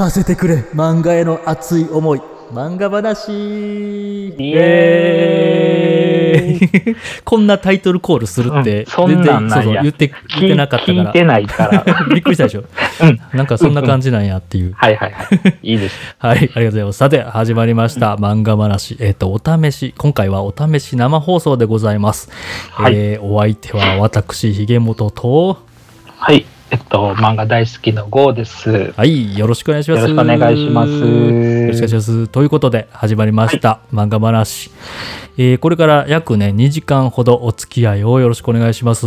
かせてくれ漫画への熱い思い漫画話イエーイこんなタイトルコールするって、 そんなんなんや言ってなかったから聞いてないからびっくりしたでしょ、なんかそんな感じなんやっていう、 はいはいはいいいですはい、ありがとうございます。さて始まりました、漫画話、お試し、今回はお試し生放送でございます、 はい。 お相手は私ひげもとと、 はい漫画大好きのゴーです。 はい、よろしくお願いします。 よろしくお願いします。 よろしくお願いします。ということで始まりました、漫画話、これから約ね2時間ほどお付き合いをよろしくお願いします。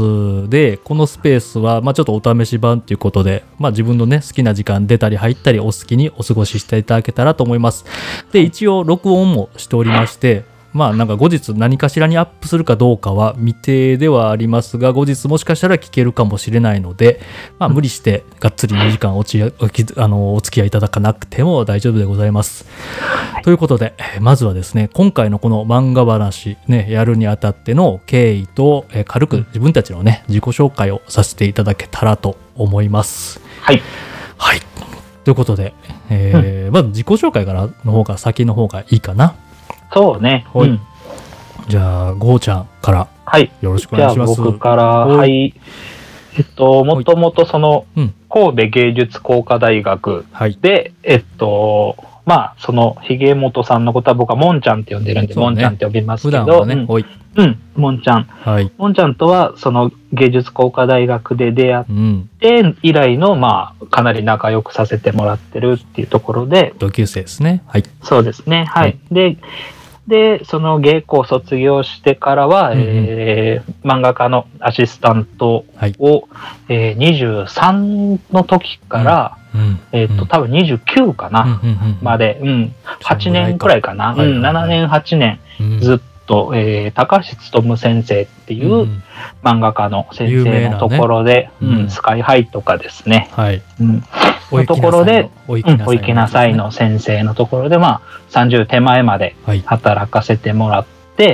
で、このスペースはちょっとお試し版ということで、自分のね好きな時間出たり入ったりお好きにお過ごししていただけたらと思います。で、一応録音もしておりまして、なんか後日何かしらにアップするかどうかは未定ではありますが、後日もしかしたら聞けるかもしれないので、無理してがっつり2時間お付き合いいただかなくても大丈夫でございます。ということで、まずはですね、今回のこの漫画話ね、やるにあたっての経緯と、軽く自分たちのね、自己紹介をさせていただけたらと思います。 はい。 はい。ということで、まず自己紹介からの方が先の方がいいかな。 そうね。 はい。じゃあゴーちゃんからよろしくお願いします。 じゃあ僕から、はい。もともとその神戸芸術工科大学で、そのひげもとさんのことは僕はもんちゃんって呼んでるんで、もんちゃんって呼びますけど、もんちゃん。もんちゃんとはその芸術工科大学で出会って以来のかなり仲良くさせてもらってるっていうところで、 同級生ですね。はい。 そうですね。はい。で、その芸校を卒業してからは、漫画家のアシスタントを、23の時から、多分29かな、まで、8年くらいかな、7年、8年、ずっと、高橋勉先生っていう漫画家の先生のところで、スカイハイとかですね、のところで、お行きなさいの先生のところで、30手前まで働かせてもらって、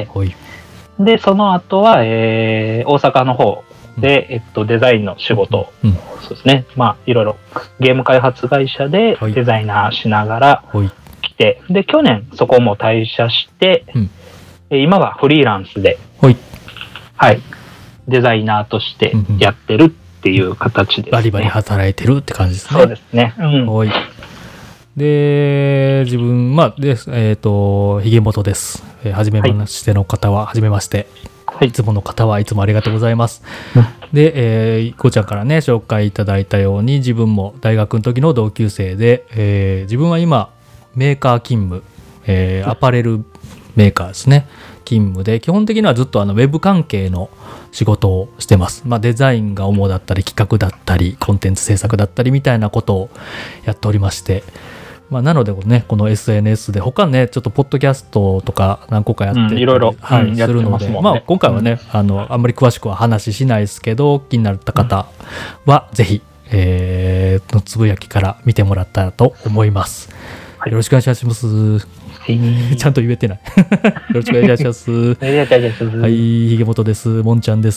で、その後は、大阪の方で、デザインの仕事、そうですね、いろいろゲーム開発会社でデザイナーしながら来て、で、去年そこも退社して、今はフリーランスで、デザイナーとしてやってるっていう形ですね。 バリバリ働いてるって感じですね。 そうですね。 で、自分、ひげもとです。はじめましての方は、はじめまして。いつもの方はいつもありがとうございます。で、ごちゃんからね、紹介いただいたように、自分も大学の時の同級生で、自分は今、メーカー勤務、アパレルメーカーですね。勤務で、基本的にはずっとウェブ関係の仕事をしてます。デザインが主だったり、企画だったり、コンテンツ制作だったりみたいなことをやっておりまして、なのでね、この SNS で他ね、ちょっとポッドキャストとか何個かやっていろいろするので、今回はね、あんまり詳しくは話しないですけど、気になった方はぜひ、のつぶやきから見てもらったらと思います。よろしくお願いします。ちゃんと言えてない。よろしくお願いします。はい、ひげもとです。もんちゃんです。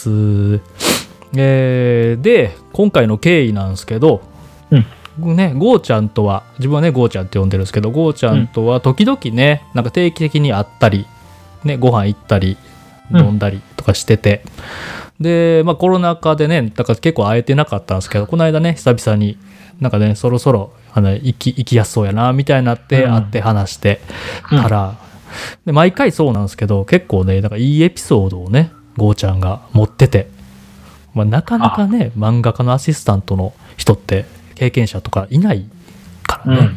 で、今回の経緯なんですけど、ゴーちゃんとは、自分はね、ゴーちゃんって呼んでるんですけど、ゴーちゃんとは時々ね、なんか定期的に会ったり、ね、ご飯行ったり、飲んだりとかしてて、で、コロナ禍でね、だから結構会えてなかったんですけど、この間ね、久々になんかね、そろそろ行きやすそうやなみたいになって会って話してたら、で毎回そうなんですけど、結構ね、なんかいいエピソードをね、ゴーちゃんが持ってて、なかなかね、漫画家のアシスタントの人って経験者とかいないからね。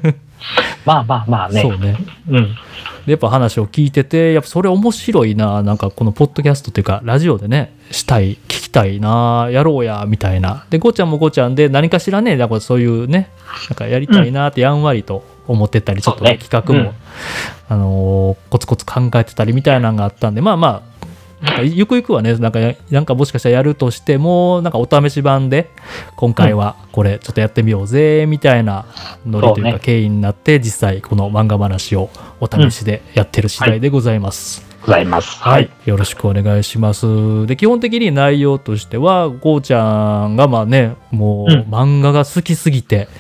ね。 そうね。でやっぱ話を聞いてて、やっぱそれ面白いな、なんかこのポッドキャストっていうかラジオでね、聞きたいな、やろうやみたいな。で、ゴーちゃんもゴーちゃんで何かしらね、なんかそういうね、なんかやりたいなってやんわりと思ってたり、ちょっとね、企画も、コツコツ考えてたりみたいなのがあったんで、なんかゆくゆくはね、なんかもしかしたらやるとしても、なんかお試し版で今回はこれちょっとやってみようぜみたいなノリというか経緯になって、実際この漫画話をお試しでやってる次第でございます。 はい、 よろしくお願いします。で、基本的に内容としては、ゴーちゃんがもう漫画が好きすぎて、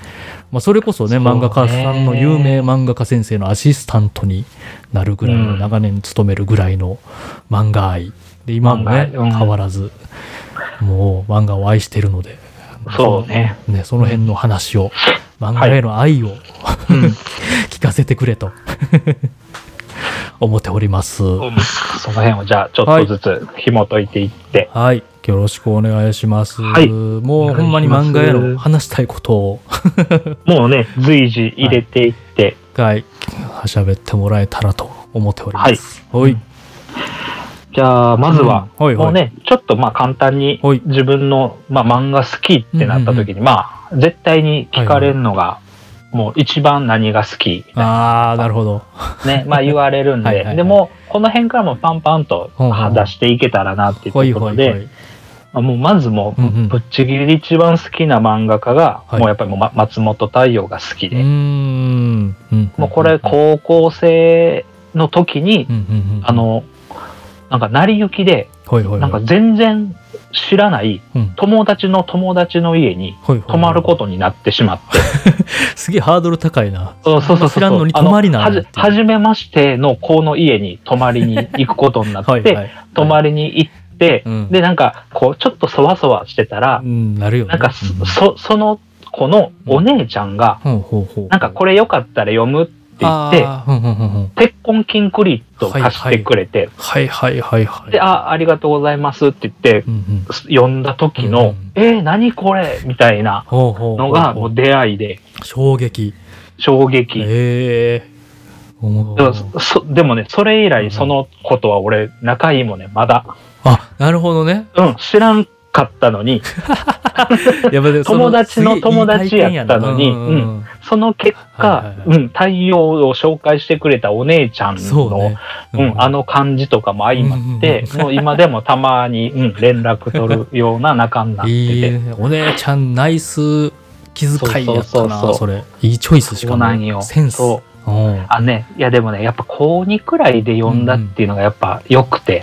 それこそね漫画家さんの有名漫画家先生のアシスタントになるぐらいの、長年勤めるぐらいの漫画愛で、今もね変わらずもう漫画を愛してるので、 そうね、 その辺の話を、漫画への愛を、聞かせてくれと思っております。その辺をじゃあちょっとずつ紐解いていって、 はい、よろしくお願いします。もうほんまに漫画への話したいことをもうね随時入れていって、 喋ってもらえたらと思っております。 じゃあまずは、もうねちょっと簡単に自分の、漫画好きってなった時に、絶対に聞かれるのが、もう一番何が好きなるほどね、言われるんででもこの辺からもパンパンと出していけたらなっていうところで、もうまずもうぶっちぎりで一番好きな漫画家が、もうやっぱり松本太陽が好きで、もうこれ高校生の時に、なんか成り行きで、なんか全然知らない友達の友達の家に泊まることになってしまって、 すげえハードル高いな。 そう知らんのに泊まりなんだ。 初めましての子の家に泊まりに行くことになって泊まりに行って、でなんかこうちょっとそわそわしてたら、なんかその子のお姉ちゃんが、なんかこれよかったら読むって言って、鉄痕キンクリットを貸してくれて、で、ありがとうございますって言って、読んだ時の、何これみたいなのがもう出会いで。 衝撃。 でもね、それ以来その子とは俺仲いいもんね、まだ。 なるほどね。 知らんかったのに友達の友達やったのに、その結果、太陽を紹介してくれたお姉ちゃんの、あの感じとかも相まって、もう今でもたまに、連絡取るような仲になってて、 お姉ちゃんナイス気遣いやったな。それいいチョイス。しかもセンス。 いやでもね、やっぱ高2くらいで読んだっていうのがやっぱ良くて、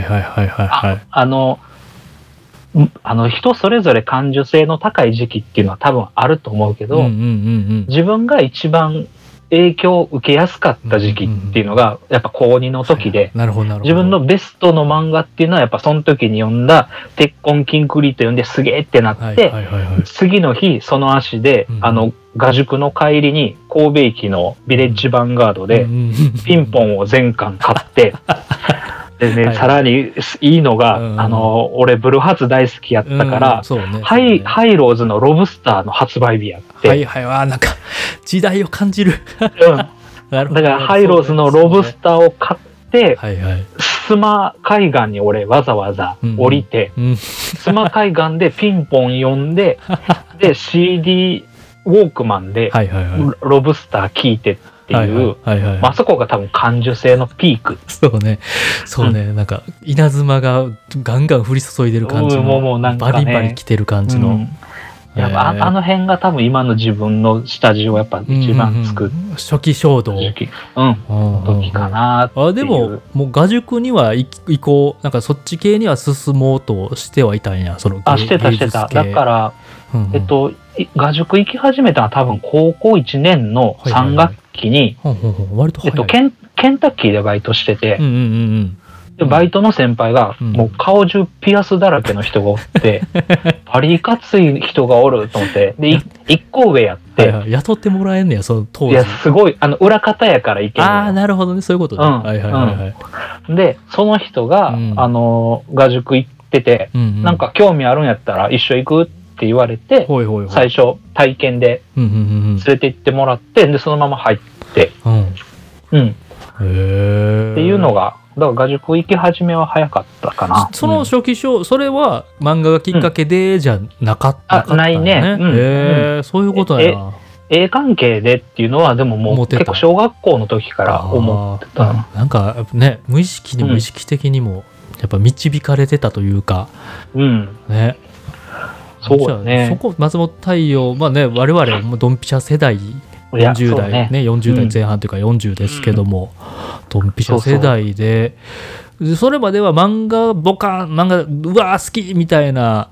人それぞれ感受性の高い時期っていうのは多分あると思うけど、自分が一番影響を受けやすかった時期っていうのがやっぱ高2の時で、自分のベストの漫画っていうのはやっぱその時に読んだ鉄痕キンクリット読んですげーってなって、次の日その足で画塾の帰りに神戸駅のビレッジヴァンガードでピンポンを全巻買ってでね、さらにいいのが、俺ブルーハーツ大好きやったから、ハイローズのロブスターの発売日やって、 なんか時代を感じるだからハイローズのロブスターを買って、須磨海岸に俺わざわざ降りて、須磨海岸でピンポン読んでで CD ウォークマンでロブスター聞いてっていう、あそこが多分感受性のピーク。 そうね、なんか稲妻がガンガン降り注いでる感じの、バリバリ来てる感じの、 やっぱあの辺が多分今の自分の下地をやっぱ一番作る、 初期衝動時かなっていう。 でももう画塾には行こう、なんかそっち系には進もうとしてはいたんや。 してた。だから画塾行き始めたのは多分高校1年の3学期に、ケンタッキーでバイトしてて、でバイトの先輩がもう顔中ピアスだらけの人がおってバリカツい人がおると思って、で1個上やって、 雇ってもらえんねやその当時。 いやすごい裏方やから行ける。 なるほどね、そういうことね。 でその人が画塾行ってて、なんか興味あるんやったら一緒行くって言われて、最初体験で連れて行ってもらって、でそのまま入ってっていうのが、だから画塾行き始めは早かったかな。 その初期それは漫画がきっかけでじゃなかったね。 ないね。 そういうことやな。 絵関係でっていうのはでももう結構小学校の時から思ってた。 なんかね、無意識にも意識的にもやっぱ導かれてたというか、ね。 そうだね。 そこ松本太陽、我々もドンピシャ世代、40代ね、40代前半というか40ですけども、ドンピシャ世代で、それまでは漫画うわー好きみたいな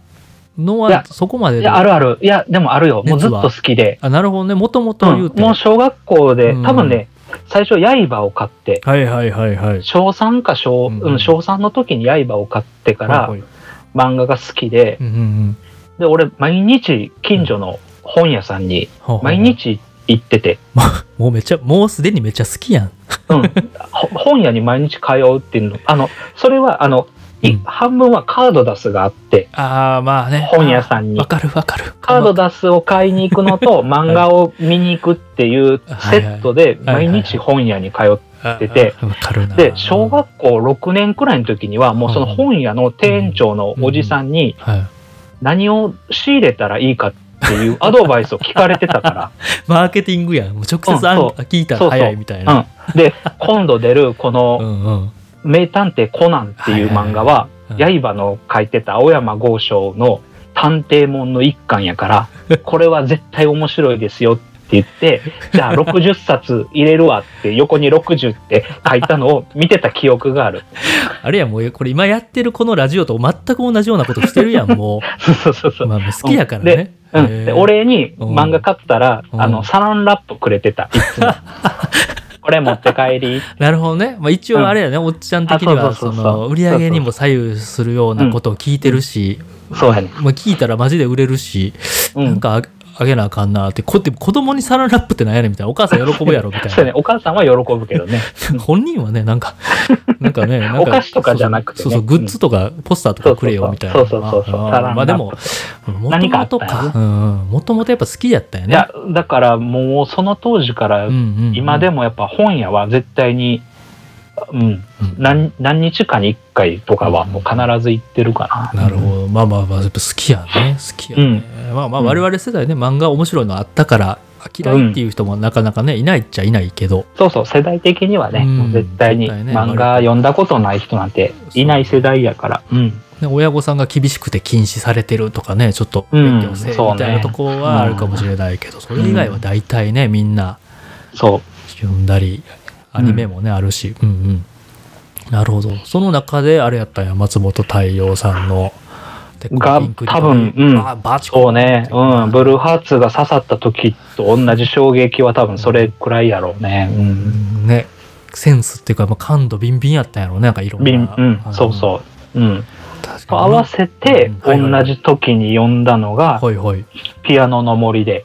のはそこまでで。 いや、あるある。いや、でもあるよ。もうずっと好きで。 あ、なるほどね。もともと言うて。 もう小学校で、多分ね、最初刃を買って、 はいはいはいはい。 小3か小3の時に刃を買ってから、漫画が好きで、で、俺、毎日近所の本屋さんに、毎日行ってて。 もうすでにめっちゃ好きやん。 本屋に毎日通うっていうの。それは、半分はカードダスがあって、 まあね。 本屋さんに。 わかる。 カードダスを買いに行くのと、漫画を見に行くっていうセットで、毎日本屋に通ってて、で、小学校6年くらいの時には、もうその本屋の店長のおじさんに、何を仕入れたらいいかっていうアドバイスを聞かれてたから。 マーケティングやん。もう直接聞いたら早いみたいな。 で、今度出るこの、名探偵コナンっていう漫画は、刃の書いてた青山剛昌の探偵門の一巻やから、これは絶対面白いですよって言って、じゃあ60冊入れるわって横に60って書いたのを見てた記憶がある。 あれや、もうこれ今やってるこのラジオと全く同じようなことしてるやん、もう。そう。まあ好きやからね。 で、お礼に漫画買ったら、サランラップくれてた、いつも。これ持って帰り。 なるほどね。まあ一応あれやね、おっちゃん的には、売り上げにも左右するようなことを聞いてるし、 そうやね。 まあ聞いたらマジで売れるし、なんかあげなあかんなって、子供にサランラップってなんやねんみたいな、お母さん喜ぶやろみたいな。 そうね、お母さんは喜ぶけどね。 本人はね、なんかね、 お菓子とかじゃなくてね。 そう、グッズとかポスターとかくれよみたいな。 そう。 まあでも、もともとやっぱ好きやったよね。 いや、だからもうその当時から今でもやっぱ本屋は絶対に、何日かに1回とかはもう必ず行ってるかな。 なるほど。まあやっぱ好きやね。まあ我々世代ね、漫画面白いのあったから嫌いっていう人もなかなかね、いないっちゃいないけど。 そう、世代的にはね、もう絶対に漫画読んだことない人なんていない世代やから。 親御さんが厳しくて禁止されてるとかね、ちょっと勉強せみたいなとこはあるかもしれないけど、それ以外は大体ね、みんな読んだり、アニメもね、あるし。なるほど。その中であれやったんや、松本太陽さんのが多分、そうね、ブルーハーツが刺さった時と同じ衝撃は多分それくらいやろうね。 ね、センスっていうか、感度ビンビンやったんやろうね、なんかいろんな。 そう。と合わせて同じ時に読んだのがピアノの森で。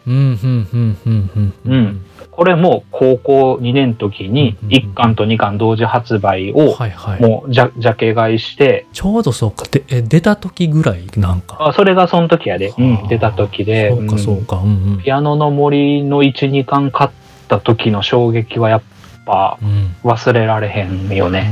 これも高校2年の時に1巻と2巻同時発売をもうジャケ買いして、 ちょうどそうか、出た時ぐらいなんか。 それがその時やで、出た時で。 そうか。 ピアノの森の1、2巻買った時の衝撃はやっぱ忘れられへんよね。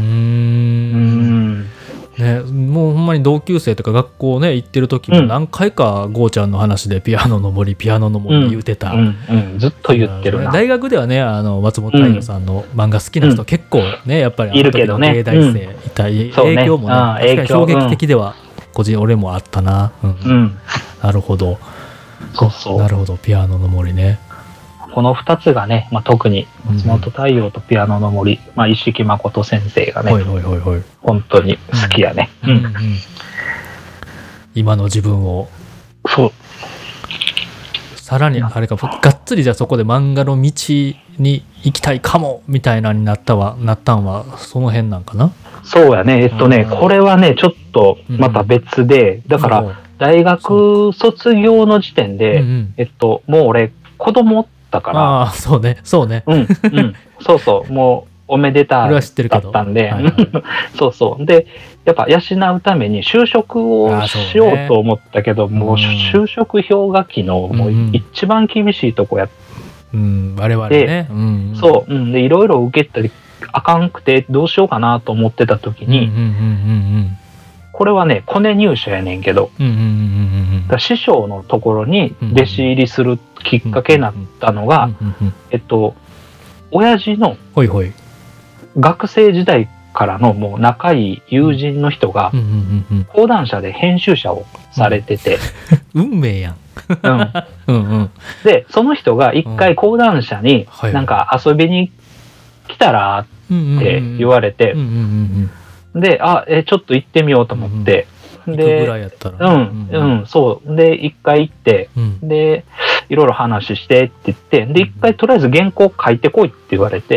ね、もうほんまに同級生とか学校ね行ってる時も何回かゴーちゃんの話でピアノの森言うてた、 ずっと言ってるな。 大学ではね、松本太陽さんの漫画好きな人結構ね、やっぱりいるけどね、 芸大生いた影響もね、確かに衝撃的では俺もあったな。なるほど。なるほど、ピアノの森ね。 この2つがね、特に松本太陽とピアノの森、一色誠先生がね、本当に好きやね。 今の自分を。 そう。 さらにあれか、がっつりじゃあそこで漫画の道に行きたいかもみたいなになったんはその辺なんかな。 そうやね。これはねちょっとまた別で、だから大学卒業の時点でもう俺子供だから。 そうね。 そう、もうおめでただったんで、でやっぱ養うために就職をしようと思ったけど、もう就職氷河期のもう一番厳しいとこやって、 我々ね、 でいろいろ受けたりあかんくてどうしようかなと思ってた時に、これはねコネ入社やねんけど、師匠のところに弟子入りするきっかけになったのが、親父の学生時代からのもう仲いい友人の人が講談社で編集者をされてて、 運命やん。 でその人が一回講談社になんか遊びに来たらって言われて、でちょっと行ってみようと思って行くぐらいやったら。 そう。で、一回行って、で、いろいろ話してって言って、で、一回とりあえず原稿書いてこいって言われて、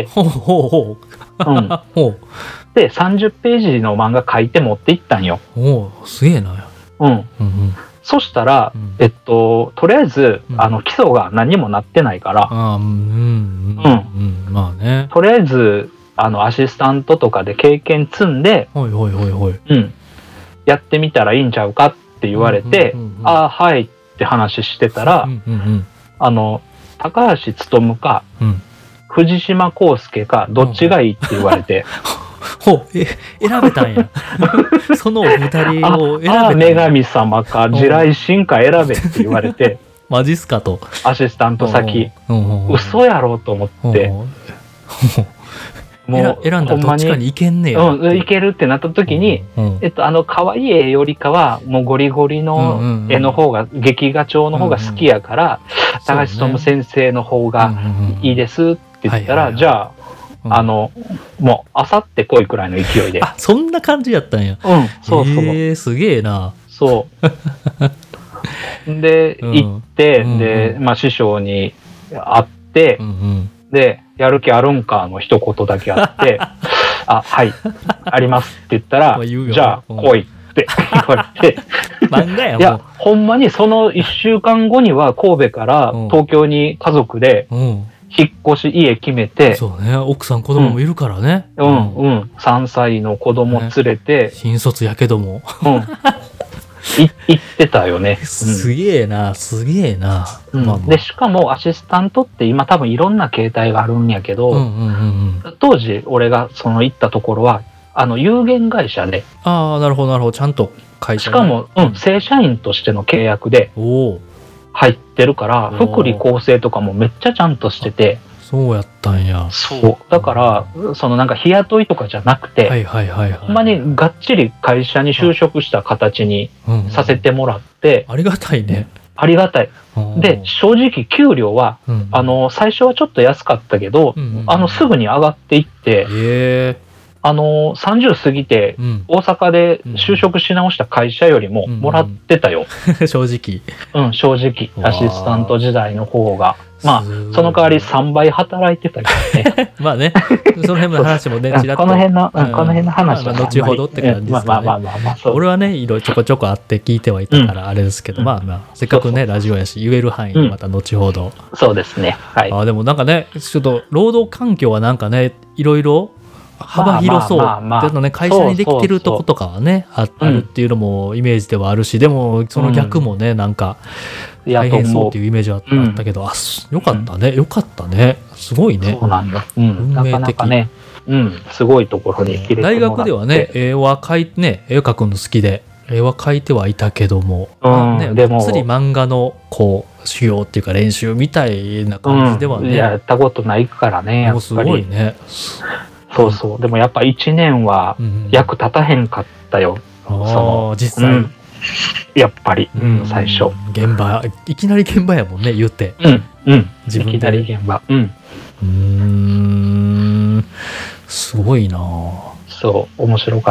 で、30ページの漫画書いて持って行ったんよ。 すげえな。 そしたら、とりあえず、基礎が何もなってないから、 まあね。 とりあえず、アシスタントとかで経験積んで、やってみたらいいんちゃうかって言われて、はいって話してたら、高橋勉か、藤島康介か、どっちがいいって言われて、 選べたんや。そのお二人を選べたんや。 女神様か地雷神か選べって言われて、 マジっすかと。 アシスタント先。嘘やろと思って。 もう選んだらどっちかに行けんねや。 いけるってなった時に、可愛い絵よりかは、もうゴリゴリの絵の方が、劇画調の方が好きやから、高橋勉先生の方がいいですって言ったら、じゃあ、もう、あさって来いくらいの勢いで。 そんな感じやったんや。 そうそう。 すげえな。 そう。で、行って、で、師匠に会って、で、やる気あるんかの一言だけあって、はい、ありますって言ったら、じゃあ来いって言われて、 漫画やもん。 いや、ほんまにその1週間後には神戸から東京に家族で引っ越し家決めて、 そうね、奥さん子供もいるからね。 3歳の子供連れて、 新卒やけども。 行ってたよね。 すげえな、すげえな。 で、しかもアシスタントって今多分いろんな形態があるんやけど、当時俺が行ったところは、有限会社で。 なるほどなるほど。ちゃんと会社しかも、正社員としての契約で入ってるから、福利厚生とかもめっちゃちゃんとしてて。 そうやったんや。 そう。だから、なんか日雇いとかじゃなくて、ほんまにがっちり会社に就職した形にさせてもらって、 ありがたいね。 ありがたい。で、正直給料は、最初はちょっと安かったけど、すぐに上がっていって、30過ぎて大阪で就職し直した会社よりももらってたよ。 正直。 正直。アシスタント時代の方が。まあ、その代わり3倍働いてたけどね。 まあね、その辺の話もね、ちらっと。 この辺の話は。 後ほどって感じですかね。俺はね、いろいろちょこちょこあって聞いてはいたからあれですけど、せっかくね、ラジオやし、言える範囲でまた後ほど。 そうですね。はい。 でもなんかね、ちょっと労働環境はなんかね、いろいろ幅広そう。会社にできてるとことかはね、あるっていうのもイメージではあるし、でもその逆もね、なんか、大変そうっていうイメージはあったけど、よかったね、よかったね。すごいね。 そうなんだ。なかなかね、すごいところに入れてもらって。 大学ではね、絵描くの好きで、絵は描いてはいたけども、でも、つり漫画の修行っていうか練習みたいな感じではね。 やったことないからね、やっぱり。 すごいね。 そうそう。でもやっぱ1年は役立たへんかったよ。 実際。 やっぱり、最初。 現場、いきなり現場やもんね、言って。 自分で。いきなり現場。 すごいな。 そう、面白かった。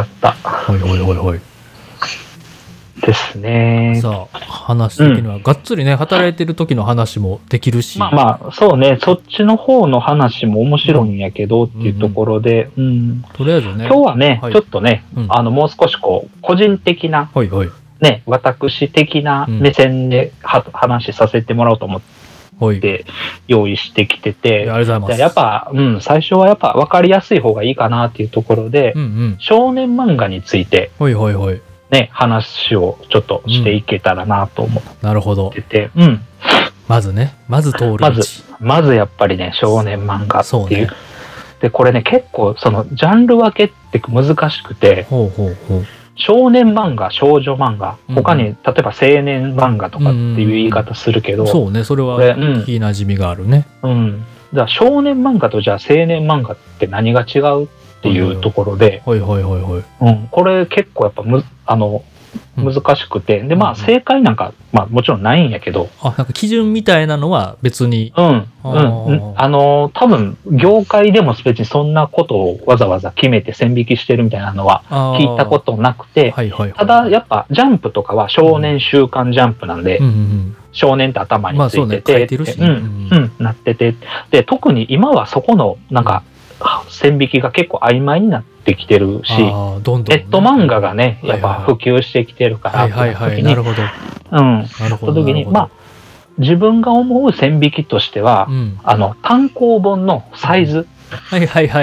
ですね。 さあ、話的には、がっつりね、働いてる時の話もできるし。 そうね、そっちの方の話も面白いんやけどっていうところで、 とりあえずね。 今日はね、ちょっとね、もう少し個人的な、ね、私的な目線で話させてもらおうと思って用意してきてて、やっぱ、最初はやっぱ分かりやすい方がいいかなっていうところで、少年漫画について、ね、話をちょっとしていけたらなと思ってて。 なるほど。まず通る道。 まずやっぱりね、少年漫画っていう。で、これね、結構ジャンル分けって難しくて、少年漫画、少女漫画、他に例えば青年漫画とかっていう言い方するけど、 そうね、それは聞き馴染みがあるね。 じゃあ少年漫画とじゃあ青年漫画って何が違うっていうところで、これ結構やっぱ難しくて、でまあ正解なんか、まあ、もちろんないんやけど、 なんか基準みたいなのは別に、 多分業界でも別にそんなことをわざわざ決めて線引きしてるみたいなのは聞いたことなくて、ただやっぱジャンプとかは少年週刊ジャンプなんで、少年って頭についてて、なってて、で特に今はそこのなんか線引きが結構曖昧になってきてるし、ネット漫画がねやっぱ普及してきてるから、 なるほど。 その時にまあ自分が思う線引きとしては、単行本のサイズの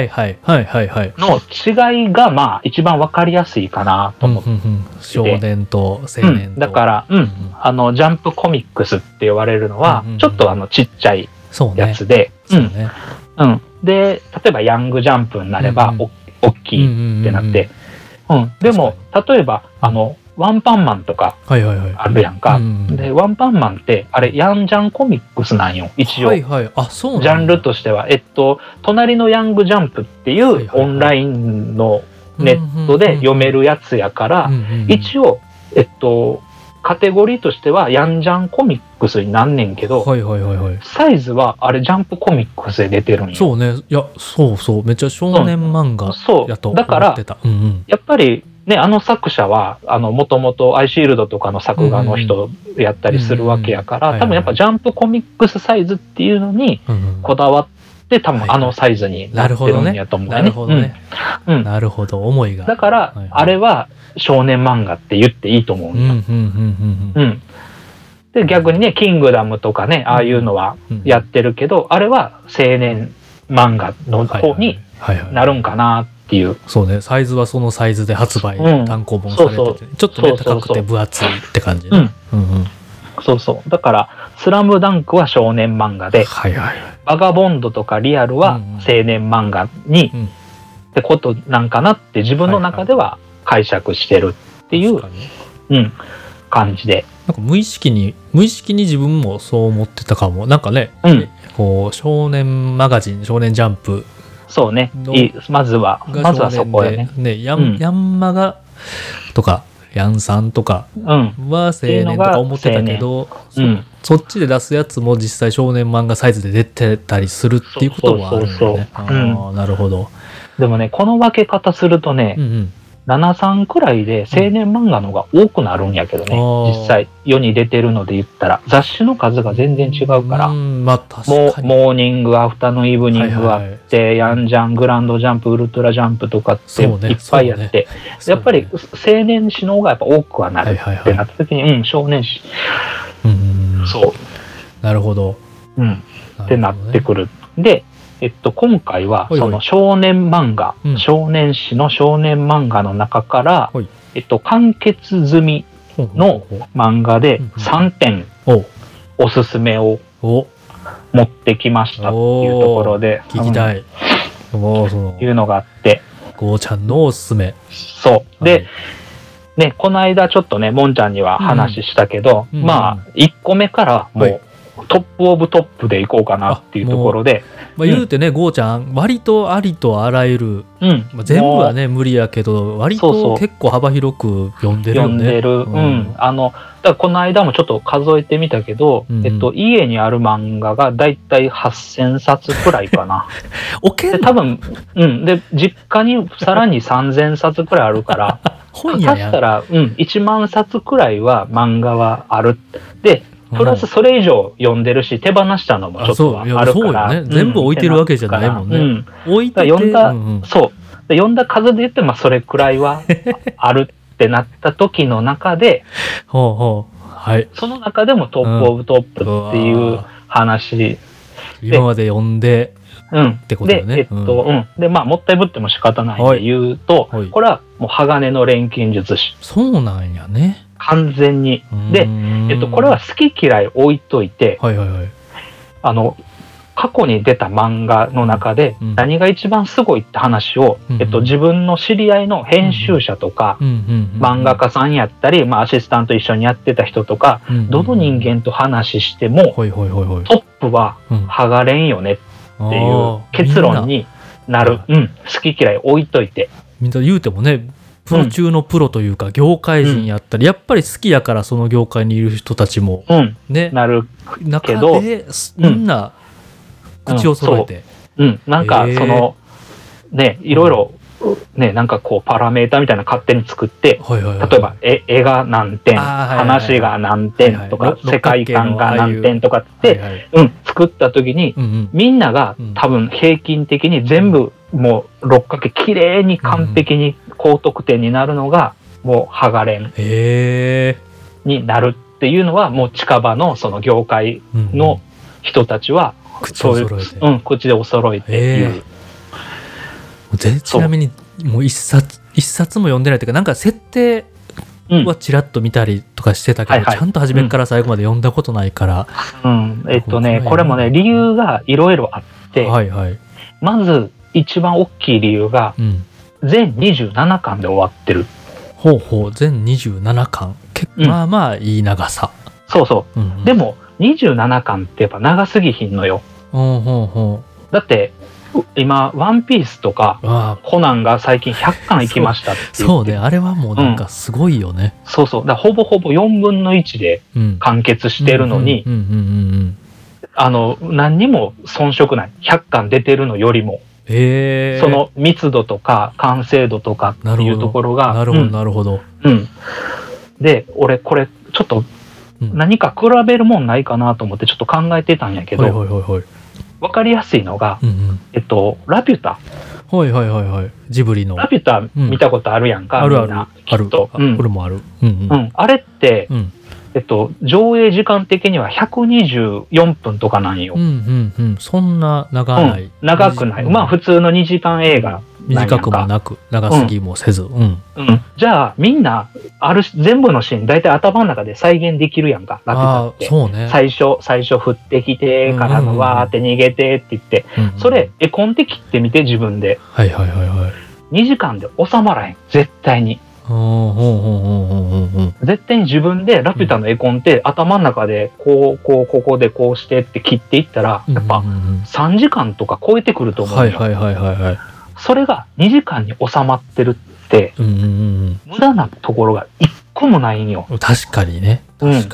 違いがまあ一番わかりやすいかなと思って、 少年と青年と、 だから、ジャンプコミックスって言われるのは、ちょっとちっちゃいやつで、で例えばヤングジャンプになれば大きいってなって、でも例えばワンパンマンとかあるやんか、でワンパンマンってあれヤンジャンコミックスなんよ一応、ジャンルとしては隣のヤングジャンプっていうオンラインのネットで読めるやつやから、一応カテゴリーとしてはヤンジャンコミックスになんねんけど、サイズはあれジャンプコミックスで出てるんよ。 そうね、いやそうめっちゃ少年漫画やと思ってた。 だからやっぱりね、作者はもともとアイシールドとかの作画の人やったりするわけやから、多分やっぱジャンプコミックスサイズっていうのにこだわって多分サイズになってるんやと思うね。 なるほどね。なるほど、思いが。 だからあれは少年漫画って言っていいと思うんだ。で逆にねキングダムとかねああいうのはやってるけど、あれは青年漫画の方になるんかなっていう。 そうね、サイズはそのサイズで発売、単行本されてて、ちょっとね高くて分厚いって感じね。 そうだからスラムダンクは少年漫画で、バガボンドとかリアルは青年漫画にってことなんかなって自分の中では解釈してるっていう感じで、 なんか無意識に自分もそう思ってたかも。なんかね、こう少年マガジン、少年ジャンプ、 そうね、まずはそこやね。 ヤンマガとかヤンさんとかは青年とか思ってたけど、そっちで出すやつも実際少年漫画サイズで出てたりするっていうこともあるよね。なるほど。 でもねこの分け方するとね、73くらいで青年漫画の方が多くなるんやけどね、実際世に出てるので言ったら雑誌の数が全然違うから、モーニングアフタヌーンイブニングあって、ヤンジャングランドジャンプウルトラジャンプとかっていっぱいあって、やっぱり青年誌の方がやっぱ多くはなるってなった時に、少年誌そうなるほど、 ってなってくる。で今回はその少年漫画、少年誌の少年漫画の中から、完結済みの漫画で3点おすすめを持ってきましたっていうところで聞きたい、 いうのがあって、 ゴーちゃんのおすすめ。 そうで、ね、この間ちょっとねもんちゃんには話したけど、まあ1個目からもうトップオブトップでいこうかなっていうところで、 言うてね、ゴーちゃん割とありとあらゆる、全部はね無理やけど割と結構幅広く読んでるよね。だからこの間もちょっと数えてみたけど、家にある漫画がだいたい8000冊くらいかな。で多分、で実家にさらに3000冊くらいあるから本屋やん。 足したら、1万冊くらいは漫画はある。でプラスそれ以上読んでるし手放したのもちょっとあるから、 全部置いてるわけじゃないもんね。置いてて読んだ数で言ってそれくらいはあるってなった時の中でその中でもトップオブトップっていう話、 今まで読んでってことだよね。 でもったいぶっても仕方ないんで言うと、これはもう鋼の錬金術師。 そうなんやね。 完全に。で、これは好き嫌い置いといて、過去に出た漫画の中で何が一番すごいって話を、自分の知り合いの編集者とか、漫画家さんやったり、アシスタント一緒にやってた人とか、どの人間と話しても、トップは剥がれんよねっていう結論になる。好き嫌い置いといて。 みんな言うてもね、 プロ中のプロというか業界人やったり、やっぱり好きやからその業界にいる人たちもね、 なるけど中でみんな口を揃えて、 なんかそのね、いろいろね、なんかこうパラメータみたいな勝手に作って、例えば絵が何点、話が何点とか、世界観が何点とかって作った時に、みんなが多分平均的に全部もう6かけ綺麗に完璧に高得点になるのがもうハガレンになるっていうのは、もう近場のその業界の人たちはそういう口でお揃えて言う。 ちなみにもう一冊も読んでないというか、なんか設定はちらっと見たりとかしてたけど、ちゃんと初めから最後まで読んだことないから、 これもね理由がいろいろあって、まず一番大きい理由が、全27巻で終わってる。 全27巻、まあまあいい長さ。 でも27巻ってやっぱ長すぎひんのよ。だって今ワンピースとかコナンが最近100巻いきましたって言って、 そうね、あれはもうなんかすごいよね。 だからほぼほぼ4分の1で完結してるのに、何にも遜色ない。100巻出てるのよりも、その密度とか完成度とかっていうところが、 なるほど。 で俺これちょっと何か比べるもんないかなと思ってちょっと考えてたんやけど、分かりやすいのが、ラピュタ。ジブリのラピュタ見たことあるやんか。 ある。俺もある。 あれって、上映時間的には124分とかなんよ。 そんな長くない。まあ普通の2時間映画。 短くもなく長すぎもせず、 じゃあみんな全部のシーン大体頭の中で再現できるやんか、ラピュタって。 そうね、 最初降ってきてからのわーって逃げてって言って、それ絵コンテ切ってみて自分で。2時間で収まらへん、絶対に。絶対に自分でラピュタの絵コンって頭の中でここでこうしてって切っていったら、やっぱ3時間とか超えてくると思うよ。それが2時間に収まってるって、無駄なところが1個もないんよ。 確かにね。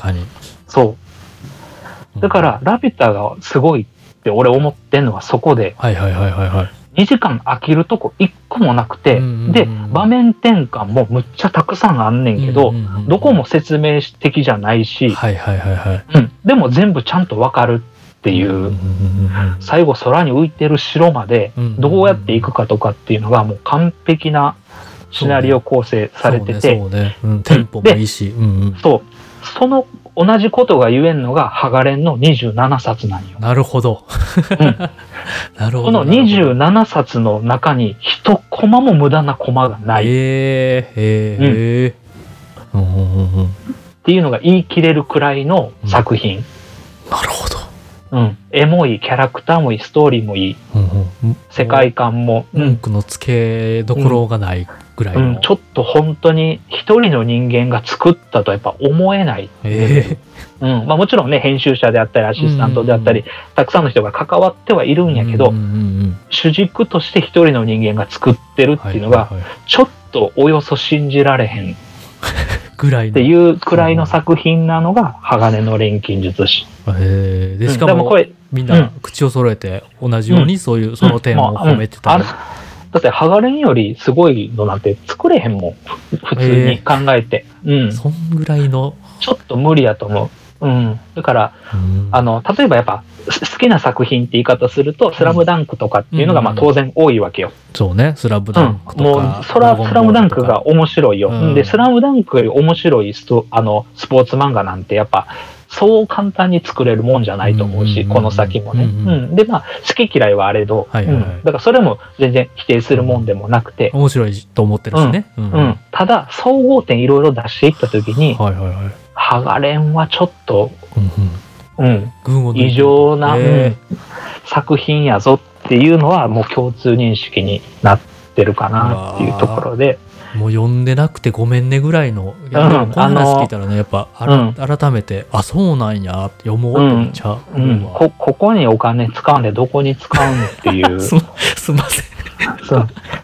そうだからラピュタがすごいって俺思ってんのはそこで、2時間飽きるとこ1個もなくて、で場面転換もむっちゃたくさんあんねんけど、どこも説明的じゃないし、でも全部ちゃんと分かるっていう、最後空に浮いてる城までどうやって行くかとかっていうのがもう完璧なシナリオ構成されてて、 テンポもいいし、 その同じことが言えんのがハガレンの27冊なんよ。 なるほど。 この27冊の中に一コマも無駄なコマがない。っていうのが言い切れるくらいの作品。 なるほど。 絵もいい、キャラクターもいい、ストーリーもいい、世界観も文句のつけどころがないぐらいの、 ちょっと本当に一人の人間が作ったとやっぱ思えない。もちろんね、編集者であったりアシスタントであったりたくさんの人が関わってはいるんやけど、主軸として一人の人間が作ってるっていうのがちょっとおよそ信じられへんぐらいっていうくらいの作品なのが鋼の錬金術師。 でしかもこれみんな口を揃えて同じようにそういうその点を褒めてたり、 だって鋼よりすごいのなんて作れへんもん、普通に考えて。 そんぐらいのちょっと無理やと思う。だから、例えばやっぱ好きな作品って言い方すると、スラムダンクとかっていうのがまあ当然多いわけよ。 そうね、スラムダンクとか。 もう、スラムダンクが面白いよ。で、スラムダンクより面白いスポーツ漫画なんてやっぱ、そう簡単に作れるもんじゃないと思うし、この先もね。で、まあ、好き嫌いはあれど、だからそれも全然否定するもんでもなくて。 面白いと思ってるしね。 ただ、総合点いろいろ出していったときに、鋼はちょっと、異常な、作品やぞっていうのはもう共通認識になってるかなっていうところで。 もう読んでなくてごめんねぐらいの、いやでもこんな話聞いたらね、やっぱ改めて、あ、そうなんやって読もうってめっちゃ思うわ。 ここにお金使うんでどこに使うんっていう。 すいません。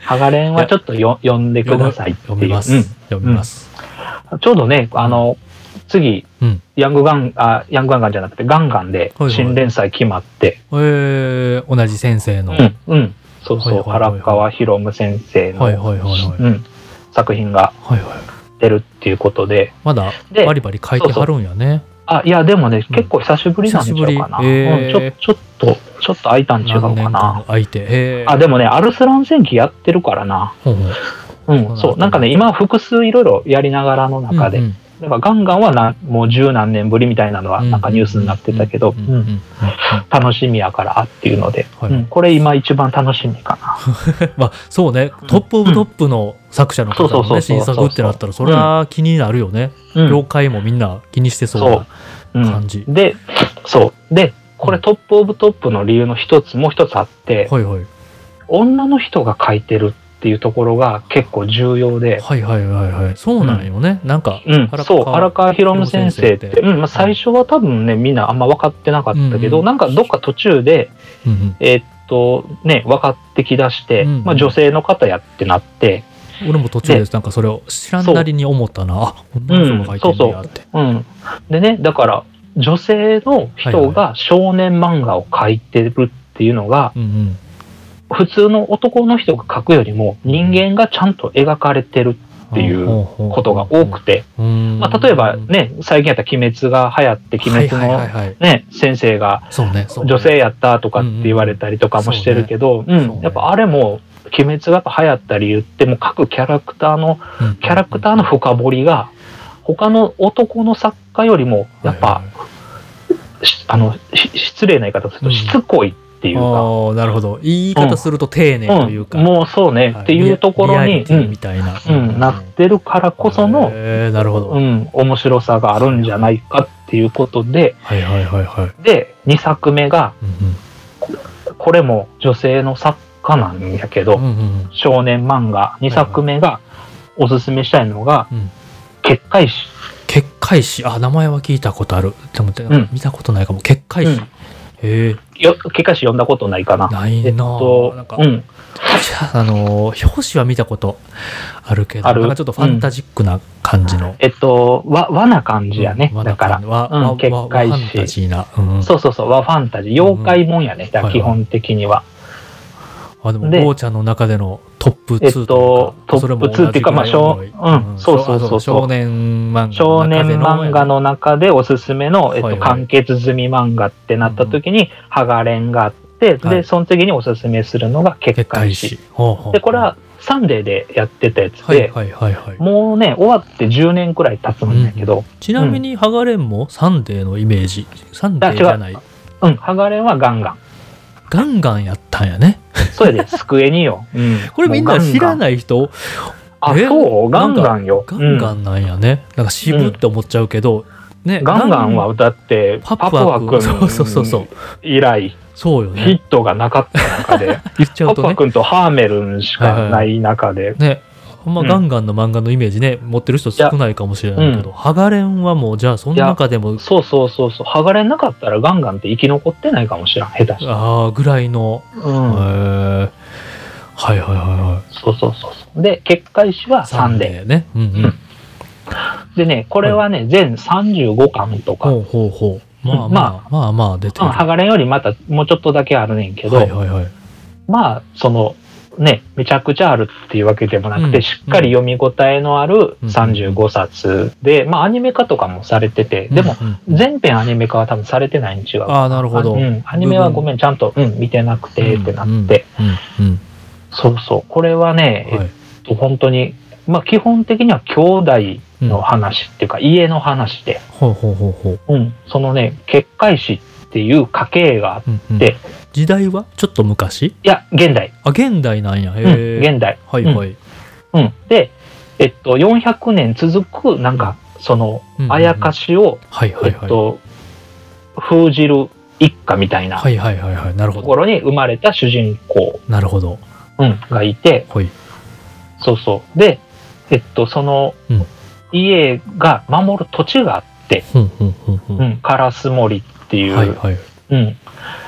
ハガレンはちょっと読んでくださいっていう。 読みます。読みます。 ちょうどね、次、ヤングガンガンじゃなくてガンガンで新連載決まって。 同じ先生の。 そうそう、原川博夢先生の作品が出るっていうことで。 まだバリバリ書いてはるんやね。 いや、でもね、結構久しぶりなんちゃうかな。ちょっと空いたん違うかな。 空いて。 でもね、アルスラン戦記やってるからな。そう、なんかね、今複数いろいろやりながらの中で。だからガンガンはもう十何年ぶりみたいなのはなんかニュースになってたけど、楽しみやからっていうので、これ今一番楽しみかな。 まあそうね、トップオブトップの作者の方のね、新作ってなったらそれは気になるよね。業界もみんな気にしてそうな感じ。 で、これトップオブトップの理由のもう一つあって、女の人が書いてるっていうところが結構重要で。 そうなんよね。なんか、 そう、荒川博夢先生って、最初は多分ね、みんなあんま分かってなかったけど、なんかどっか途中で、分かってきだして、女性の方やってなって、 俺も途中でなんかそれを知らんなりに思ったな。女の人が書いてるんやって。 でね、だから女性の人が少年漫画を書いてるっていうのが、普通の男の人が描くよりも人間がちゃんと描かれてるっていうことが多くて、例えばね、最近やったら鬼滅が流行って鬼滅のね、先生が女性やったとかって言われたりとかもしてるけど、やっぱあれも鬼滅がやっぱ流行った理由ってもう各キャラクターの深掘りが他の男の作家よりもやっぱ失礼な言い方するとしつこいっていうか、 なるほど、言い方すると丁寧というか、 もうそうねっていうところになってるからこその面白さがあるんじゃないかっていうことで、で2作目がこれも女性の作家なんやけど、少年漫画2作目がおすすめしたいのが結界誌。 結界誌、名前は聞いたことある。でも見たことないかも。結界誌。 結界誌読んだことないかな。 ないな。なんか表紙は見たことあるけど、なんかちょっとファンタジックな感じの。 和な感じやね。だから結界誌。そう和ファンタジー、妖怪もんやね。基本的には。 でもゴーちゃんの中でのトップ2とか、トップ2っていうか、少年漫画の中でおすすめの完結済み漫画ってなった時にハガレンがあって、でその次におすすめするのが結界誌で、これはサンデーでやってたやつで、もうね終わって10年くらい経つんだけど、 ちなみにハガレンもサンデーのイメージ、サンデーじゃない。 ハガレンはガンガンやったんやね。 それで机によ。 これみんな知らない人。 そうガンガンよ。 ガンガンなんやね。なんか渋って思っちゃうけど、ね。 ガンガンはだってパプワ君以来そうよね。 ヒットがなかった中で、パプワ君とハーメルンしかない中で。 ね。ガンガンの漫画のイメージね、持ってる人少ないかもしれないけど、ハガレンはもうじゃあその中でもそうハガレンなかったらガンガンって生き残ってないかもしれん、下手したぐらいのそうで結界誌はサンデーね。でね、これはね全35巻とか、 まあ出てる。 ハガレンよりまたもうちょっとだけあるねんけど、まあそのね、めちゃくちゃあるっていうわけでもなくて、しっかり読み応えのある35冊で、まあアニメ化とかもされてて、でも全編アニメ化は多分されてないに違う。 なるほど。 アニメはごめん、ちゃんと見てなくてってなって、これはね、本当に、まあ基本的には兄弟の話っていうか、家の話で、そのね、結界誌っていう家系があって、 時代はちょっと昔？ いや現代。 現代なんや。 現代。で400年続くなんかそのあやかしを封じる一家みたいなところに生まれた主人公がいて、でその家が守る土地があって、烏森っていう。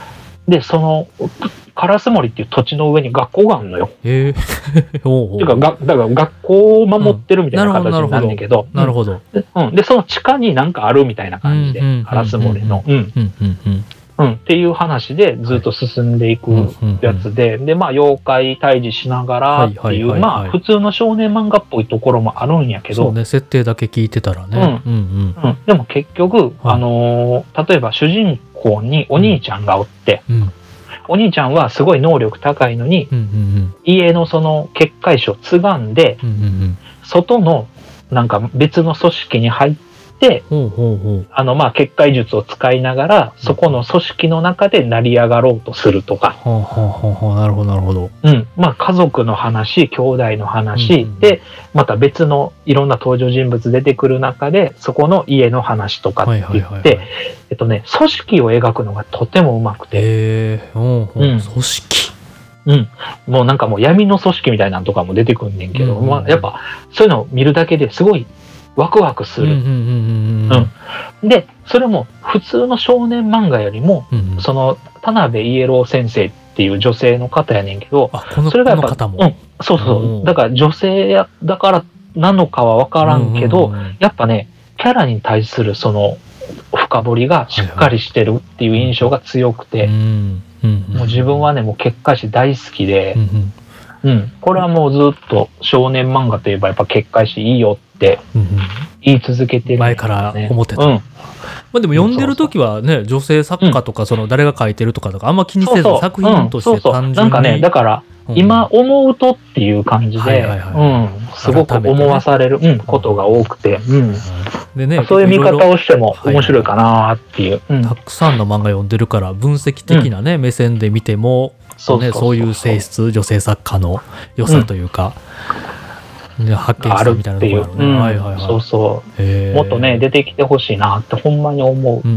で、その、烏森っていう土地の上に学校があるのよ。 へえ。ほうほう。 てか、だから学校を守ってるみたいな形になるんだけど。 なるほど。 で、その地下になんかあるみたいな感じで、烏森の。っていう話でずっと進んでいくやつで、で、まあ、妖怪退治しながらっていう、まあ、普通の少年漫画っぽいところもあるんやけど。 そうね、設定だけ聞いてたらね。 でも結局、例えば主人公にお兄ちゃんがおって、お兄ちゃんはすごい能力高いのに、家のその結界師を継がんで、外のなんか別の組織に入って、まあ結界術を使いながら、そこの組織の中で成り上がろうとするとか。 なるほど、なるほど。 まあ家族の話、兄弟の話で、また別のいろんな登場人物出てくる中で、そこの家の話とかって言って、組織を描くのがとてもうまくて。 組織。 もうなんかもう闇の組織みたいなのとかも出てくんねんけど、まあやっぱそういうのを見るだけですごいワクワクする。で、それも普通の少年漫画よりも、その田辺イエロー先生っていう女性の方やねんけど、それがやっぱ、そうそう、だから女性だからなのかはわからんけど、やっぱね、キャラに対するその深掘りがしっかりしてるっていう印象が強くて、もう自分はね、もう結界師大好きで、これはもうずっと少年漫画といえばやっぱ結界師いいよって言い続けてる、 前から思ってた。まあでも読んでる時はね、女性作家とかその誰が書いてるとかあんま気にせず作品として単純に。 なんかね、だから今思うとっていう感じで、すごく思わされることが多くて、でね、そういう見方をしても面白いかなっていう。 たくさんの漫画読んでるから分析的なね目線で見ても、そういう性質、女性作家の良さというか、発見したみたいなところあるね。 そうそう。もっとね出てきてほしいなってほんまに思う。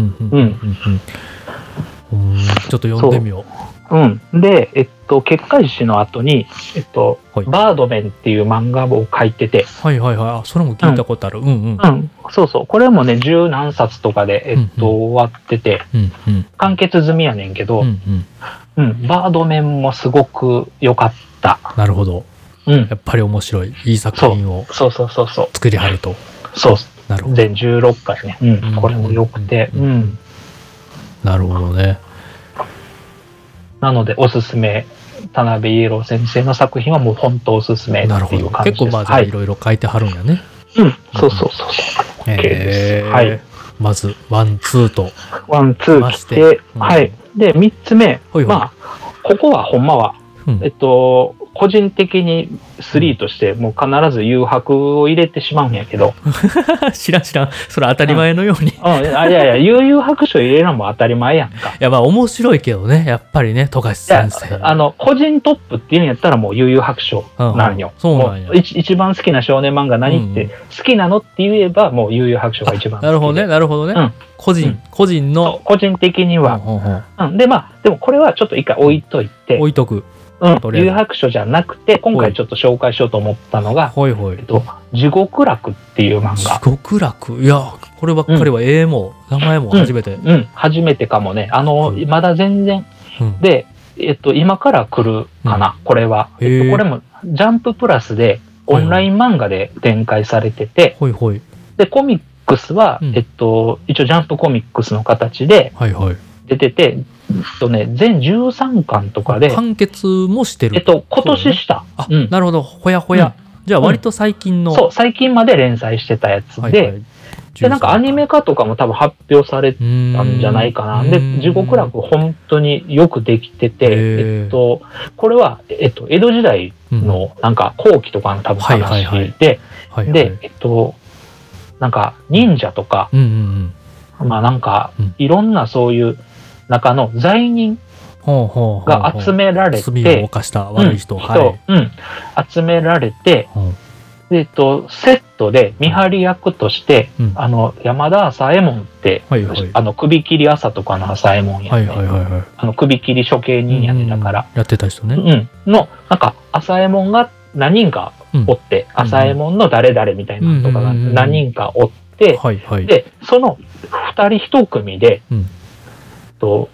ちょっと読んでみよう。で、結界師の後に、バードメンっていう漫画を書いてて。 それも聞いたことある。 そうそう。これもね、十何冊とかで、終わってて、完結済みやねんけど、バードメンもすごく良かった。 なるほど。やっぱり面白い、いい作品を作りはると。 そう。なるほど。全16回ね。これも良くて。 なるほどね。 なのでおすすめ、田辺イエロー先生の作品はもう本当おすすめっていう感じです。 結構まあいろいろ書いてはるんやね。 そう。OK です。 まずワンツーと。 ワンツー来て、で3つ目、まあここはほんまは個人的に3としてもう必ず誘白を入れてしまうんやけど知らんそれ当たり前のようにいや悠々白書入れるのも当たり前やんか。 いやまあ面白いけどね、やっぱりね、富樫先生個人トップっていうんやったらもう悠々白書なんよ。 そうなんや。 一番好きな少年漫画何って好きなのって言えばもう悠々白書が一番好きで。 なるほどね、個人の個人的にはでまあでもこれはちょっと一回置いとく誘白書じゃなくて、今回ちょっと紹介しようと思ったのが、地獄楽っていう漫画。 地獄楽、いや、こればっかりはも名前も初めて。 初めてかもね。まだ全然。で、今から来るかな、これは。これもジャンププラスでオンライン漫画で展開されてて、で、コミックスは、一応ジャンプコミックスの形で出てて、全13巻とかで完結もしてる。 今年した。 なるほど、ほやほや。じゃあ割と最近の。 そう、最近まで連載してたやつで、なんかアニメ化とかも多分発表されたんじゃないかな。で、地獄楽本当によくできてて、これは、江戸時代のなんか後期とかの多分話で、で、なんか忍者とか、まあなんかいろんなそういう中の罪人が集められて、 罪を犯した悪い人、 集められて、セットで見張り役として、山田朝右衛門って、首切り朝とかの朝右衛門やね、首切り処刑人やね、だからやってた人ね、 のなんか朝右衛門が何人かおって、朝右衛門の誰々みたいなのとかが何人かおって、でその2人1組で、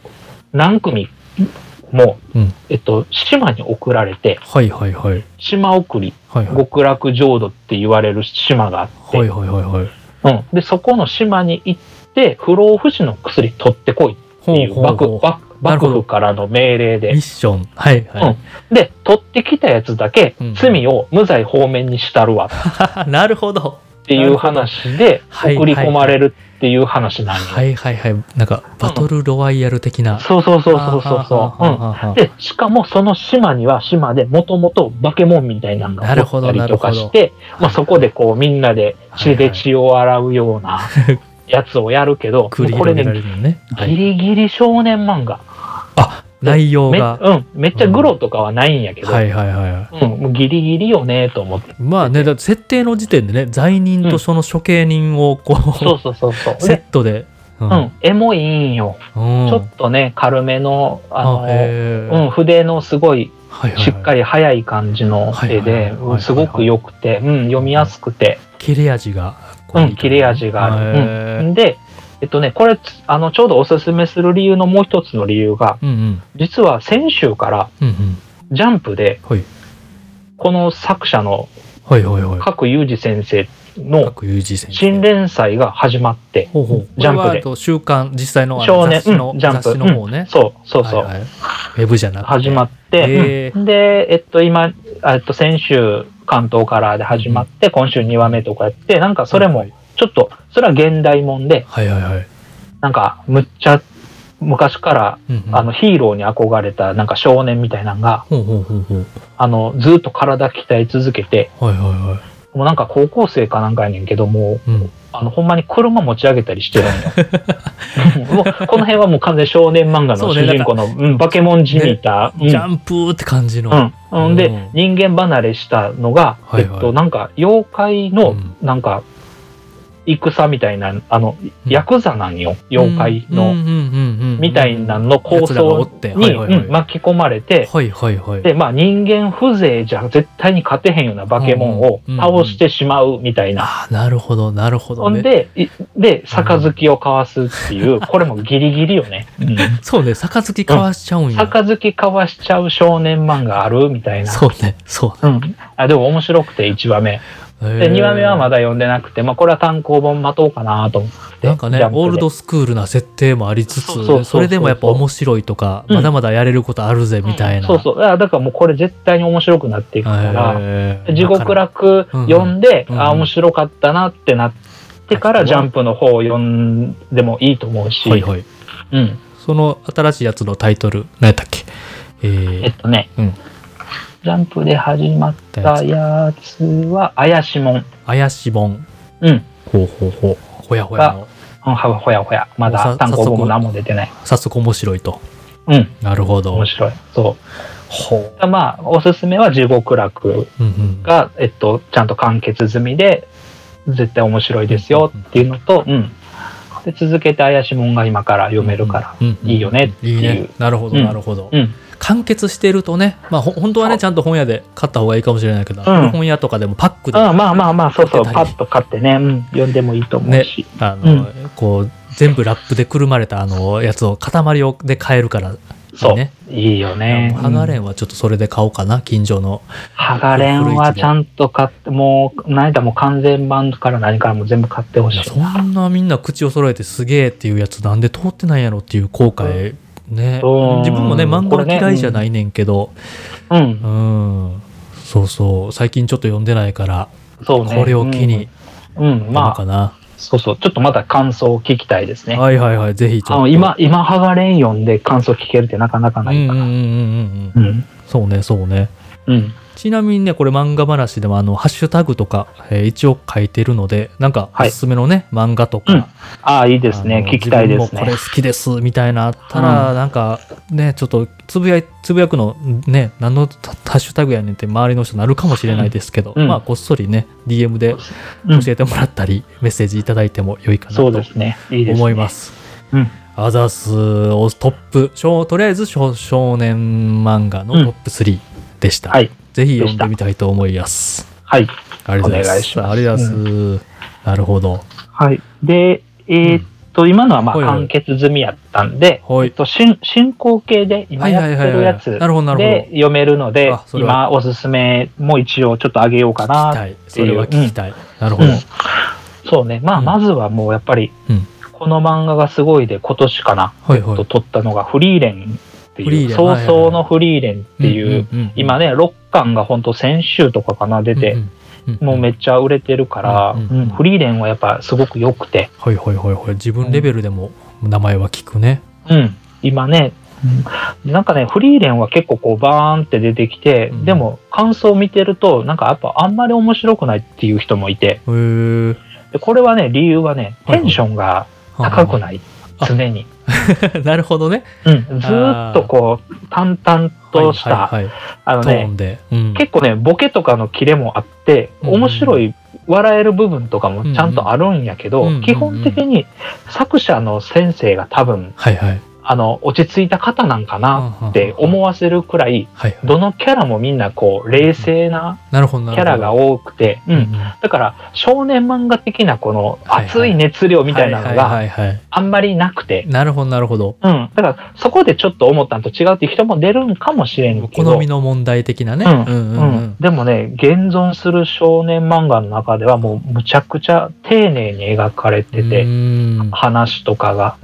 何組も、島に送られて、 はいはいはい。 島送り、はいはい、極楽浄土って言われる島があって、 はいはいはいはい。 で、そこの島に行って、不老不死の薬取ってこいっていう幕府からの命令で。 ミッション。はいはい。 で、取ってきたやつだけ、罪を無罪放免にしたるわ。 なるほど。 っていう話で、送り込まれるっていう話なんよ。 はいはいはい。なんか、バトルロワイヤル的な。 そう。で、しかもその島には島でもともとバケモンみたいなのがおったりとかして、そこでこうみんなで血で血を洗うようなやつをやるけど、これね、ギリギリ少年漫画。 あ、内容が。 めっちゃグロとかはないんやけど、もうギリギリよねと思って。 まあね、だって設定の時点でね、罪人とその処刑人をこう、セットで。 絵もいいんよ。ちょっとね、軽めの、筆のすごい、しっかり速い感じの絵で、すごく良くて、読みやすくて。 切れ味が。 切れ味がある。で、これ、ちょうどおすすめする理由のもう一つの理由が、実は先週から、ジャンプで、この作者の、賀来裕二先生の新連載が始まって、 ジャンプで。週刊、実際の雑誌の方ね。 そう。 ウェブじゃなくて。 始まって、で、今、先週、関東カラーで始まって、今週2話目とかやって、なんかそれも、ちょっと、それは現代もんで、なんか、むっちゃ、昔から、ヒーローに憧れた、なんか少年みたいなのが、ずっと体鍛え続けて、もうなんか高校生かなんかやねんけども、ほんまに車持ち上げたりしてるんよ。もうこの辺はもう完全少年漫画の主人公の、バケモンじみた、 ジャンプって感じの。 で、人間離れしたのが、なんか妖怪の、なんか、戦みたいな、ヤクザなんよ、妖怪の、みたいなの構想に巻き込まれて、で、まあ人間風情じゃ絶対に勝てへんようなバケモンを倒してしまうみたいな。 なるほど、なるほど。 で、杯を交わすっていう、これもギリギリよね。 そうね、杯交わしちゃうんや。 杯交わしちゃう少年漫画あるみたいな。 そうね。 でも面白くて1話目。で、2話目はまだ読んでなくて、これは単行本待とうかなと思って。 なんかね、オールドスクールな設定もありつつ、それでもやっぱ面白いとか、まだまだやれることあるぜみたいな。 だからもうこれ絶対に面白くなっていくから、地獄楽読んで、面白かったなってなってから、ジャンプの方を読んでもいいと思うし。 その新しいやつのタイトル、何やったっけ？ ジャンプで始まったやつは、怪しもん。 怪しもん。ほやほやの。 ほやほや。まだ単行本も何も出てない。 早速面白いと。なるほど。 面白い。そう。まあ、おすすめは地獄楽が、ちゃんと完結済みで、絶対面白いですよっていうのと、で続けて怪しもんが今から読めるからいいよねっていう。 なるほど、なるほど。完結してるとね、本当はね、ちゃんと本屋で買った方がいいかもしれないけど、本屋とかでもパックで。 そう、パッと買ってね、読んでもいいと思うし。 こう、全部ラップでくるまれたやつを塊で買えるから。 そう。いいよね。 ハガレンはちょっとそれで買おうかな、近所の。 ハガレンはちゃんと買って、もう、何だも完全版から何からも全部買ってほしい。 そんなみんな口を揃えてすげえっていうやつなんで通ってないやろっていう後悔。ね、自分もね漫画は嫌いじゃないねんけど、そう最近ちょっと読んでないから、これを機にまあちょっとまた感想を聞きたいですね。 ぜひちょっと今ハガレン読んで感想聞けるってなかなかないから。 そうね。ちなみにね、これ漫画話でもハッシュタグとか、一応書いてるので、なんかおすすめのね、漫画とか、 いいですね、聞きたいですね。 自分もこれ好きですみたいなあったら、なんかね、ちょっとつぶやくのね、何のハッシュタグやねんって周りの人なるかもしれないですけど、こっそりね DM で教えてもらったり、メッセージいただいても良いかなと思います。アザスをトップ、とりあえず少年漫画のトップ3でした。ぜひ読んでみたいと思います。 ありがとうございます。 なるほど。 で、 今のはまあ完結済みやったんで、進行形で今やってるやつで読めるので、今おすすめも一応ちょっとあげようかなっていう。 それは聞きたい。なるほど。 そうね。まあ、まずはもうやっぱり、この漫画がすごいで今年かな、撮ったのがフリーレンっていう、早々のフリーレンっていう、今ね、6巻が本当先週とかかな出て、もうめっちゃ売れてるから、フリーレンはやっぱすごく良くて。 自分レベルでも名前は聞くね。 今ね、なんかね、フリーレンは結構こうバーンって出てきて、でも感想を見てると、なんかやっぱあんまり面白くないっていう人もいて、でこれはね、理由はね、テンションが高くない、常に。 なるほどね。 ずーっとこう、淡々とした、結構ね、ボケとかのキレもあって、面白い、笑える部分とかもちゃんとあるんやけど、基本的に作者の先生が多分、落ち着いた方なんかなって思わせるくらい、どのキャラもみんなこう冷静なキャラが多くて、だから少年漫画的なこの熱い熱量みたいなのがあんまりなくて、 なるほど。 だからそこでちょっと思ったのと違うっていう人も出るんかもしれんけど、 好みの問題的なね。 でもね、現存する少年漫画の中ではもうむちゃくちゃ丁寧に描かれてて、話とかが。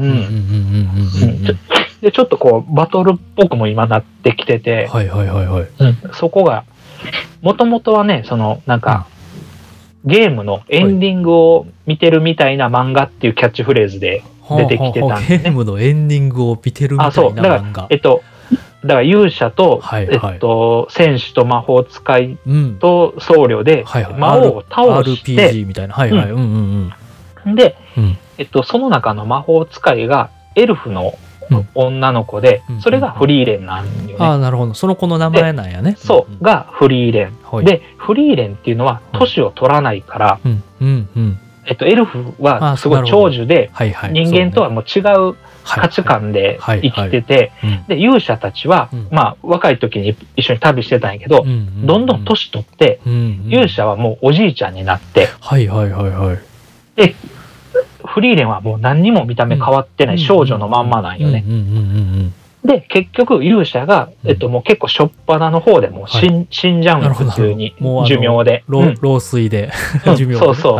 でちょっとこうバトルっぽくも今なってきてて、そこがもともとはね、そのなんか、ゲームのエンディングを見てるみたいな漫画っていうキャッチフレーズで出てきてたんで、 ゲームのエンディングを見てるみたいな漫画。 だから勇者と、戦士と魔法使いと僧侶で魔王を倒して、 RPG みたいな。 で、その中の魔法使いがエルフの女の子で、それがフリーレンなんよね。 なるほど。その子の名前なんやね。 そうがフリーレン。で、フリーレンっていうのは年を取らないから、エルフはすごい長寿で、人間とはもう違う価値観で生きてて、で、勇者たちは、まあ、若い時に一緒に旅してたんやけど、どんどん年取って、勇者はもうおじいちゃんになって、で、フリーレンはもう何にも見た目変わってない少女のまんまなんよね。で、結局勇者が、もう結構しょっぱなの方でもう死んじゃうんよ、普通に。寿命で。 老衰で。寿命で。 そうそう。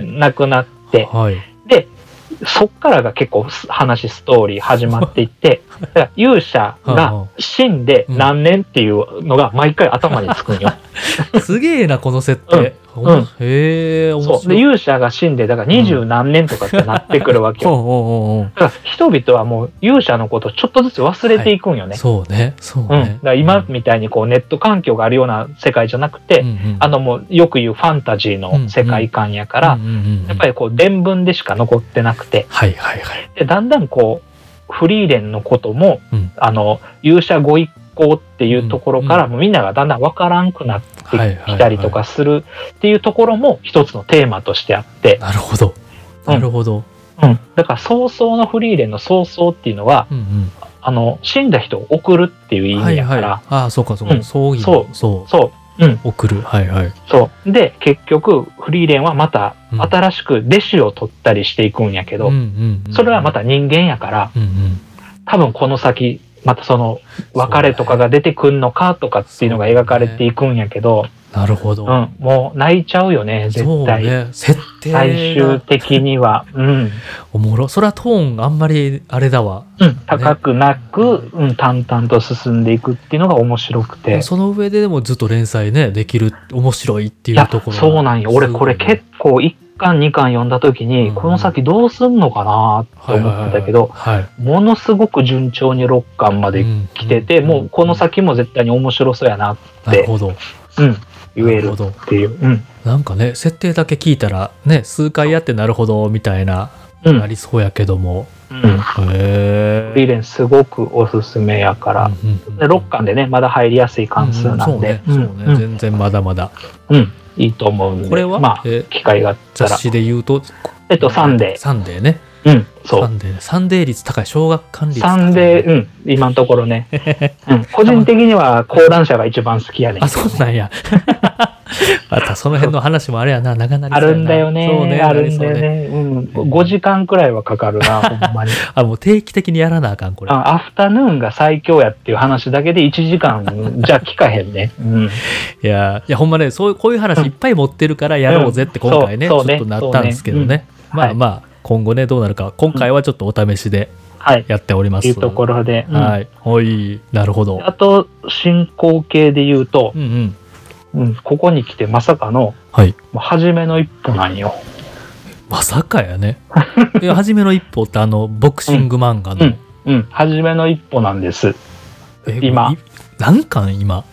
亡くなって。で、そっからが結構ストーリー始まっていって、だから勇者が死んで何年っていうのが毎回頭につくんよ。 すげえな、この設定。へえ、面白い。 そう。で、勇者が死んで、だから20何年とかってなってくるわけよ。だから人々はもう勇者のことをちょっとずつ忘れていくんよね。 そうね。 だから今みたいにこうネット環境があるような世界じゃなくて、もうよく言うファンタジーの世界観やから、やっぱりこう伝聞でしか残ってなくて、でだんだんこうフリーレンのことも、勇者ご一行っていうところから、もうみんながだんだん分からんくなってきたりとかするっていうところも一つのテーマとしてあって。 なるほど。 だから早々のフリーレンの早々っていうのは、死んだ人を送るっていう意味やから。 そうか。葬儀。そう。送る。 そう。で、結局、フリーレンはまた新しく弟子を取ったりしていくんやけど、それはまた人間やから、多分この先、またその別れとかが出てくんのかとかっていうのが描かれていくんやけど、 なるほど。 もう泣いちゃうよね、絶対。 設定最終的には。 おもろ。それはトーンあんまりあれだわ。 高くなく、淡々と進んでいくっていうのが面白くて。 その上ででもずっと連載ね、できる、面白いっていうところ。 そうなんよ。俺これ結構1巻2巻読んだ時に、この先どうすんのかなって思ってたけど、ものすごく順調に6巻まで来てて、もうこの先も絶対に面白そうやなって。 なるほど。 言えるっていう。 なんかね、設定だけ聞いたらね、数回やってなるほどみたいな、なりそうやけども。フリーレンすごくおすすめやから。6巻でね、まだ入りやすい関数なんで。 全然まだまだ。 いいと思うんで。 これはまあ、機会があったら。 雑誌で言うと、 サンデー。 サンデーね。 そう。 サンデー率高い、奨学金率高い。サンデー、今のところね。個人的には講談社が一番好きやね。 そうなんや。 またその辺の話もあれやな、長なりあそうやな。 るんだよね。 そうね、 あるんだよなりね。5時間くらいはかかるな、ほんまに。 もう定期的にやらなあかん、これ。 アフタヌーンが最強やっていう話だけで1時間じゃ聞かへんね。 いや、ほんまね、こういう話いっぱい持ってるからやろうぜって今回ね、ちょっとなったんですけどね。まあ、今後ね、どうなるか。今回はちょっとお試しでやっております。 というところで。 はい。なるほど。 あと、進行形で言うと、ここに来てまさかの、初めの一歩なんよ。 まさかやね。初めの一歩ってボクシング漫画の。 初めの一歩なんです。今。 何巻今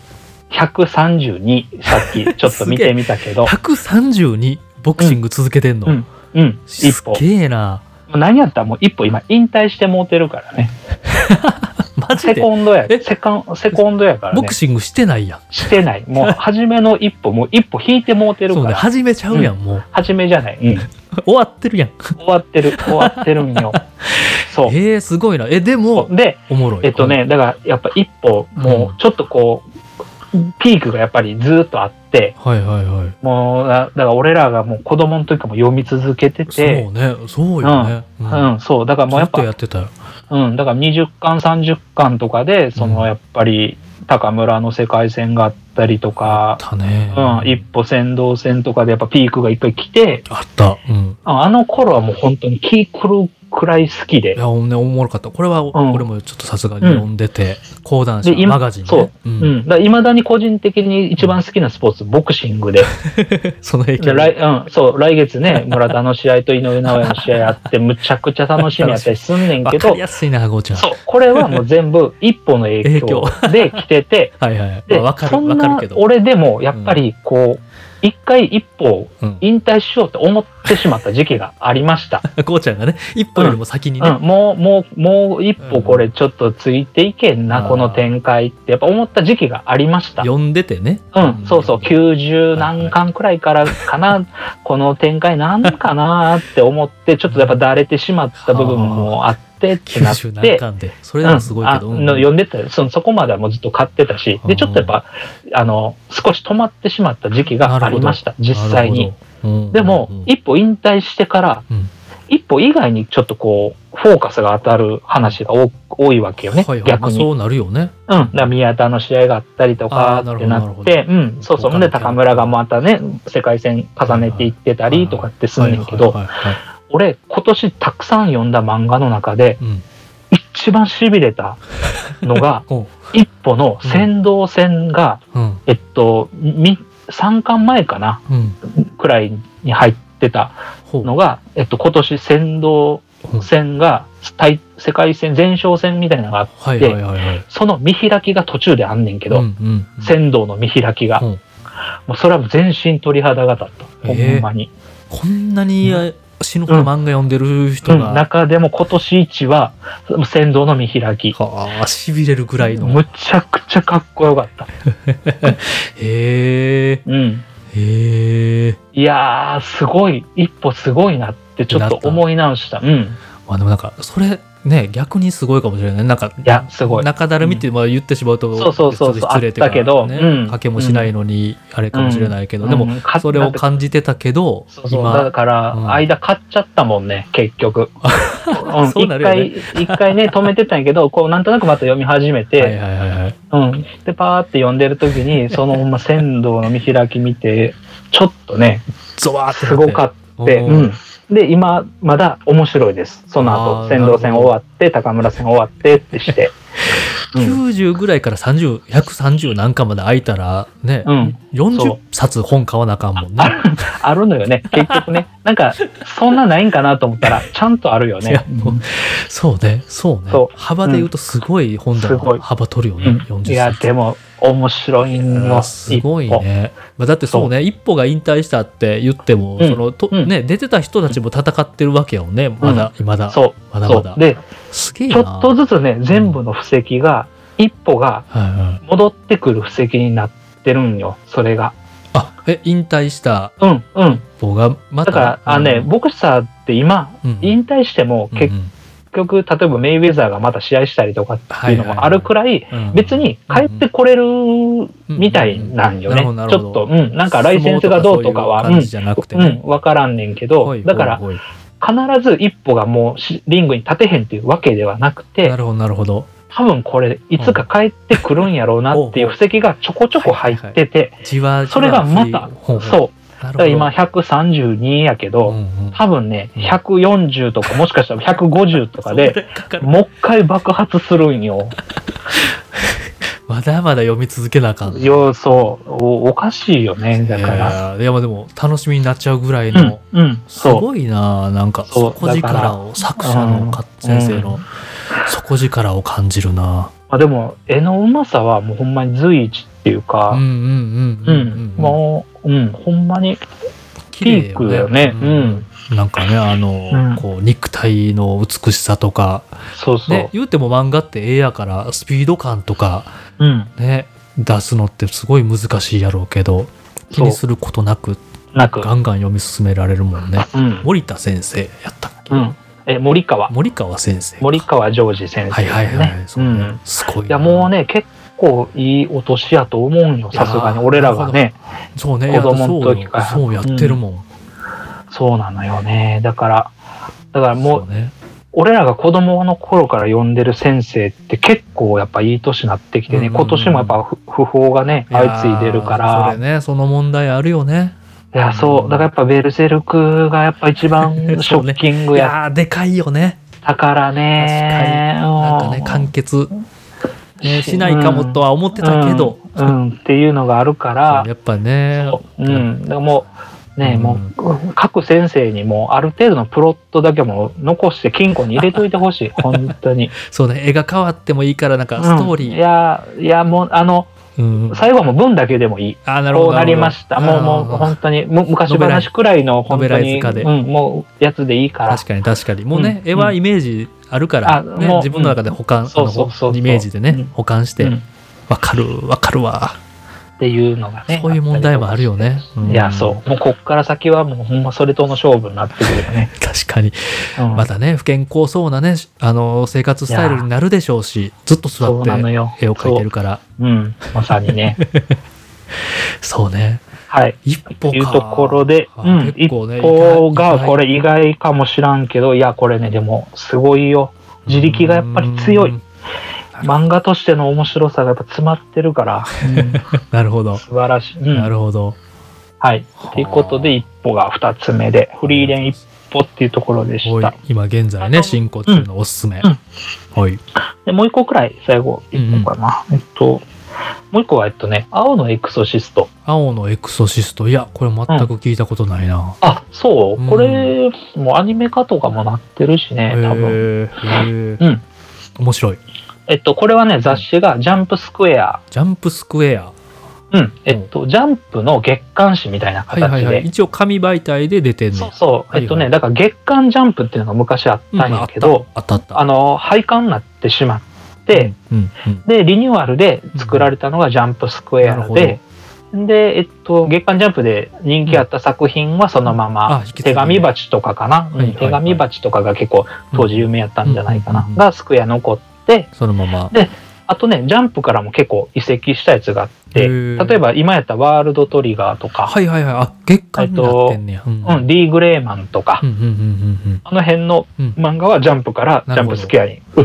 ?132、さっきちょっと見てみたけど。 132ボクシング続けてんの？ 一歩。 すげえな。 何やったらもう一歩今引退してもうてるからね。 マジでセコンドやからね。 ボクシングしてないやん。 してない。もう初めの一歩、もう一歩引いてもうてるから。 そうね、始めちゃうやん、もう。 始めじゃない。 終わってるやん。 終わってるんよ。そう。 すごいな。でも、おもろい。 だからやっぱ一歩、もうちょっとこう、ピークがやっぱりずっとあって、もうだから俺らがもう子供の時からも読み続けてて、 そうよね。 そうだからもうやっぱやってたよ。 だから20巻30巻とかでそのやっぱり高村の世界線があったりとか、一歩先導戦とかでやっぱピークが一回来て、 あった。 あの頃はもう本当に気狂うくらい好きで。 いや、おもろかった。これは俺もちょっとさすがに読んでて、講談社マガジンね。 そう。だいまだに個人的に一番好きなスポーツ、ボクシングで。 その影響来月ね、村田の試合と井上尚弥の試合あって、むちゃくちゃ楽しみやったりすんねんけど、 わかりやすいな、ゴーちゃん。 そう、これはもう全部一歩の影響で来てて、そんな俺でもやっぱりこう、一回一歩引退しようと思ってしまった時期がありました。 こうちゃんがね、一歩よりも先にね。 もう一歩これちょっとついていけんな、この展開ってやっぱ思った時期がありました。 読んでてね。 そうそう、90何巻くらいからかな、この展開なんかなって思って、ちょっとやっぱだれてしまった部分もあって、ってなって、 それでもすごいけど、 読んでた、そこまではもうずっと買ってたし、でちょっとやっぱ少し止まってしまった時期がありました、実際に。でも一歩引退してから、一歩以外にちょっとこうフォーカスが当たる話が多いわけよね、逆に。 そうなるよね。 だから宮田の試合があったりとかってなって、そうで高村がまたね世界戦重ねていってたりとかってすんねんけど、俺今年たくさん読んだ漫画の中で、一番しびれたのが一歩の先導戦が、3巻前かな、くらいに入ってたのが、今年先導戦が世界戦前哨戦みたいなのがあって、その見開きが途中であんねんけど、先導の見開きが、もうそれは全身鳥肌が立った、ほんまに。 こんなに死ぬほど漫画読んでる人が、 中でも今年一は先導の見開き、 しびれるぐらいの、 むちゃくちゃかっこよかった。いやーすごい、一歩すごいなってちょっと思い直した。でもなんかそれね、逆にすごいかもしれない。なんか、 いや、すごい。 中だるみって言ってしまうと、 失礼というか、 賭けもしないのに、あれかもしれないけど、でも、それを感じてたけど、 だから、間買っちゃったもんね、結局。一回ね、止めてたんやけど、こう、なんとなくまた読み始めて、で、パーって読んでる時に、そのまま仙道の見開き見て、ちょっとね、すごかった。で、今、まだ面白いです。その後、先導戦終わって、高村戦終わってってして。 90ぐらいから130何巻まで空いたら、ね、40冊本買わなあかんもんね。 あるのよね、結局ね。なんか、そんなないんかなと思ったら、ちゃんとあるよね。 そうね。幅で言うとすごい本棚の幅取るよね、40冊。 いや、でも、面白いの。 すごいね。だってそうね、一歩が引退したって言っても、出てた人たちも戦ってるわけよね、まだ。まだまだ。 で、ちょっとずつね、全部の布石が、一歩が戻ってくる布石になってるんよ、それが。 引退した一歩がまた。だから、ボクサーって今、引退しても局、例えばメイウェザーがまた試合したりとかっていうのもあるくらい、別に帰ってこれるみたいなんよね。ちょっと、なんかライセンスがどうとかは、わからんねんけど、だから、必ず一歩がもうリングに立てへんっていうわけではなくて、 なるほど。 多分これいつか帰ってくるんやろうなっていう布石がちょこちょこ入ってて、それがまた、そう。だから今132やけど、多分ね、140とかもしかしたら150とかで、もう一回爆発するんよ。 まだまだ読み続けなあかん。 そう、おかしいよね、だから。 いや、でも楽しみになっちゃうぐらいの、すごいな、なんか底力を、作者の先生の底力を感じるな。 でも、絵のうまさはもうほんまに随一っていうか、もう、ほんまにピークだよね。 なんかね、こう肉体の美しさとか、ね、言うても漫画って絵やからスピード感とか、ね、出すのってすごい難しいやろうけど、気にすることなくガンガン読み進められるもんね。森田先生やったっけ？ 森川先生。 森川ジョージ先生ですね。 すごい。 いや、もうね、結構いいお年やと思うんよ、さすがに。俺らがね、 子供の時から。そうやってるもん。 そうなのよね。だからもう、俺らが子供の頃から読んでる先生って結構やっぱいい年になってきてね、今年もやっぱ訃報がね、相次いでるから。 それね、その問題あるよね。 いや、そう。だからやっぱベルセルクがやっぱ一番ショッキングや。 いや、でかいよね。 だからね。 なんかね、完結しないかもとは思ってたけど。 っていうのがあるから。 やっぱね。 だからもう、ね、もう各先生にもある程度のプロットだけも残して金庫に入れといてほしい。本当に。 そうね、絵が変わってもいいから、なんかストーリー。いや、もう最後はもう文だけでもいい。こうなりました。もう本当に昔話くらいの本当にもうやつでいいから。 確かに。もうね、絵はイメージあるから自分の中で保管、イメージでね保管してわかるわっていうのがね。 そういう問題もあるよね。 いや、そう。もうこっから先はもうほんまそれとの勝負になってくるよね。 確かに。またね、不健康そうなね、生活スタイルになるでしょうし、ずっと座って絵を描いてるから。 まさにね。 そうね。 はい。 一歩か。 というところで、一歩がこれ意外かもしらんけど、いや、これね、でもすごいよ。自力がやっぱり強い。漫画としての面白さがやっぱ詰まってるから。 なるほど。 素晴らしい。 なるほど。 はい。ということで、一歩が2つ目で、フリーレン一歩っていうところでした。 今現在ね、進行中のおすすめ。はい。 で、もう一個くらい、最後、一個かな。もう一個は、青のエクソシスト。 青のエクソシスト。いや、これ全く聞いたことないな。 あ、そう。これ、もうアニメ化とかもなってるしね、多分。 面白い。 これはね、雑誌がジャンプスクエア。 ジャンプスクエア。 ジャンプの月刊誌みたいな形で。 一応紙媒体で出てんね。 そう。だから月刊ジャンプっていうのが昔あったんやけど、廃刊になってしまって、で、リニューアルで作られたのがジャンプスクエアで、で、月刊ジャンプで人気あった作品はそのまま、手紙鉢とかかな。手紙鉢とかが結構当時有名やったんじゃないかな。がスクエア残って、 そのまま。 で、あとね、ジャンプからも結構移籍したやつがあって、例えば今やったワールドトリガーとか、 月刊になってんねや。 D グレーマンとか、あの辺の漫画はジャンプからジャンプスクエアに移って、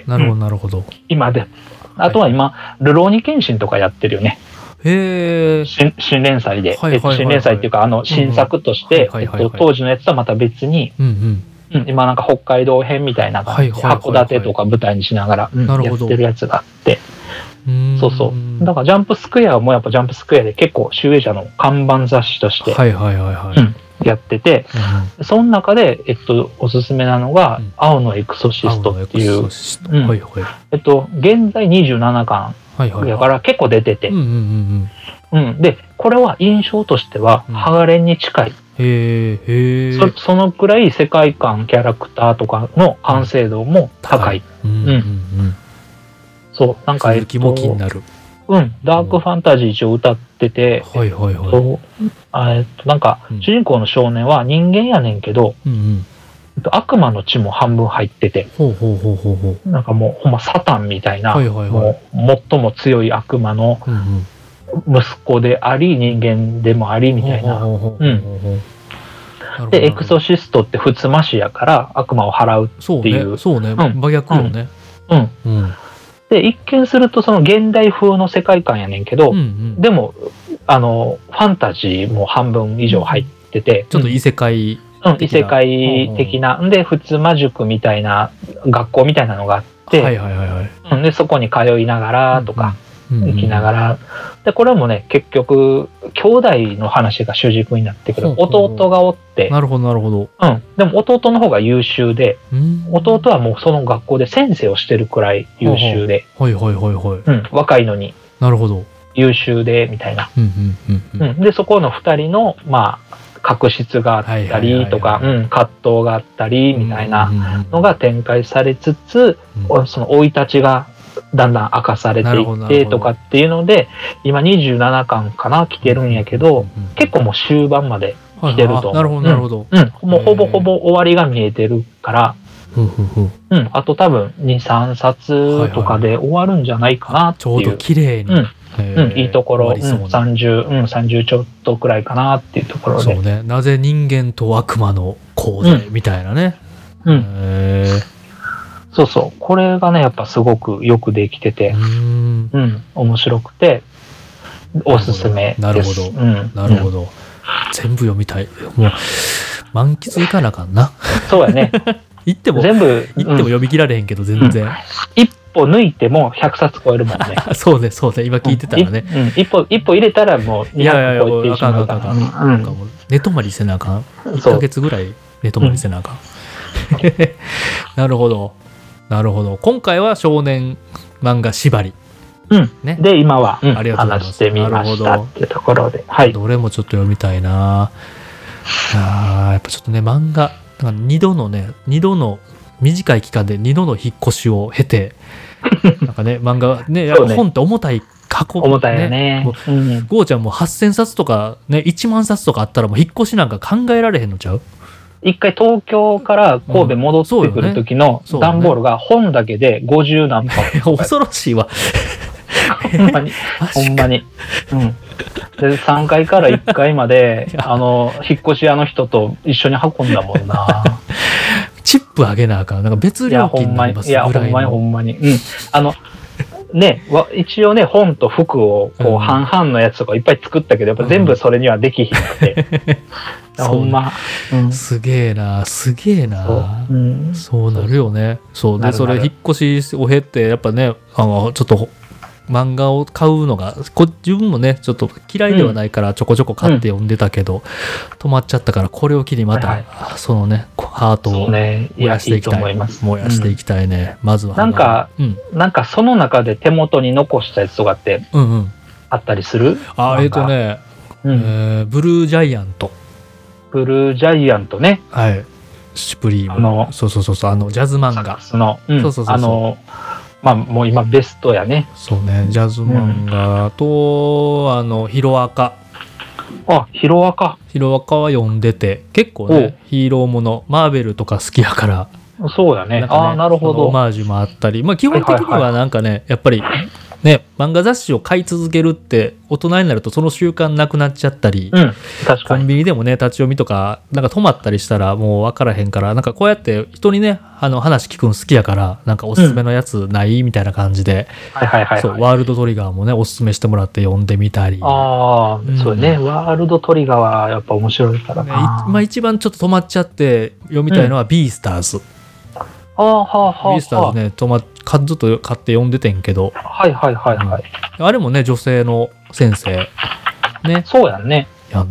なるほど。 今で。あとは今、ルローニケンシンとかやってるよね。新連載で。新連載っていうか、新作として、当時のやつとはまた別に、今なんか北海道編みたいな感じで函館とか舞台にしながらやってるやつがあって、そうだからジャンプスクエアもやっぱジャンプスクエアで結構集英社の看板雑誌としてやってて、その中でおすすめなのが青のエクソシストっていう、現在27巻だから結構出てて、でこれは印象としてはハガレンに近い。そのくらい世界観キャラクターとかの完成度も高い。そうなんか続きも気になる。 ダークファンタジー一応歌ってて、なんか主人公の少年は人間やねんけど、 悪魔の血も半分入ってて、 ほうほうほうほうほう。 なんかもうほんまサタンみたいな、 はいはいはい、 もう最も強い悪魔の息子であり人間でもありみたいな。でエクソシストって普通マシやから悪魔を払うっていう。 そうね、真逆よね。 で一見するとその現代風の世界観やねんけど、でもファンタジーも半分以上入ってて、 ちょっと異世界異世界的な、で普通魔塾みたいな学校みたいなのがあって、でそこに通いながらとか、行きながら、でこれもね結局兄弟の話が主軸になってくる。弟がおって、 なるほどなるほど。 でも弟の方が優秀で、弟はもうその学校で先生をしてるくらい優秀で、若いのになるほど優秀でみたいな。でそこの2人のまあ確執があったりとか、葛藤があったりみたいなのが展開されつつ、その生い立ちがだんだん明かされていってとかっていうので、今27巻かな来てるんやけど、結構もう終盤まで来てると思う。 なるほどなるほど。 もうほぼほぼ終わりが見えてるから、あと多分2、3冊とかで終わるんじゃないかなっていう。 ちょうど綺麗に。 いいところ、30ちょっとくらいかなっていうところで。 そうね。なぜ人間と悪魔の構図みたいなね。 そうそう。これがね、やっぱすごくよくできてて、面白くて、おすすめです。 なるほど。なるほど。全部読みたい。もう、満喫いかなあかんな。 そうやね。 行っても読み切られへんけど、全然。 一歩抜いても100冊超えるもんね。 そうね、そうね。今聞いてたらね。 一歩入れたらもう200個超えてしまうから。 寝泊まりせなあかん。1ヶ月ぐらい寝泊まりせなあかん。なるほど。なるほど。今回は少年漫画縛り。 で、今は話してみましたっていうところで。 どれもちょっと読みたいな。やっぱちょっとね、漫画、2度の短い期間で2度の引っ越しを経て、なんかね、漫画ね、やっぱ本って重たい過去重たいよね。 ゴーちゃんも8000冊とかね、1万冊とかあったらもう引っ越しなんか考えられへんのちゃう？ 一回東京から神戸戻ってくる時の段ボールが本だけで50何本。 恐ろしいわ。 ほんまに。で、3階から1階まで、引っ越し屋の人と一緒に運んだもんな。 チップあげなあかん。なんか別料金になりますぐらいの。 いや、ほんまに。ね、一応ね、本と服をこう半々のやつとかいっぱい作ったけど、やっぱ全部それにはできひんくて。ほんま。 すげえな。そうなるよね。そうで、それ引っ越しを経て、やっぱね、ちょっと漫画を買うのが、自分もね、ちょっと嫌いではないからちょこちょこ買って読んでたけど、止まっちゃったから、これを機にまた、そのね、ハートを燃やしていきたい。燃やしていきたいね。まずは。 なんかその中で手元に残したやつとかってあったりする？ ブルージャイアント。 ブルージャイアントね。 はい。シュプリーム。そう、ジャズ漫画。まあもう今ベストやね。そうね、ジャズ漫画と、ヒロアカ。 ヒロアカは読んでて、結構ね、ヒーローもの、マーベルとか好きやから。 そうやね。なるほど。 オマージュもあったり、まあ基本的にはなんかね、やっぱり、ね、漫画雑誌を買い続けるって大人になるとその習慣なくなっちゃったり、 確かにコンビニでもね立ち読みとかなんか止まったりしたらもう分からへんから、なんかこうやって人にね話聞くの好きやから、なんかおすすめのやつないみたいな感じで、そうワールドトリガーもねおすすめしてもらって読んでみたり。 そうね、ワールドトリガーはやっぱ面白いからな。 今一番ちょっと止まっちゃって読みたいのはビースターズ。ビースターズね、ずっと買って読んでてんけど、あれもね女性の先生ね。 そうやんね。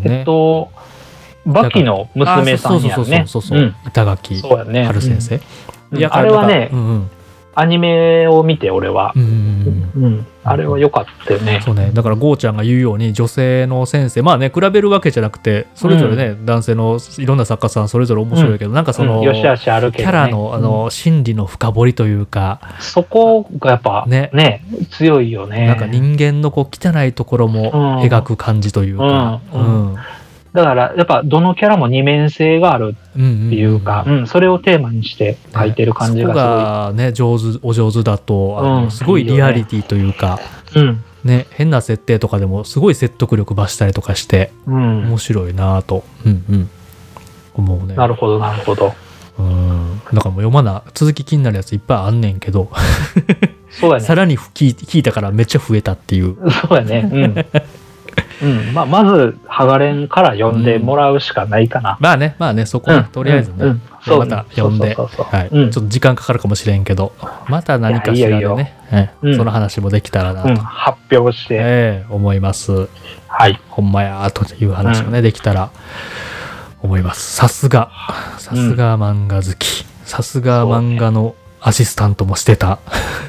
バキの娘さんやんね。 板垣春先生。 あれはね、アニメを見て俺は、あれは良かったよね。 そうね、だからゴーちゃんが言うように女性の先生、まあね比べるわけじゃなくて、それぞれね、男性のいろんな作家さんそれぞれ面白いけど、なんかその、キャラの心理の深掘りというか、 そこがやっぱね強いよね。 なんか人間のこう汚いところも描く感じというか、 だからやっぱどのキャラも二面性があるっていうか、それをテーマにして書いてる感じがすごい、 そこがねお上手だとすごいリアリティというか、ね、変な設定とかでもすごい説得力増したりとかして、面白いなと、思うね。 なるほどなるほど。 だからもう読まな続き気になるやついっぱいあんねんけどそうやね、 さらに聞いたからめっちゃ増えたっていう。 そうやね。まずハガレンから読んでもらうしかないかな。 まあねそこね、とりあえずね、また読んで、ちょっと時間かかるかもしれんけど、また何かしらでね、その話もできたらなと、 発表して、 思います。 はい、 ほんまやという話もね、できたら思います。さすが漫画好き、さすが漫画のアシスタントもしてた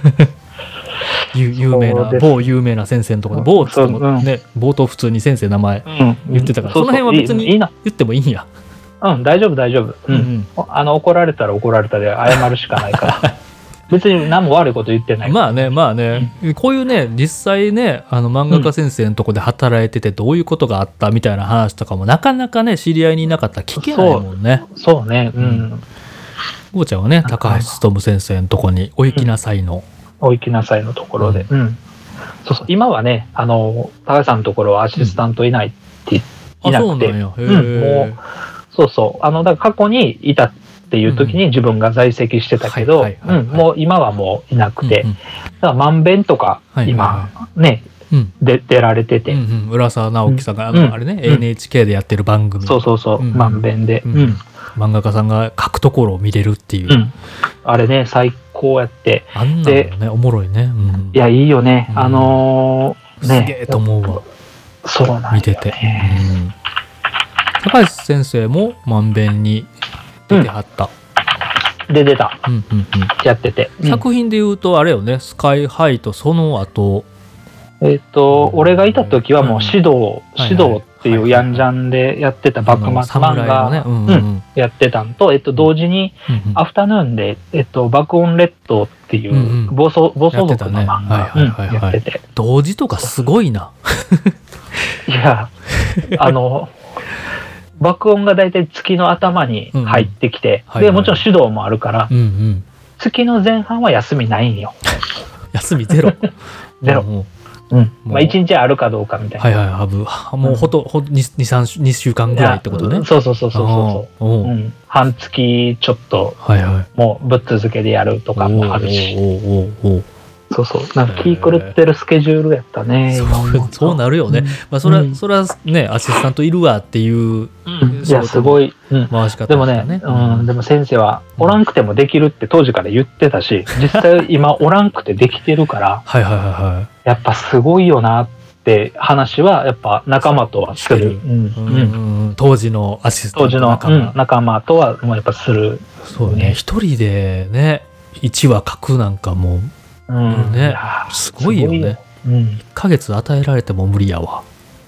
某有名な先生のところで、某っつってもね、冒頭普通に先生名前言ってたから、その辺は別に言ってもいいんや。 大丈夫。怒られたら怒られたで謝るしかないから別に何も悪いこと言ってない。 まあね、こういうね、実際ね、漫画家先生のとこで働いててどういうことがあったみたいな話とかもなかなかね、知り合いにいなかったら聞けないもんね。 そうね。 ゴーちゃんはね、高橋勉先生のとこにお行きなさいのところで、そう今はね、高橋さんのところはアシスタントいないっていなくて、もうだから過去にいたっていう時に自分が在籍してたけど、もう今はもういなくて、だから漫勉とか今ね、出られてて、 浦沢直樹さんがあれね、NHK でやってる番組、 漫勉で、 漫画家さんが書くところを見れるっていう、 あれね最高やって、 あんなのねおもろいね、 いやいいよね、 すげえと思うわ、 そうなんだよね、 見てて、高橋先生も漫勉に出てはった、 出た、やってて、 作品でいうとあれよね、スカイハイとその後、 俺がいた時はもう指導っていうヤンジャンでやってた幕末漫画やってたんと、同時にアフタヌーンで爆音列島っていう暴走族の漫画やってて、 同時とかすごいな。 いや爆音がだいたい月の頭に入ってきて、でもちろん指導もあるから、月の前半は休みないんよ。 休みゼロ。 1日あるかどうかみたいな。 もう2週間ぐらいってことね。 そう。半月ちょっと、もうぶっ続けでやるとかもあるし。なんか気狂ってるスケジュールやったね。 そうなるよね。それはね、アシスタントいるわっていう、 いやすごい回し方でもね、でも先生はおらんくてもできるって当時から言ってたし、実際今おらんくてできてるからやっぱすごいよなって話はやっぱ仲間とはする。 当時のアシスタントの仲間とはもうやっぱする。 そうね、一人でね1話書くなんかもね、すごいよね。1ヶ月与えられても無理やわ。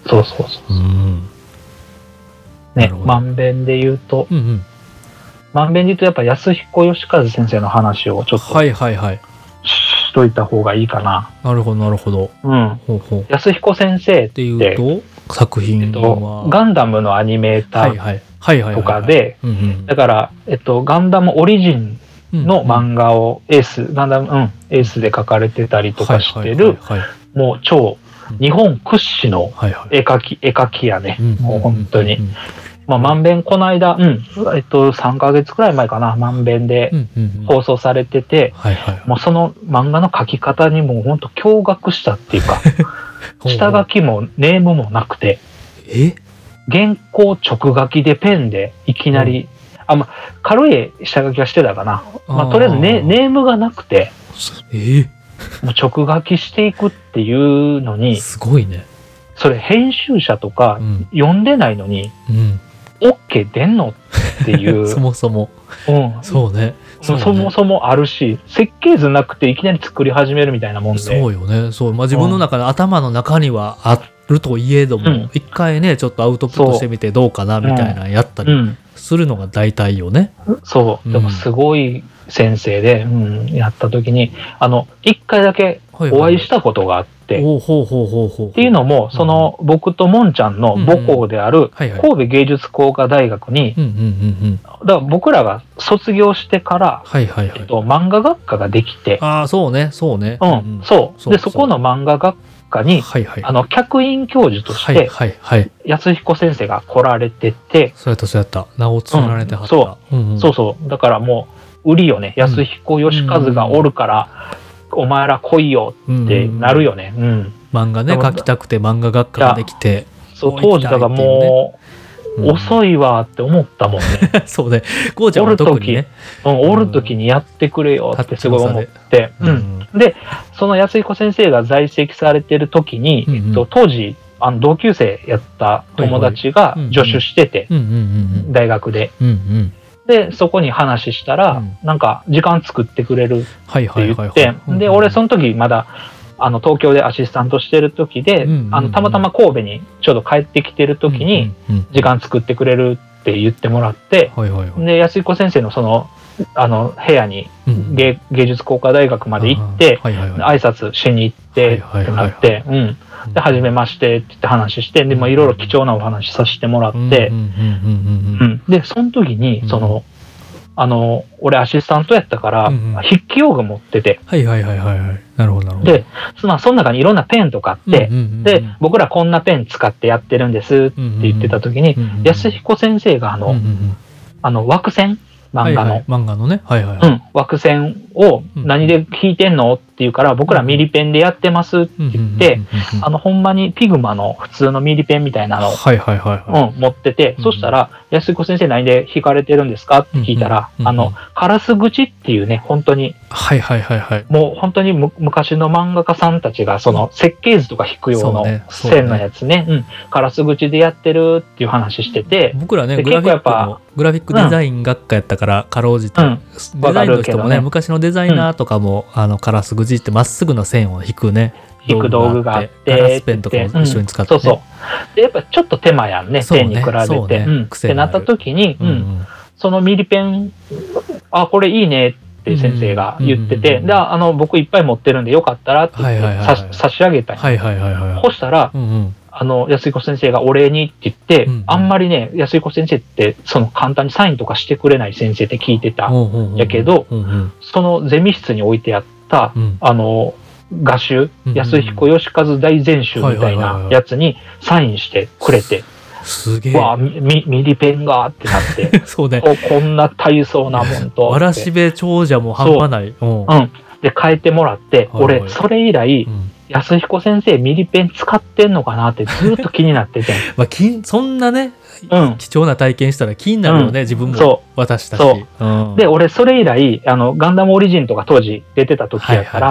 ね、漫勉で言うと、やっぱ安彦義和先生の話をちょっとしといた方がいいかな。 なるほど。 安彦先生っていうと作品はガンダムのアニメーターとかで、だからガンダムオリジンの漫画をエースで描かれてたりとかしてる、もう超日本屈指の絵描きやね、もう本当に。漫勉この間、3ヶ月くらい前かな、漫勉で放送されてて、もうその漫画の描き方にもう本当驚愕したっていうか、下書きもネームもなくて、原稿直書きでペンでいきなり、軽い下書きはしてたかな。とりあえずネームがなくて、もう直書きしていくっていうのに、 すごいね。 それ編集者とか読んでないのに、OK 出んのっていう。 そもそも。そうね。 そもそもあるし、設計図なくていきなり作り始めるみたいなもんで。 そうよね。自分の中の頭の中にはあるといえども、一回ね、ちょっとアウトプットしてみてどうかなみたいなやったりするのが大体よね。 でもすごい先生で、やった時に、一回だけお会いしたことがあって、っていうのも、その、僕ともんちゃんの母校である神戸芸術工科大学に、だから僕らが卒業してから、漫画学科ができて、 そうね。 そう。で、そこの漫画学科に、客員教授として、安彦先生が来られてて、 そうやった。名を連ねてはった。 そう。だからもう、売りよね。安彦義和がおるから、お前ら来いよってなるよね。 漫画ね、描きたくて漫画学科ができて。 そう、当時だからもう、遅いわって思ったもんね。 そうね。こうちゃんは特にね。 おる時にやってくれよってすごい思って。で、その安彦先生が在籍されてる時に、当時、同級生やった友達が助手してて、大学で。で、そこに話したら、なんか、時間作ってくれるって言って、で、俺、その時、まだ、東京でアシスタントしてる時で、たまたま神戸にちょうど帰ってきてる時に、時間作ってくれるって言ってもらって、で、安彦先生のその、部屋に、芸術工科大学まで行って、挨拶しに行って、ってなって、で、初めましてって言って話して、で、まあ、いろいろ貴重なお話させてもらって、で、その時に、その、俺アシスタントやったから、筆記用具持ってて。 なるほど。 で、まあ、その中にいろんなペンとかあって、で、僕らこんなペン使ってやってるんですって言ってた時に、安彦先生が枠線漫画のね。 枠線を何で引いてんのって言うから、僕らミリペンでやってますって言って、ほんまにピグマの普通のミリペンみたいなのを持ってて、そしたら、安彦先生何で引かれてるんですかって聞いたら、カラス口っていうね、本当に、もう本当に昔の漫画家さんたちが、その設計図とか引くような線のやつね、カラス口でやってるっていう話してて、 僕らね、グラフィックデザイン学科やったから、かろうじて、デザインの人もね、昔のデザイナーとかも、カラス口ってまっすぐの線を引くね、 引く道具があって、 ガラスペンとかも一緒に使って、 で、やっぱちょっと手間やんね、ペンに比べて。ってなった時に、そのミリペン、これいいねって先生が言ってて、で、僕いっぱい持ってるんでよかったらって差し上げたんや。そしたら、安彦先生がお礼にって言って、あんまりね、安彦先生って、その簡単にサインとかしてくれない先生って聞いてたんやけど、そのゼミ室に置いてあった、画集、安彦義和大全集みたいなやつにサインしてくれて、 すげえ。 わあ、ミリペンがってなって、 そうね。 こんな大層なもんと。 わらしべ長者も半端ない。 で、変えてもらって、俺、それ以来、安彦先生ミリペン使ってんのかなってずっと気になってて。 そんなね、貴重な体験したら気になるよね、自分も渡したし。 で、俺それ以来、ガンダムオリジンとか当時出てた時やから、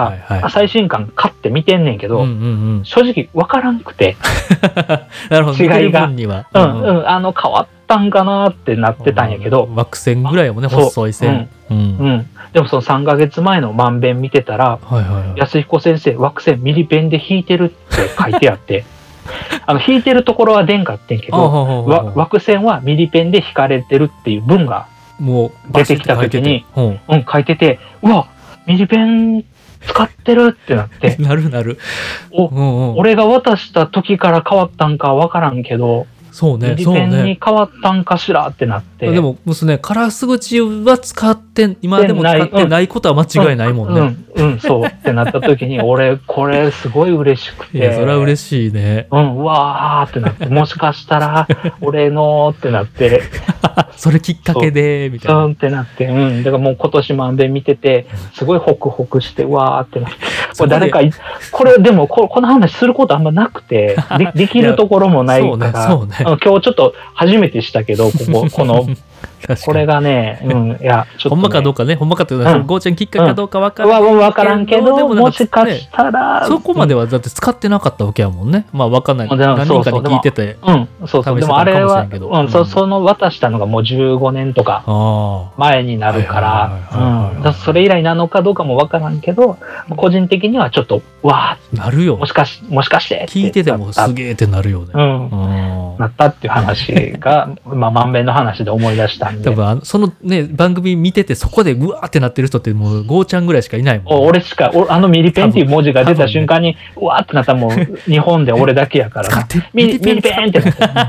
最新刊買って見てんねんけど、正直わからんくて。 なるほど、 違いが。変わったんかなってなってたんやけど。 枠線ぐらいもね、細い線。 でもその3ヶ月前の万遍見てたら、安彦先生、枠線ミリペンで引いてるって書いてあって、引いてるところは出んかってんけど、枠線はミリペンで引かれてるっていう文が出てきた時に、書いてて、うわ、ミリペン使ってるってなって。 なる。 俺が渡した時から変わったんかわからんけど、 そうね。 ミリペンに変わったんかしらってなって。 でも、ね、カラス口は今でも使ってないことは間違いないもんね。 そうってなった時に、俺、これすごい嬉しくて。 いや、それは嬉しいね。 うわーってなって、もしかしたら、俺のってなって。 それきっかけで、みたいな。 ってなって、だからもう今年満遍見てて、すごいホクホクして、わーってなって。これ誰か、これでもこの話することあんまなくて、できるところもないから。 そうね。 今日ちょっと初めてしたけど、これがね、いや、ちょっと、 ほんまかどうかね、ほんまかっていうのは、ゴーちゃんきっかけかどうかわからんけど、もしかしたら。 そこまではだって使ってなかったわけやもんね。まあわかんない。何人かに聞いてて。 でもあれは、その渡したのがもう15年とか前になるから、それ以来なのかどうかもわからんけど、個人的にはちょっと、わーなるよ。 もしかして聞いててもすげーってなるよね。 なったっていう話が、まあ、満遍の話で思い出した。 たんで。 多分そのね、番組見ててそこでぐわーってなってる人ってもうゴーちゃんぐらいしかいないもん、ね。 俺しか、ミリペンっていう文字が出た瞬間に、うわーってなったらもう日本で俺だけやから、ミリペンってなってる。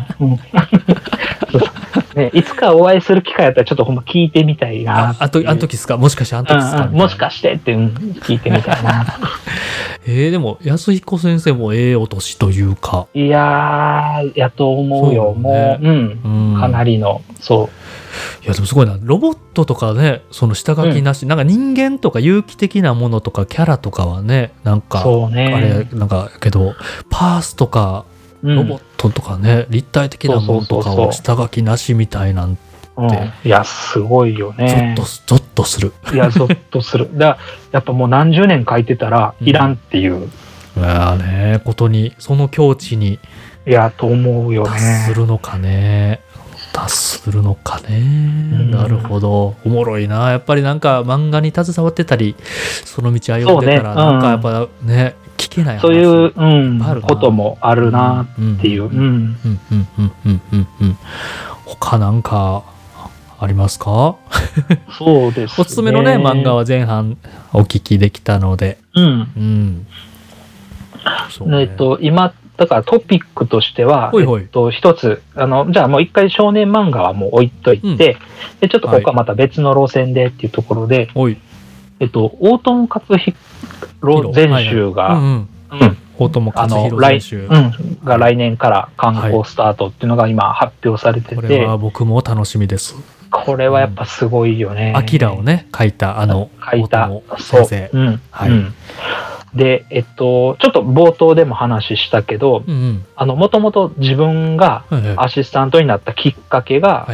ね、いつかお会いする機会やったらちょっとほんま聞いてみたいな。 あの時っすか、もしかしてあの時っすか、 もしかしてって、聞いてみたいな。 でも安彦先生もお年というか。 いやー、やと思うよ。もう、かなりの、そう。 いやでもすごいな、ロボットとかね、その下書きなし、なんか人間とか有機的なものとかキャラとかはね、なんか、 そうね、 あれなんかけどパースとかロボットとかね、立体的なものとかを下書きなしみたいなんて、 いやすごいよね。 ゾッとする。 いやゾッとする。だやっぱもう何十年書いてたらいらんっていう、 ことに、その境地にいやと思うよね。 達するのかね。なるほど。おもろいな。やっぱりなんか漫画に携わってたり、その道歩んでたら、なんかやっぱね、聞けない話、 そういう、こともあるなっていう。 他なんかありますか？ そうですね。 おすすめのね、漫画は前半お聞きできたので。 今、だからトピックとしては、一つ、じゃあもう一回少年漫画はもう置いといて、でちょっとここはまた別の路線でっていうところで、大友克洋全集が、 大友克洋全集が来年から刊行スタートっていうのが今発表されてて、 これは僕も楽しみです。 これはやっぱすごいよね。 アキラをね、書いた大友先生。 で、ちょっと冒頭でも話したけど、もともと自分がアシスタントになったきっかけが、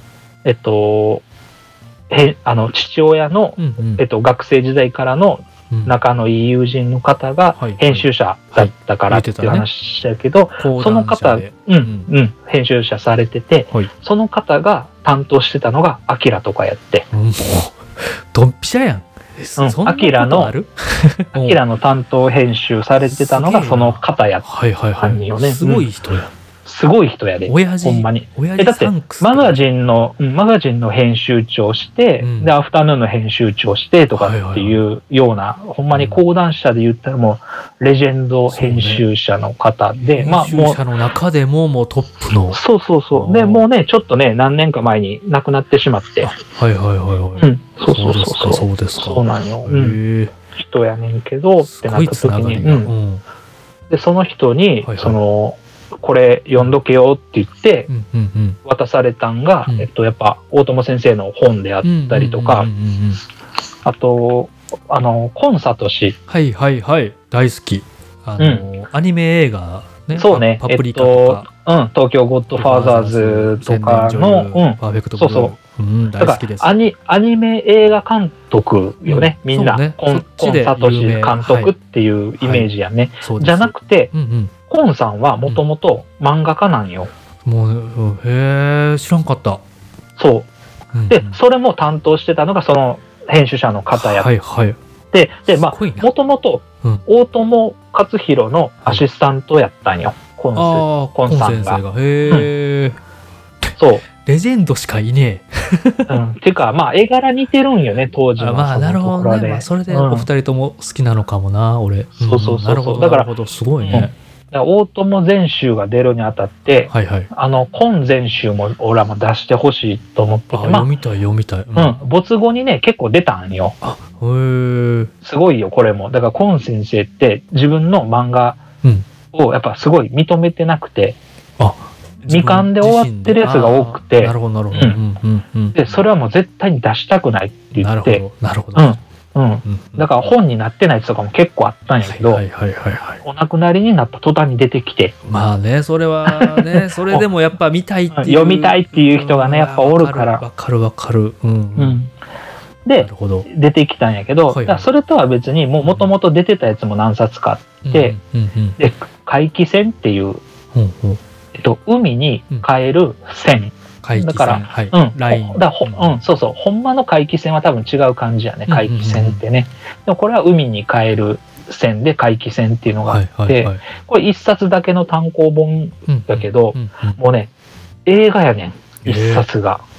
父親の、学生時代からの仲のいい友人の方が編集者だったからっていう話だけど、その方、編集者されてて、その方が担当してたのがアキラとかやって。 ドンピシャやん。 アキラの担当編集されてたのがその方やったんよね。 すごい人や。 すごい人やで、ほんまに。だってマガジンの編集長して、でアフタヌーンの編集長してとかっていうような、ほんまに講談社で言ったらもうレジェンド編集者の方で、 編集者の中でももうトップの。 そうでもうねちょっとね何年か前に亡くなってしまって、そうですか。そうなんよ。人やねんけどってなった時に、でその人にこれ読んどけよって言って渡されたんが、やっぱ大友先生の本であったりとか、あとコンサトシ、 大好き。アニメ映画ね、 そうね、 パプリカとか、 東京ゴッドファーザーズとかの、 パーフェクトブルー、大好きです。 アニメ映画監督よね、みんな、コンサトシ監督っていうイメージやね。じゃなくて、コンさんはもともと漫画家なんよ。 もう知らんかった。 そう。でそれも担当してたのがその編集者の方やって、でもともと大友克洋のアシスタントやったんよ、コンさんが。そう。 レジェンドしかいねえ。っていうか絵柄似てるんよね当時の。 なるほどね。それでお二人とも好きなのかもな、俺。 そう。 なるほど。だからすごいね。 大友全集が出るにあたって、コン全集も俺らも出してほしいと思ってて、 読みたい。 没後にね結構出たんよ。すごいよこれも。だからコン先生って自分の漫画をやっぱすごい認めてなくて、未完で終わってるやつが多くて、でそれはもう絶対に出したくないって言って、だから本になってないやつとかも結構あったんやけど、お亡くなりになった途端に出てきて、 それはねそれでもやっぱ見たいっていう読みたいっていう人がねやっぱおるから、 わかる。 で出てきたんやけど、それとは別にもともと出てたやつも何冊かあって、で回帰船っていう、海に帰る船だから、ライン。ほんまの回帰船は多分違う感じやね、回帰船ってね。でもこれは海に帰る船で回帰船っていうのがあって、これ一冊だけの単行本だけど、もうね、映画やねん、一冊が。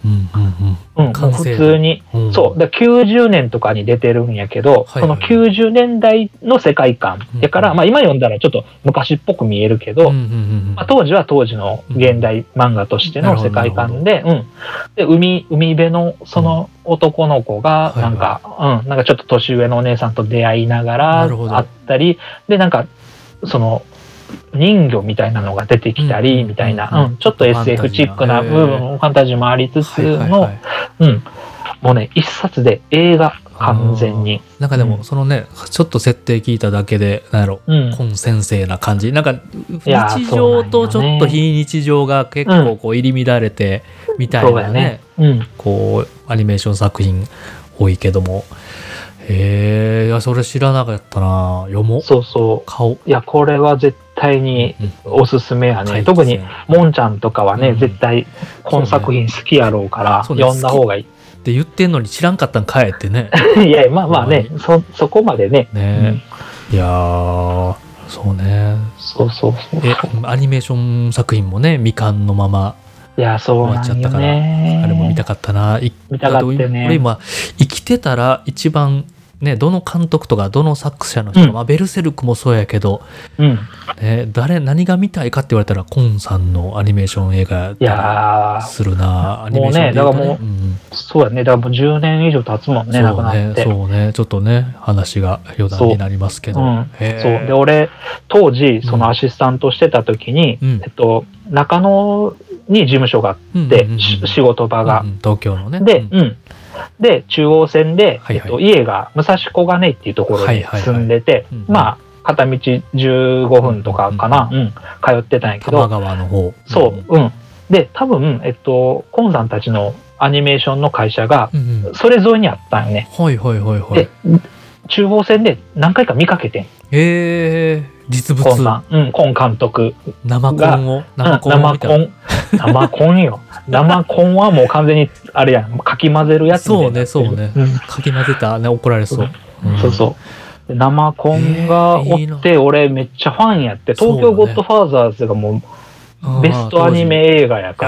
もう普通に、そうだ90年とかに出てるんやけど、その90年代の世界観だから、今読んだらちょっと昔っぽく見えるけど、当時は当時の現代漫画としての世界観で、で海辺のその男の子がなんかちょっと年上のお姉さんと出会いながらあったりで、なんかその人魚みたいなのが出てきたりみたいな、ちょっと SF チックな部分、ファンタジーもありつつの、もうね一冊で映画完全に。 なんかでもそのね、ちょっと設定聞いただけでなんやろ、コン先生な感じ、なんか日常とちょっと非日常が結構こう入り乱れてみたいなね、こうアニメーション作品多いけども。いやそれ知らなかったな、読もう。 そういやこれは絶対におすすめやね、特にもんちゃんとかはね、絶対この作品好きやろうから読んだ方がいいって言ってんのに知らんかったんかえってねいやまあね、そこまでね。 いやそうね。そうアニメーション作品もね未完のまま終わっちゃったから、 あれも見たかったな。 見たかったね。 俺今生きてたら一番ね、どの監督とかどの作者の人、ベルセルクもそうやけど、何が見たいかって言われたらコンさんのアニメーション映画やするな。アニメーション映画だからもう、そうやね、だからもう10年以上経つもんね、亡くなって。 そうね、ちょっとね話が余談になりますけど、 そうで俺当時そのアシスタントしてた時に、中野に事務所があって、仕事場が、 東京のね。 で中央線で、家が武蔵小金井っていうところに住んでて、片道15分とかかな、通ってたんやけど、 多摩川の方。 で多分コンさんたちのアニメーションの会社がそれ沿いにあったんよね。で中央線で何回か見かけてん。 実物。 コン監督生コンを生コンよ。生コンはもう完全にあれやん、かき混ぜるやつみたいな。 そうね、かき混ぜたね、怒られそう。 生コンがおって、俺めっちゃファンやって、東京ゴッドファーザーズがもうベストアニメ映画やから、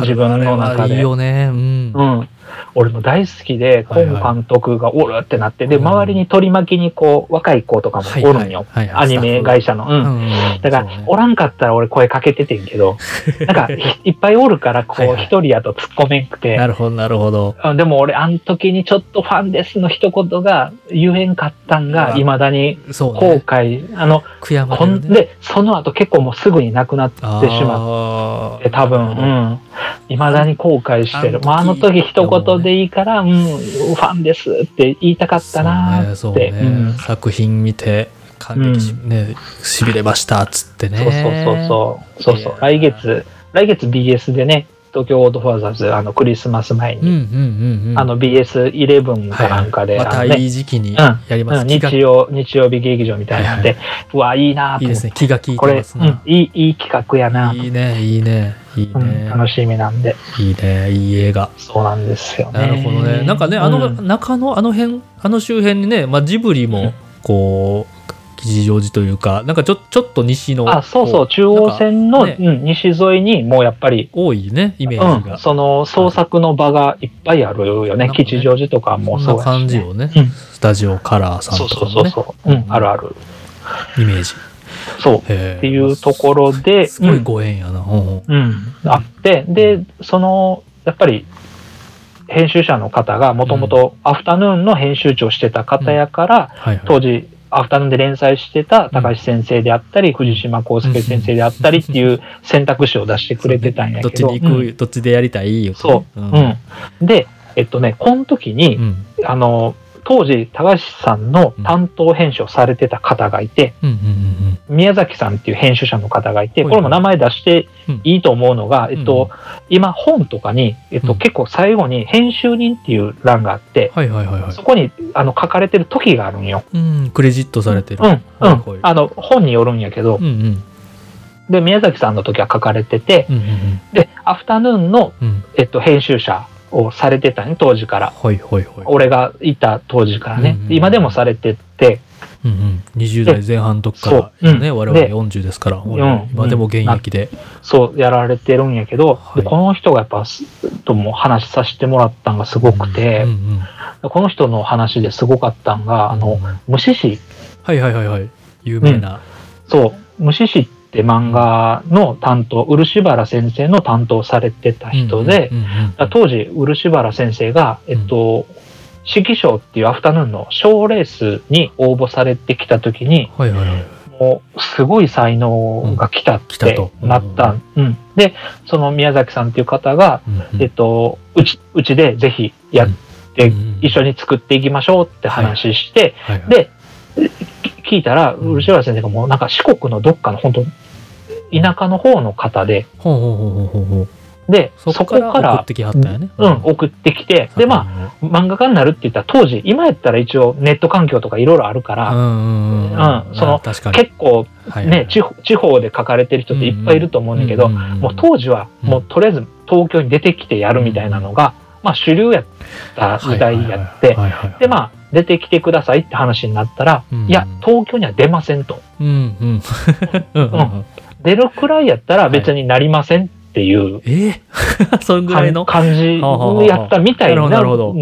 自分の中で。 いいよね。 俺も大好きで、コン監督がおるってなって、で周りに取り巻きにこう若い子とかもおるんよ、アニメ会社の。だからおらんかったら俺声かけててんけど、なんかいっぱいおるからこう一人やと突っ込めんくて。 なるほど。 でも俺あの時にちょっとファンですの一言が言えんかったんがいまだに後悔。でその後結構もうすぐに亡くなってしまって、多分いまだに後悔してる。あの時一言でいいから、ファンですって言いたかったなって。 作品見て感激しびれましたっつってね。 そう来月 BS でね、東京ゴールドファーザーズクリスマス前にBS11 かなんかでまたいい時期にやります。 日曜日劇場みたいなんで、うわいいなと思って。いいですね、 気が利いてますね。 いい企画やな。 いいね。 楽しみなんで。 いいね、いい映画。 そうなんですよね。 なるほどね。なんかね、中野周辺にね、ジブリもこう吉祥寺というか、なんかちょっと西の、 中央線の西沿いにもうやっぱり多いね、イメージが。 その創作の場がいっぱいあるよね。吉祥寺とかもそうな感じよね。スタジオカラーさんとかもね。 あるイメージ。 っていうところで、 すごいご縁やな。 あって、でやっぱり編集者の方がもともとアフタヌーンの編集長してた方やから、当時アフタヌーンで連載してた高橋先生であったり、藤島康介先生であったりっていう選択肢を出してくれてたんやけど、 どっちに行く、どっちでやりたいよ。 でこの時に当時高橋さんの担当編集をされてた方がいて、宮崎さんっていう編集者の方がいて、これも名前出していいと思うのが、今本とかに、結構最後に編集人っていう欄があって、そこに書かれてる時があるんよ。 クレジットされてる。 本によるんやけど、で宮崎さんの時は書かれてて、でアフタヌーンの、編集者をされてたね、当時から。俺がいた当時からね。今でもされてて、 20代前半の時からね、我々40ですから、今でも現役で。 そうやられてるんやけど、でこの人がやっぱとも話させてもらったんがすごくて、この人の話ですごかったんが、虫師。 はいはいはいはい。有名な。 そう、虫師って漫画の担当、漆原先生の担当されてた人で、当時、漆原先生が、指揮賞っていうアフタヌーンの賞レースに応募されてきたときに、もうすごい才能が来たってなった。で、その宮崎さんっていう方が、うちでぜひやって、一緒に作っていきましょうって話して、で、聞いたら、漆原先生がもうなんか四国のどっかの本当田舎の方の方で、で、そこから送ってきはったよね。 送ってきて、で、まあ、漫画家になるって言ったら、当時、今やったら一応ネット環境とかいろいろあるから、その、結構、ね、地方で書かれてる人っていっぱいいると思うんだけど、もう当時は、もうとりあえず東京に出てきてやるみたいなのが、まあ主流やった時代やって、で、まあ、出てきてくださいって話になったら、いや、東京には出ませんと。出るくらいやったら別になりませんっていう、 そんぐらいの感じやったみたいな。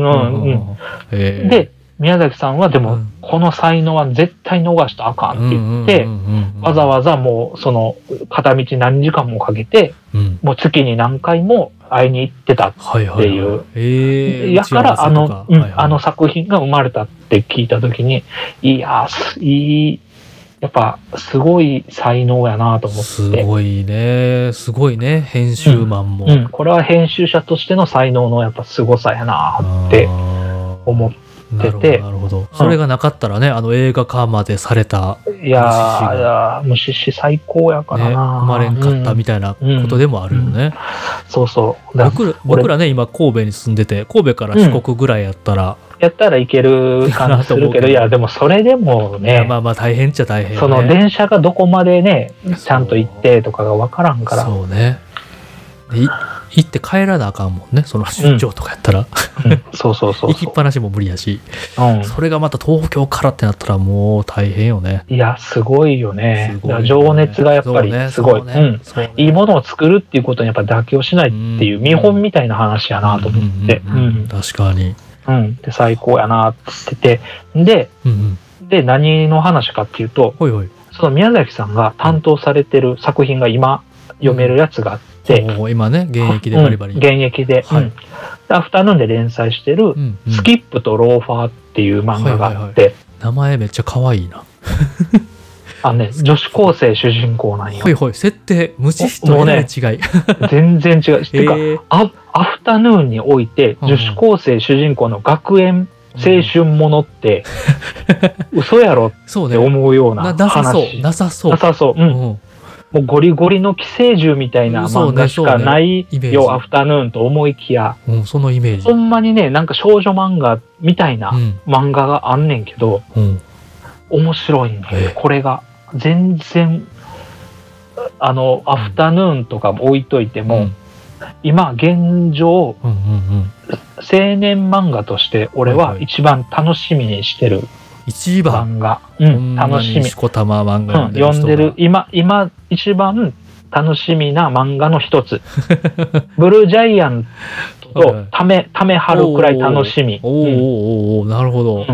で、宮崎さんはでも、この才能は絶対逃したらあかんって言って、わざわざもうその片道何時間もかけて、もう月に何回も会いに行ってたっていう。やからあの作品が生まれたって聞いたときに、いや、やっぱすごい才能やなと思って。 すごいね、編集マンも。 これは編集者としての才能のやっぱ凄さやなって思ってて。 なるほど。それがなかったらね、映画化までされた。 いや虫師最高やからな。 生まれんかったみたいなことでもあるよね。 そうそう。 僕らね、今神戸に住んでて、神戸から四国ぐらいやったら、 いける感じするけど、いや、でもそれでもね、 まあ大変っちゃ大変。 その電車がどこまでね、ちゃんと行ってとかが分からんから。 そうね。行って帰らなあかんもんね、その出張とかやったら。 そう。 行きっぱなしも無理やし、それがまた東京からってなったらもう大変よね。 いや、すごいよね。情熱がやっぱりすごい。いいものを作るっていうことにやっぱ妥協しないっていう見本みたいな話やなと思って。 確かに。 で、最高やなって言ってて、で、何の話かっていうと、その宮崎さんが担当されてる作品が今読めるやつがあって、 今ね、現役でバリバリ。 現役で。アフタヌーンで連載してる、スキップとローファーっていう漫画があって、 名前めっちゃ可愛いな。 女子高生主人公なんよ。 設定、虫師とえらい違い。 全然違う。てか、アフタヌーンにおいて、女子高生主人公の学園青春ものって、嘘やろって思うような話。 なさそう。 もうゴリゴリの寄生獣みたいな漫画しかないよ、アフタヌーンと思いきや。 そのイメージ。 ほんまにね、なんか少女漫画みたいな漫画があんねんけど、面白いね。これが。全然、アフタヌーンとか置いといても、今現状、青年漫画として俺は一番楽しみにしてる漫画。楽しみ。 しこたま漫画読んでる。今一番楽しみな漫画の一つ。ブルージャイアントとためはるくらい楽しみ。 なるほど。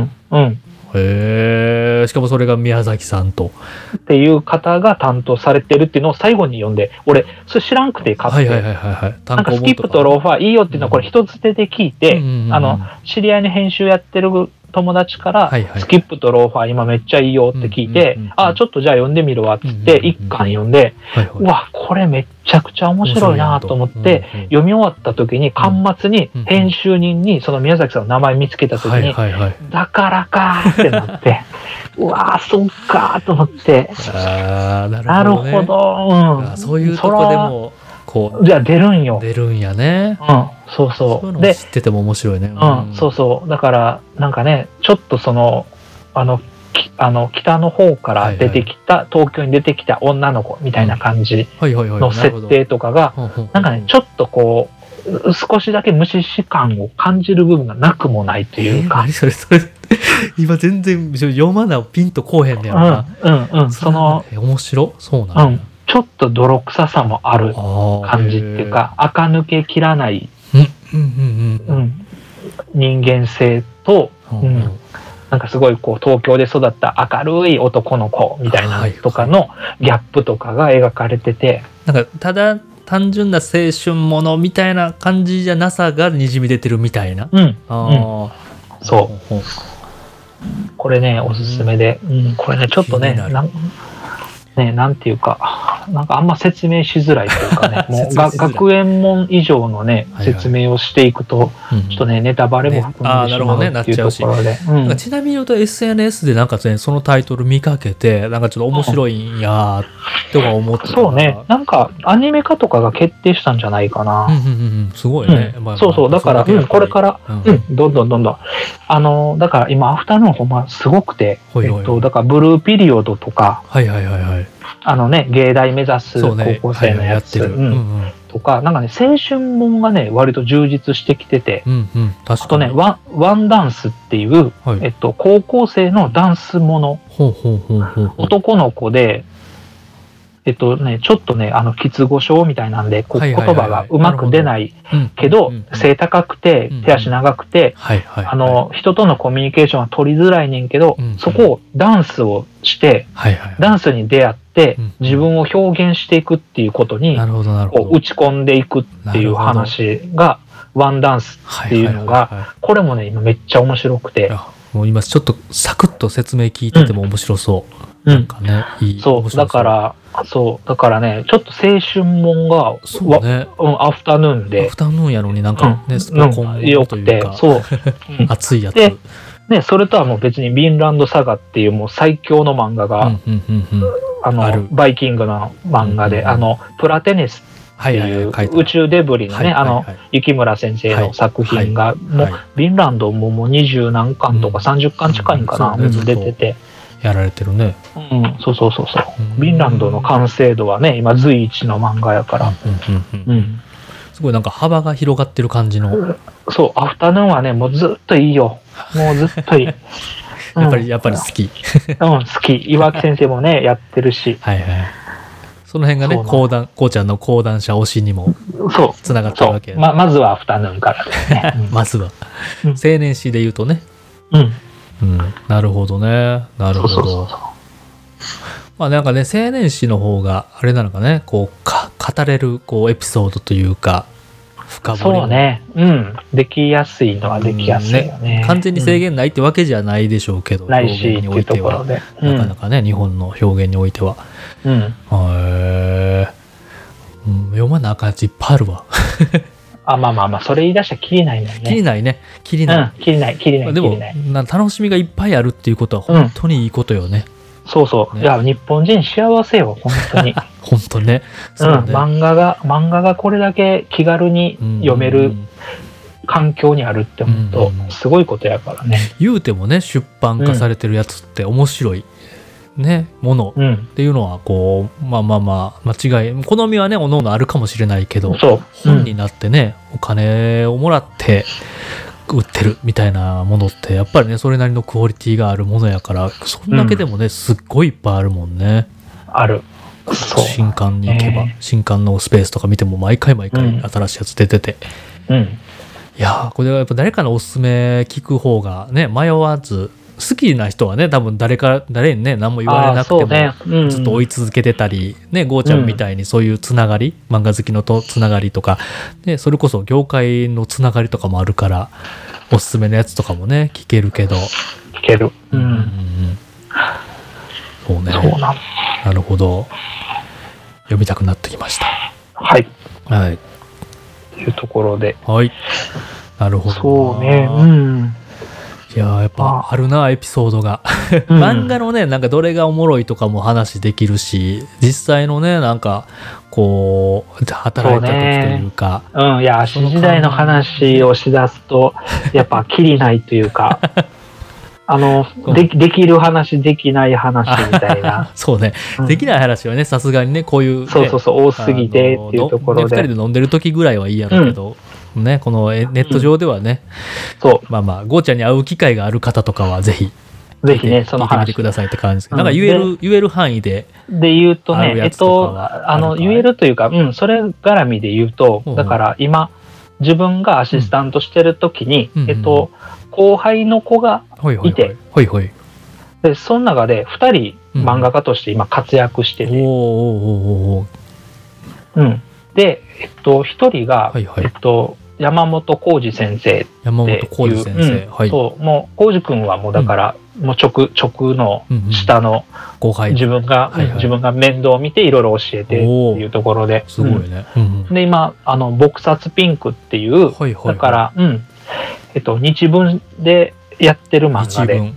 しかもそれが宮崎さんと。 っていう方が担当されてるっていうのを最後に読んで、俺、それ知らんくて買って。なんかスキップとローファーいいよっていうのはこれ一つ手で聞いて、知り合いの編集やってる友達から、スキップとローファー今めっちゃいいよって聞いて、ちょっとじゃあ読んでみるわって言って一巻読んで、うわ、これめっちゃくちゃ面白いなと思って、読み終わった時に巻末に編集人にその宮崎さんの名前見つけた時に、だからかーってなって、うわー、そっかーと思って、なるほど、 そういうとこでも、 じゃあ出るんよ。 出るんやね。 そうで、知ってても面白いね。 だからなんかね、ちょっとその北の方から出てきた、東京に出てきた女の子みたいな感じの設定とかがなんかね、ちょっとこう少しだけ無視し感を感じる部分がなくもないというか。 何それ今全然読まなピンとこうへんねやろな。面白そうなんや、 ちょっと泥臭さもある感じっていうか、垢抜けきらない人間性と、なんかすごいこう東京で育った明るい男の子みたいなとかのギャップとかが描かれてて、 なんかただ単純な青春ものみたいな感じじゃなさがにじみ出てるみたいな。 そう。これねおすすめで、これねちょっとねなんていうか、なんかあんま説明しづらいというかね、もう学園門以上のね、説明をしていくと、ちょっとね、ネタバレも含んでしまうっていうところで。 ちなみに言うと SNS でなんかね、そのタイトル見かけて、なんかちょっと面白いんやーとか思ってた。 そうね、なんかアニメ化とかが決定したんじゃないかな。 すごいね。 そう、だから、これから、どんどん。だから今、アフタヌーンほんま、すごくて、だから、ブルーピリオドとか、芸大目指す高校生のやつとか、なんかね、青春もんがね、割と充実してきてて、あとね、ワンダンスっていう、高校生のダンスもの、男の子で、ちょっとね、きつご症みたいなんで、言葉がうまく出ないけど、背高くて、手足長くて、人とのコミュニケーションは取りづらいねんけど、そこをダンスをして、ダンスに出会って、自分を表現していくっていうことに、打ち込んでいくっていう話が、ワンダンスっていうのが、これもね、今めっちゃ面白くて。 もう今ちょっとサクッと説明聞いてても面白そう。なんかね、 だからね、ちょっと青春もんが、アフタヌーンで。 アフタヌーンやのになんかね、スポコンというか、熱いやつ。 で、それとはもう別にヴィンランドサガっていうもう最強の漫画が、バイキングの漫画で、プラテネスっていう宇宙デブリのね、雪村先生の作品が、もう、ヴィンランドももう20何巻とか30巻近いんかな、出てて。 やられてるね。 そう。ヴィンランドの完成度はね、今随一の漫画やから。 すごいなんか幅が広がってる感じの。 そう、アフタヌーンはね、もうずっといいよ。もうずっといい。 やっぱり好き。 好き。岩木先生もね、やってるし。 その辺がね、こうちゃんの講談社推しにもつながってるわけ。 まずはアフタヌーンからですね。 まずは。青年誌で言うとね。なるほどね。なるほど。まあなんかね、青年誌の方があれなのかね、こう語れるこうエピソードというか深掘り。 そうね。できやすいのはできやすいよね。 完全に制限ないってわけじゃないでしょうけど、 ないしっていうところで、 なかなかね、日本の表現においては。読まなあかんやついっぱいあるわ。 まあ、それ言い出したらきりないもんね。 きりないね。きりない。でも、楽しみがいっぱいあるっていうことは本当にいいことよね。 そう。いや、日本人幸せよ、本当に。 本当ね。 漫画がこれだけ気軽に読める環境にあるって思うと、すごいことやからね。 言うてもね、出版化されてるやつって面白い。ね、ものっていうのはこう、間違い好みはねおのおのあるかもしれないけど、本になってね、お金をもらって売ってるみたいなものってやっぱりねそれなりのクオリティがあるものやから、そんだけでもね、すっごいいっぱいあるもんね。 ある。 新刊に行けば、新刊のスペースとか見ても毎回新しいやつ出てて、いやこれはやっぱ誰かのおすすめ聞く方がね迷わず。好きな人はね、多分誰にね何も言われなくてもずっと追い続けてたりね、ゴーちゃんみたいにそういうつながり、漫画好きのとつながりとか、ね、それこそ業界のつながりとかもあるからおすすめのやつとかもね聞けるけど、そうね。なるほど、読みたくなってきました。はいというところで、 なるほど。 そうね。 いややっぱあるなエピソードが漫画のねなんかどれがおもろいとかも話できるし、実際のねなんかこう働いた時というか、 いや足時代の話をしだすとやっぱきりないというかできる話できない話みたいなそうね、できない話はねさすがにねこういう、ね、 多すぎてっていうところで、 2人で飲んでる時ぐらいはいいやろうけど、 ね、このネット上ではね、 そうまあまあゴーちゃんに会う機会がある方とかはぜひぜひね、その聞いてみて話。 くださいって感じですけど、なんか言える範囲で。 で言うとね、 あるやつとかはあるかい？ 言えるというか、それ絡みで言うと、だから今、自分がアシスタントしてる時に、後輩の子がいて、で、その中で2人漫画家として今活躍してて、で、1人が、山本浩二先生っていう。 山本浩二先生。はい。 そう、もう、浩二君はもうだから、もう直の下の後輩。 自分が面倒を見ていろいろ教えてっていうところで。 すごいね。 で、今、撲殺ピンクっていう、だから、日文でやってる漫画で。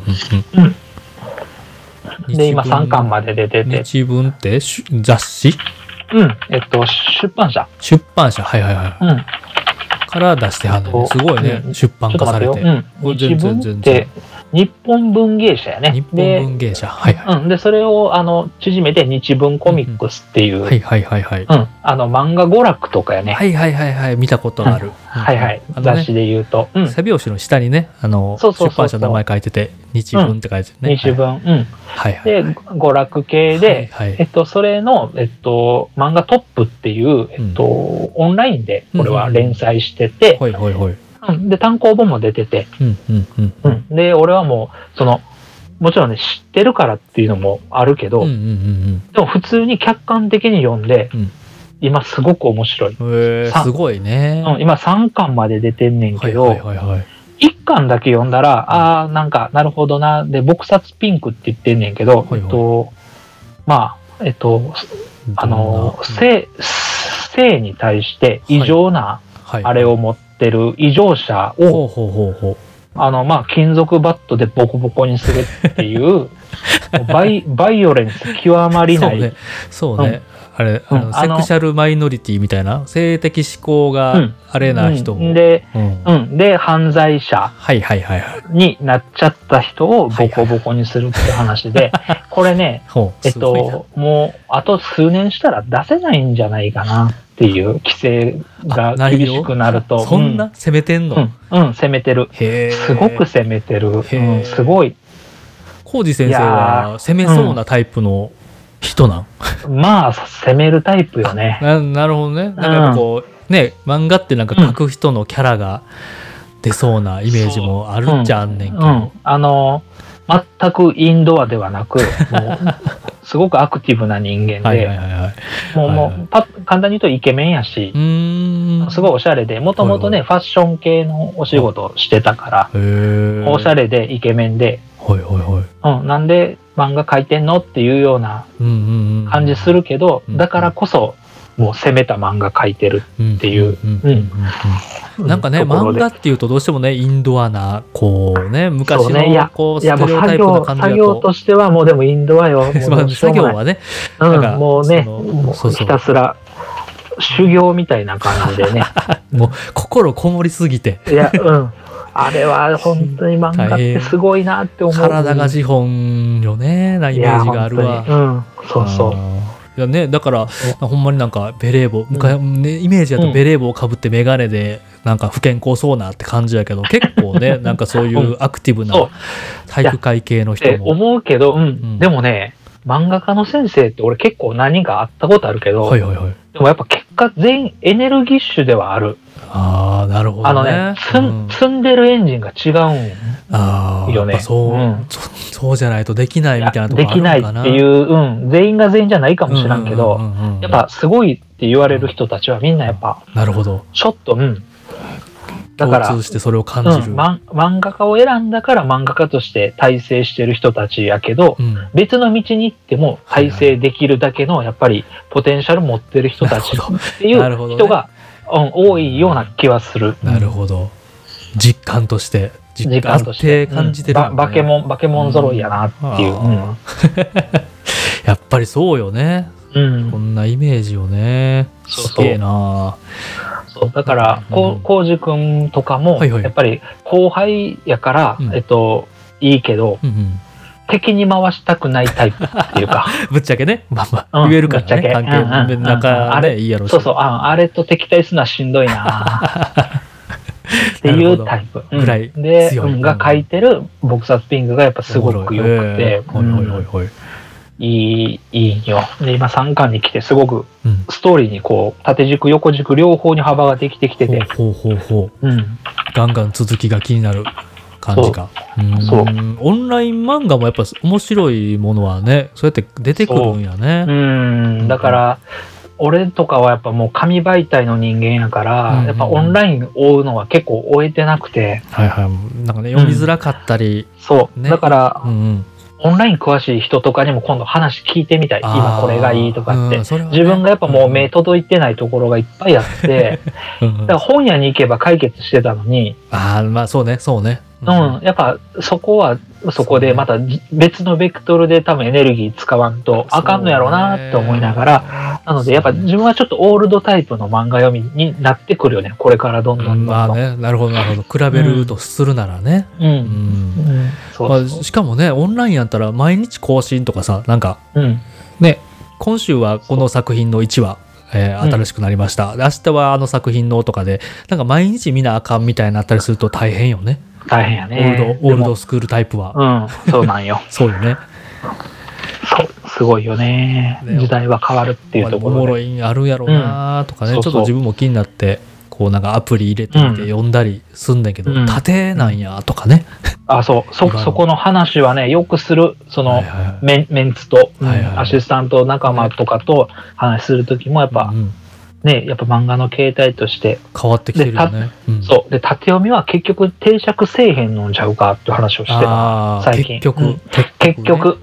で、今3巻まで出てて。 日文って雑誌？ 出版社。 出版社、はいはいはい。から出してはんね。すごいね、出版化されて。 日文って日本文芸社やね。 日本文芸社。はいはい。 で、それを縮めて日文コミックスっていう。 はいはいはいはい。 漫画娯楽とかやね。 はいはいはいはい。見たことがある。 はいはい。雑誌で言うと。 背表紙の下にね、出版社の名前書いてて、日文って書いてるね。 日文。 はいはい。 で、娯楽系で、それの、漫画トップっていう、オンラインでこれは連載してて、 はいはいはい。 で、単行本も出てて、で、俺はもう、もちろんね、知ってるからっていうのもあるけど、でも普通に客観的に読んで、今すごく面白い。 すごいね。 今3巻まで出てんねんけど、1巻だけ読んだら、なんか、なるほどな、で、撲殺ピンクって言ってんねんけど、まあ、性に対して異常な、あれを持ってる異常者を、金属バットでボコボコにするっていう、バイオレンス極まりない。 そうね。あれ、セクシャルマイノリティみたいな、性的指向があれな人で、犯罪者になっちゃった人をボコボコにするって話で、これね、もう、あと数年したら出せないんじゃないかなっていう規制が厳しくなると。 そんな攻めてんの？ 攻めてる。すごく攻めてる。すごい。 浩二先生は攻めそうなタイプの人なん？ まあ、攻めるタイプよね。 なるほどね。なんかやっぱこう、ね、漫画ってなんか描く人のキャラが出そうなイメージもあるっちゃあんねんけど。 全くインドアではなく、もうすごくアクティブな人間で、もう簡単に言うとイケメンやし、すごいおしゃれで、もともとね、ファッション系のお仕事をしてたから、おしゃれでイケメンで、なんで漫画描いてんのっていうような感じするけど、だからこそもう攻めた漫画描いてるっていう。 なんかね、漫画っていうとどうしてもね、インドアな、こうね、昔のこうステレオタイプな感じだと。 作業としてはもうでもインドアよ。 作業はね、 もうね、ひたすら修行みたいな感じでね。 もう心こもりすぎて。 いや、あれは本当に漫画ってすごいなって思う。 体が資本よね、なイメージがあるわ。 そうそう。 いやね、だからほんまになんかベレー帽、イメージだとベレー帽をかぶって眼鏡でなんか不健康そうなって感じやけど、結構ね、なんかそういうアクティブな体育会系の人も。 思うけど、でもね、漫画家の先生って俺結構何人か会ったことあるけど、でもやっぱ結果全員エネルギッシュではある。 ああ、なるほどね。 積んでるエンジンが違うんよね。 そうじゃないとできないみたいなところあるのかな。 できないっていう、全員が全員じゃないかもしらんけど、やっぱすごいって言われる人たちはみんなやっぱ、 なるほど。 ちょっと、 だから共通してそれを感じる。 漫画家を選んだから漫画家として大成してる人たちやけど、別の道に行っても大成できるだけのやっぱりポテンシャル持ってる人たちっていう人が多いような気はする。 なるほど。実感として感じてる、 バケモン揃いやなっていう。 やっぱりそうよね。こんなイメージよね。すげえな。 そうだから浩二君とかもやっぱり後輩やからいいけど、 敵に回したくないタイプっていうか。 ぶっちゃけね。まあまあ、言えるからね。関係の中でいいやろうし。 そうそう、あれと敵対するのはしんどいなっていうタイプ。 ぐらいで、が書いてるボクサースピングがやっぱすごく良くて。いいよ。で、今3巻に来てすごくストーリーにこう縦軸横軸両方に幅ができてきてて、 ガンガン続きが気になる感じか。そう。オンライン漫画もやっぱ面白いものはね、そうやって出てくるんやね。 だから俺とかはやっぱもう紙媒体の人間やから、やっぱオンライン追うのは結構追えてなくて、 なんかね読みづらかったり、 そうだから。オンライン詳しい人とかにも今度話聞いてみたい。今これがいいとかって。自分がやっぱもう目届いてないところがいっぱいあって、だから本屋に行けば解決してたのに。 まあそうね。 やっぱそこはそこでまた別のベクトルで多分エネルギー使わんとあかんのやろうなって思いながら、なのでやっぱ自分はちょっとオールドタイプの漫画読みになってくるよね。これからどんどん。 まあね、なるほど。比べるとするならね。しかもね、オンラインやったら毎日更新とかさ、なんかね、今週はこの作品の1話新しくなりました。明日はあの作品のとかで、なんか毎日見なあかんみたいになったりすると大変よね。 大変やね。 オールドスクールタイプは。 そうなんよ。 そうよね。 すごいよね。時代は変わるっていうところで。 おもろいんあるやろうなとかね、ちょっと自分も気になって、こうなんかアプリ入れてみて読んだりすんだけど、縦なんやとかね。 そこの話はね、よくする、そのメンツと、アシスタント仲間とかと話するときもやっぱ、ね、やっぱ漫画の形態として変わってきてるよね。 そうで縦読みは結局定着せえへんのんちゃうかって話をしてた最近。結局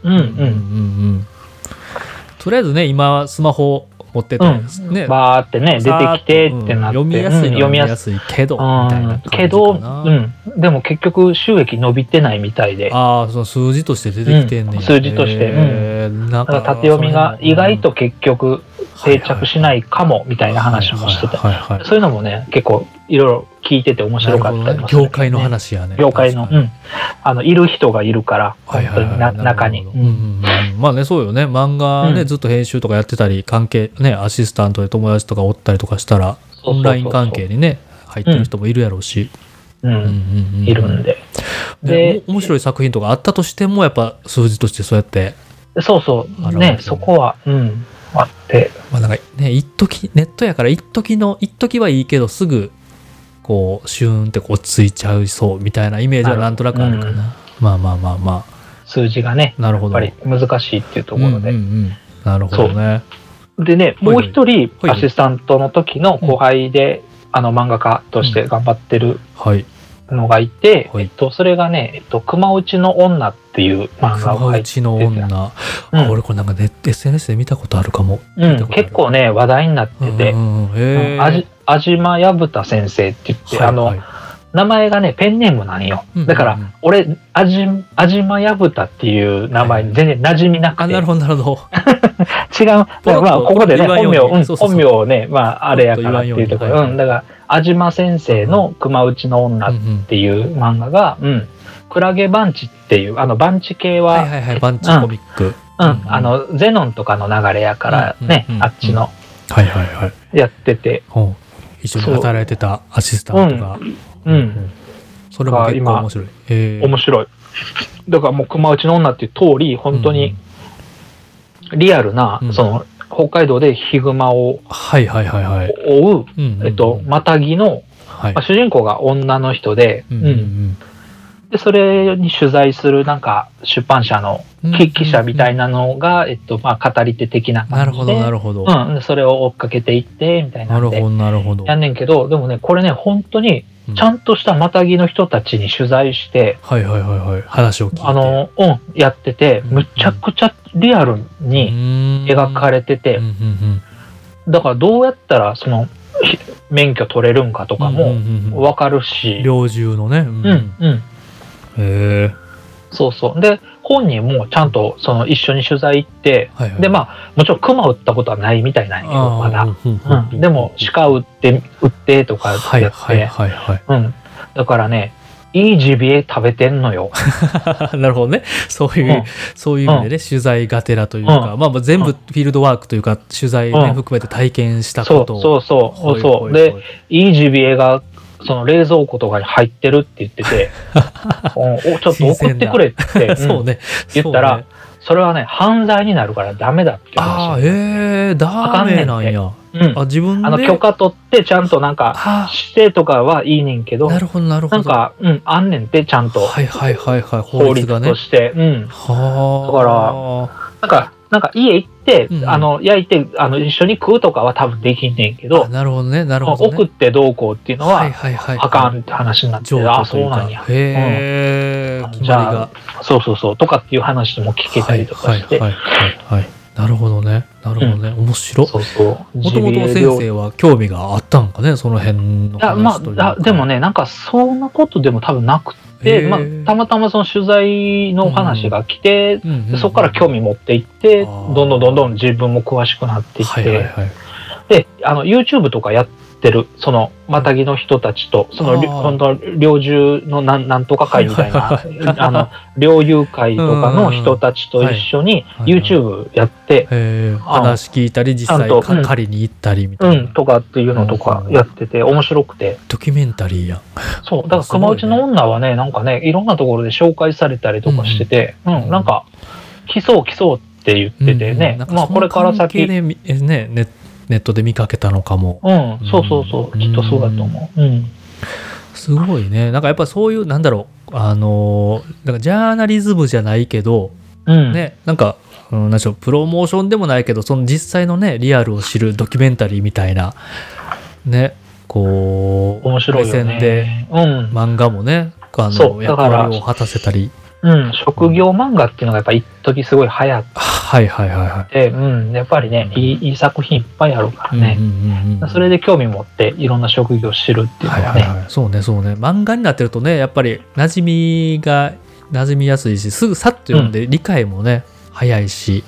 とりあえずね、今スマホ持っててね、 バーってね出てきてってなって読みやすいのは読みやすいけどみたいなけどでも結局収益伸びてないみたいで、 その数字として出てきてんねんや。 数字としてだから縦読みが意外と結局定着しないかもみたいな話もしてて、そういうのもね結構いろいろ聞いてて面白かったりもする、 業界の話やね。 業界のいる人がいるから本当に中に。 まあね、そうよね。漫画ねずっと編集とかやってたり、関係ねアシスタントで友達とかおったりとかしたらオンライン関係にね入ってる人もいるやろうし、 いるんで。 で面白い作品とかあったとしてもやっぱ数字としてそうやってそうね、そこはあって、 まあなんかね、一時ネットやから一時はいいけどすぐこうシューンって落ち着いちゃいそうみたいなイメージはなんとなくあるかな。まあ数字がねやっぱり難しいっていうところで、 なるほどね。 でね、もう一人アシスタントの時の後輩で漫画家として頑張ってるのがいて、それがね熊内の女っていう漫画が入ってて、 熊内の女、俺これなんかSNS で見たことあるかも。 結構ね話題になってて、安島矢蓋先生って言って名前がねペンネームなんよ。だから俺安島矢蓋っていう名前に全然馴染みなくて、 なるほど違う。まあここでね本名をねあれやからっていうところ、だから安島先生の熊内の女っていう漫画がクラゲバンチっていうバンチ系はバンチコミック、 ゼノンとかの流れやからね、あっちのやってて、 一緒に働いてたアシスタントが、それも結構面白い。 面白い。だからもう熊内の女っていう通り本当にリアルなその北海道でヒグマを追うマタギの主人公が女の人で、でそれに取材するなんか出版社の記者みたいなのが語り手的な感じで、それを追っかけていってみたいなんでやんねんけど、でもねこれね本当にちゃんとしたマタギの人たちに取材して話を聞いてやってて、むちゃくちゃリアルに描かれてて、だからどうやったらその免許取れるんかとかも分かるし、 猟銃のね、 そうで本人もちゃんとその一緒に取材行って、でもちろん熊撃ったことはないみたいなんやけどまだ、でも鹿撃ってとかやって、だからねいいジビエ食べてんのよ。 なるほどね。そういう意味でね、取材がてらというか、まあ全部フィールドワークというか、取材ね、含めて体験したことを。 そう。で、いいジビエが、その冷蔵庫とかに入ってるって言ってて、ちょっと送ってくれってそうね。 言ったら、それはね、犯罪になるからダメだって話。 ダメなんや。自分で許可取ってちゃんとなんか指定とかはいいねんけど、 なるほどなるほど。 なんかあんねんってちゃんと法律として、だからなんか家行って焼いて一緒に食うとかは多分できんねんけど、 なるほどねなるほどね。 送ってどうこうっていうのはあかんって話になって、あ、そうなんや。じゃあそうとかっていう話も聞けたりとかして。 なるほどね。なるほどね。面白い。もともと先生は興味があったんかね、その辺の話というか。 でもね、なんかそんなことでも多分なくて、たまたまその取材の話が来て、そこから興味持っていって、どんどん自分も詳しくなっていって、で、YouTube とかやってる、その、マタギの人たちと、その、本当猟銃のなんとか会みたいな、猟友会とかの人たちと一緒に YouTube やって、 話聞いたり、実際狩りに行ったりみたいな。 とかっていうのとかやってて、面白くて。 ドキュメンタリーやん。 そう、だから熊内の女はね、なんかね、いろんなところで紹介されたりとかしてて、なんか、来そうって言っててね、まあこれから先。 ネットで見かけたのかも。 そうきっとそうだと思う。 すごいね。なんかやっぱそういうなんだろう、なんかジャーナリズムじゃないけど、ね、なんか、なんでしょう、プロモーションでもないけど、その実際のねリアルを知るドキュメンタリーみたいなね、こう面白いよね。 目線で漫画もね、役割を果たせたり。 職業漫画っていうのがやっぱ一時すごい流行って、やっぱりね、いい作品いっぱいあるからね、それで興味持っていろんな職業を知るっていうのはね、 そうね漫画になってるとね、やっぱり馴染みやすいし、すぐさっと読んで理解もね、早いし、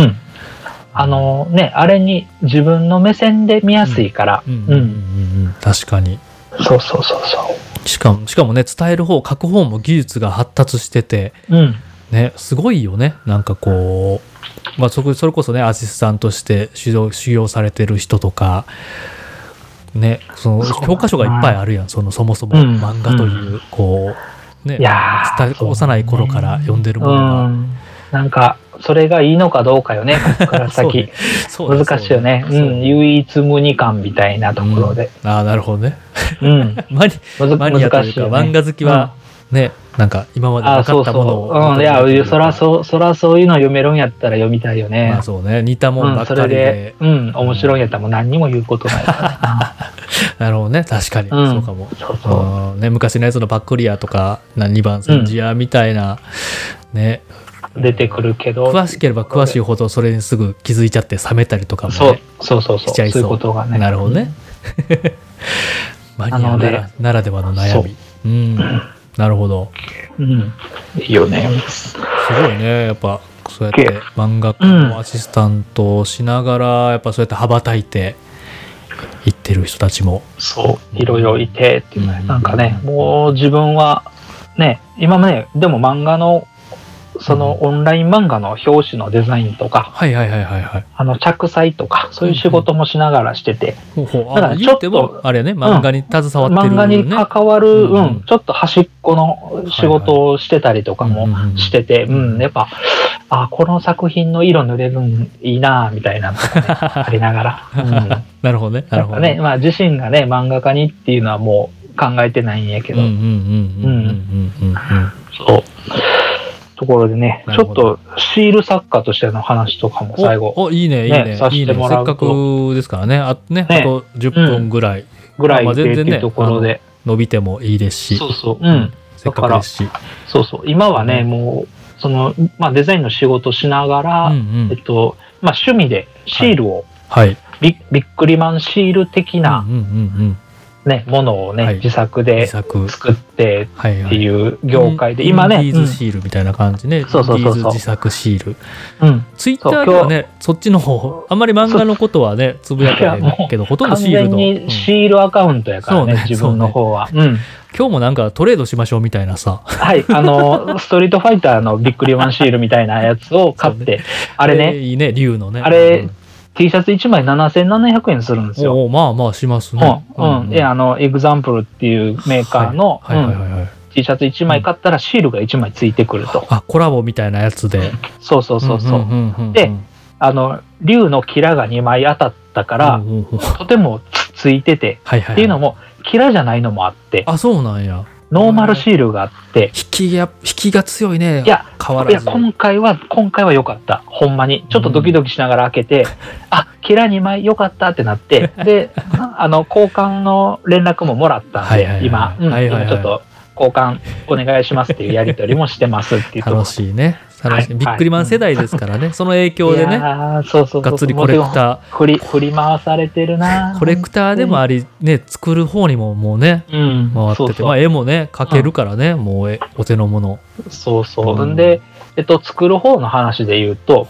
あれに自分の目線で見やすいから、 確かに。 そうしかもね、伝える方、書く方も技術が発達してて、ね、すごいよね。なんかこう、まあそれこそね、アシスタントとして修行されてる人とか、ね、その教科書がいっぱいあるやん。そもそも漫画という、こう、ね、幼い頃から読んでるものが。 なんか、それがいいのかどうかよね、ここから先。難しいよね。唯一無二感みたいなところで。 なるほどね。マニアというか、漫画好きはね、なんか今までなかったものを。 いや、そらそういうの読めるんやったら読みたいよね。 まあそうね、似たもんばっかりで。 面白いんやったらもう何にも言うことないからなるほどね、確かに。そうかも。昔のやつのパックリアとか、2番煎じ屋みたいな、ね。 出てくるけど、 詳しければ詳しいほどそれにすぐ気づいちゃって冷めたりとかもね、 そうしちゃいそう。 そういうことがね。 なるほどね。マニアならではの悩み。なるほど。 いいよね。 すごいね。やっぱそうやって漫画家のアシスタントをしながら、やっぱそうやって羽ばたいていってる人たちも、 いろいろいてっていうね。なんかね、もう自分はね、今もね、でも漫画のそのオンライン漫画の表紙のデザインとか、着彩とか、そういう仕事もしながらしてて、 だからちょっとあれね、漫画に携わってる、 漫画に関わる、ちょっと端っこの仕事をしてたりとかもしてて、やっぱ、この作品の色塗れるんいいなみたいなのとかね、ありながら。 なるほどね。なるほどね。まあ自身がね、漫画家にっていうのはもう考えてないんやけど。そう。ところでね、ちょっとシール作家としての話とかも最後、 いいね、 させてもらうと。 せっかくですからね、あと10分ぐらい。 全然ね、ところで伸びてもいいですし。せっかくですし。 今はね、もう、デザインの仕事しながら、趣味でシールを、ビックリマンシール的な、 ね、ものをね、自作で作ってっていう業界で、 今ね、インディーズシールみたいな感じね、インディーズ自作シール。ツイッターではね、そっちの方、あんまり漫画のことはね、つぶやかないけど、ほとんどシールの。 完全にシールアカウントやからね、自分の方は。 今日もなんかトレードしましょうみたいなさ。 はい、ストリートファイターのビックリワンシールみたいなやつを買って、あれね、 いいね、竜のね。 あれ、T シャツ1枚7700円するんですよ。 まあまあしますね。 エグザンプルっていうメーカーの T シャツ1枚買ったらシールが1枚ついてくると。 コラボみたいなやつで。 そう。で、竜のキラが2枚当たったから、とてもついてて、っていうのも、キラじゃないのもあって。 あ、そうなんや。 ノーマルシールがあって。 引きが強いね。 いや、今回は良かった。ほんまに。ちょっとドキドキしながら開けて、キラ2枚良かったってなって、で、交換の連絡ももらったんで、今ちょっと交換お願いしますっていうやり取りもしてますっていうところ。 楽しいね。ビックリマン世代ですからね、その影響でね、がっつりコレクター振り回されてるな。 コレクターでもありね、作る方にももうね、回ってて、絵もね描けるからね、もうお手の物。 そうで、作る方の話で言うと、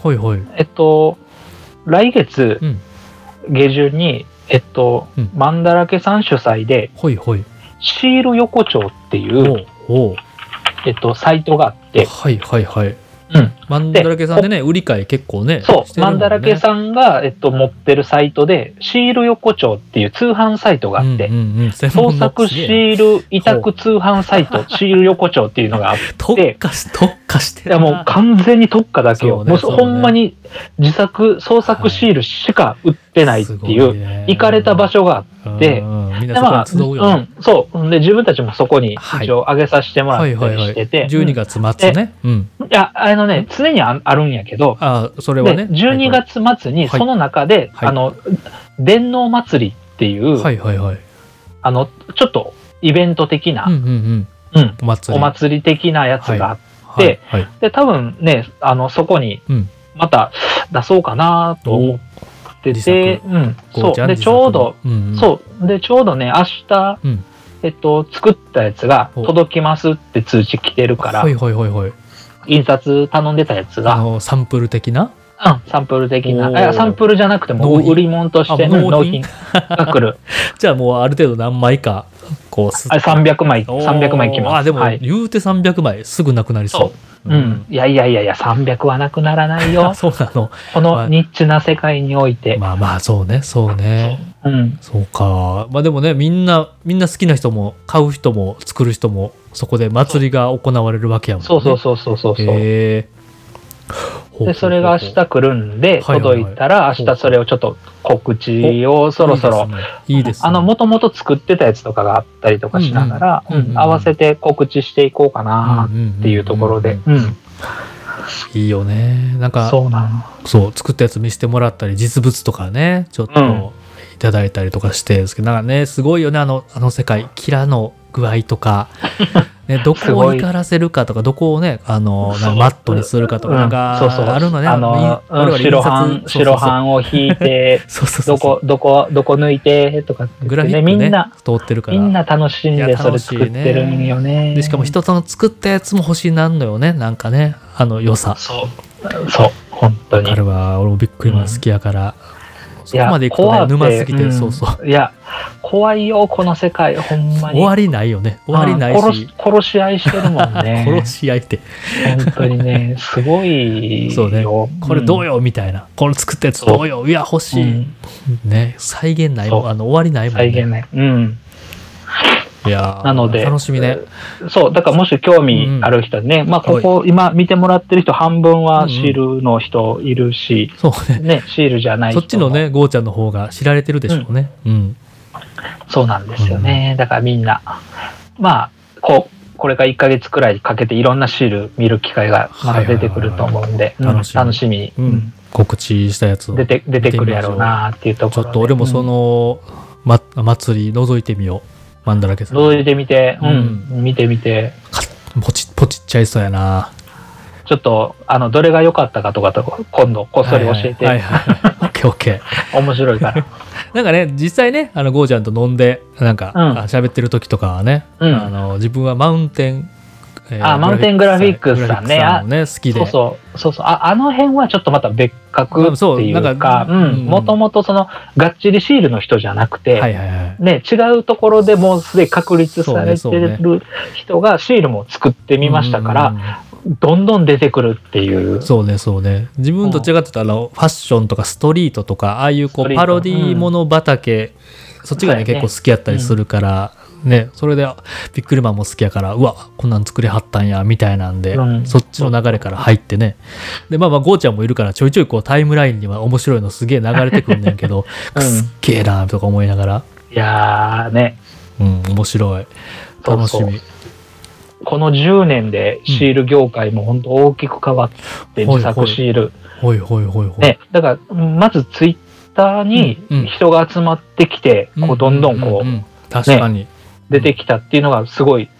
来月下旬にマンダラケさん主催でシール横丁っていうサイトがあって、 マンダラケさんでね、売り買い結構ね。 そう、マンダラケさんが、持ってるサイトで、シール横丁っていう通販サイトがあって、創作シール委託通販サイト、シール横丁っていうのがあって、 特化してる。いや、もう完全に特化だけよ。もうほんまに創作シールしか売ってないっていう、行かれた場所があって、 みんなそこに集うよね。 そうで、自分たちもそこに一応上げさせてもらったりしてて。 12月末ね。 いや、常にあるんやけど、 それはね。 12月末にその中で、電脳祭りっていう、ちょっとイベント的な、お祭り的なやつがあって、で、多分ね、そこにまた出そうかなと思ってて、で、ちょうどね、明日、作ったやつが届きますって通知来てるから、印刷頼んでたやつがサンプル的なサンプル的なサンプルじゃなくても売り物として納品が来る。じゃあもうある程度何枚かこう 300枚きます。 でも言うて300枚すぐなくなりそう。 いや300はなくならないよ。 そうなの。 このニッチな世界において。 まあそうね。そうか。でもね、みんな好きな人も買う人も作る人もそこで祭りが行われるわけやもんね。 そうで、それが明日来るんで、届いたら明日それをちょっと告知をそろそろ、もともと作ってたやつとかがあったりとかしながら、合わせて告知していこうかなっていうところで。 いいよね。なんか、作ったやつ見せてもらったり、実物とかね、ちょっといただいたりとかしてですけど、なんかね、すごいよね、あの世界、キラの具合とか、ね、どこを光らせるかとか、どこをね、マットにするかとか、なんかあるのね。 白版を引いて、どこ抜いてとかってグラフィックみんな通ってるから、 みんな楽しんでそれ作ってるんよね。 でしかも一つの作ったやつも欲しいなんのよね、なんかね、良さ。 そう本当に。 あれは俺もビックリマン好きやから。そこまで行くとね、沼すぎて、 いや、怖いよ、この世界、ほんまに。 終わりないよね。終わりないし。 殺し合いしてるもんね。 殺し合いって。 本当にね、すごいよ。 そうね。これどうよみたいな。これ作ったやつどうよ。いや、欲しい。ね、再現ないもん。終わりないもんね。 再現ない。 いやなので楽しみね。 そうだからもし興味ある人ね、ここ今見てもらってる人半分はシールの人いるし、 そうね、 シールじゃない人もそっちのねゴーちゃんの方が知られてるでしょうね。 そうなんですよね。だからみんなこれが1ヶ月くらいかけていろんなシール見る機会がまだ出てくると思うんで、楽しみに、 告知したやつ出てくるやろうなっていうところで、 ちょっと俺もその、祭り覗いてみよう。マンダラケさん覗いてみて、見てみて、 ポチっちゃいそうやな。 ちょっとどれが良かったかとか今度こっそり教えて。 ケーオッケー。 面白いから。 なんかね、実際ね、ゴーちゃんと飲んで、なんか、喋ってる時とかはね、自分はマウンテン、 マウンテングラフィックスさんね。 好きで。 そう。あの辺はちょっとまた別格っていうか、もともとその、がっちりシールの人じゃなくて、ね、違うところでもうすでに確立されてる人がシールも作ってみましたから、どんどん出てくるっていう。 そうね。自分どちらかというと、ファッションとかストリートとか、ああいうこうパロディーもの畑、そっちがね、結構好きやったりするから、ね、それでビックリマンも好きやから、うわこんなん作りはったんやみたいなんで、そっちの流れから入ってね、でゴーちゃんもいるからちょいちょいこうタイムラインには面白いのすげえ流れてくんねんけど、すっげえなとか思いながら、 いやーね、 面白い、楽しみ。 この10年でシール業界も本当大きく変わって、自作シール、ね、だからまずツイッターに人が集まってきて、こうどんどんこう、 確かに出てきたっていうのがすごい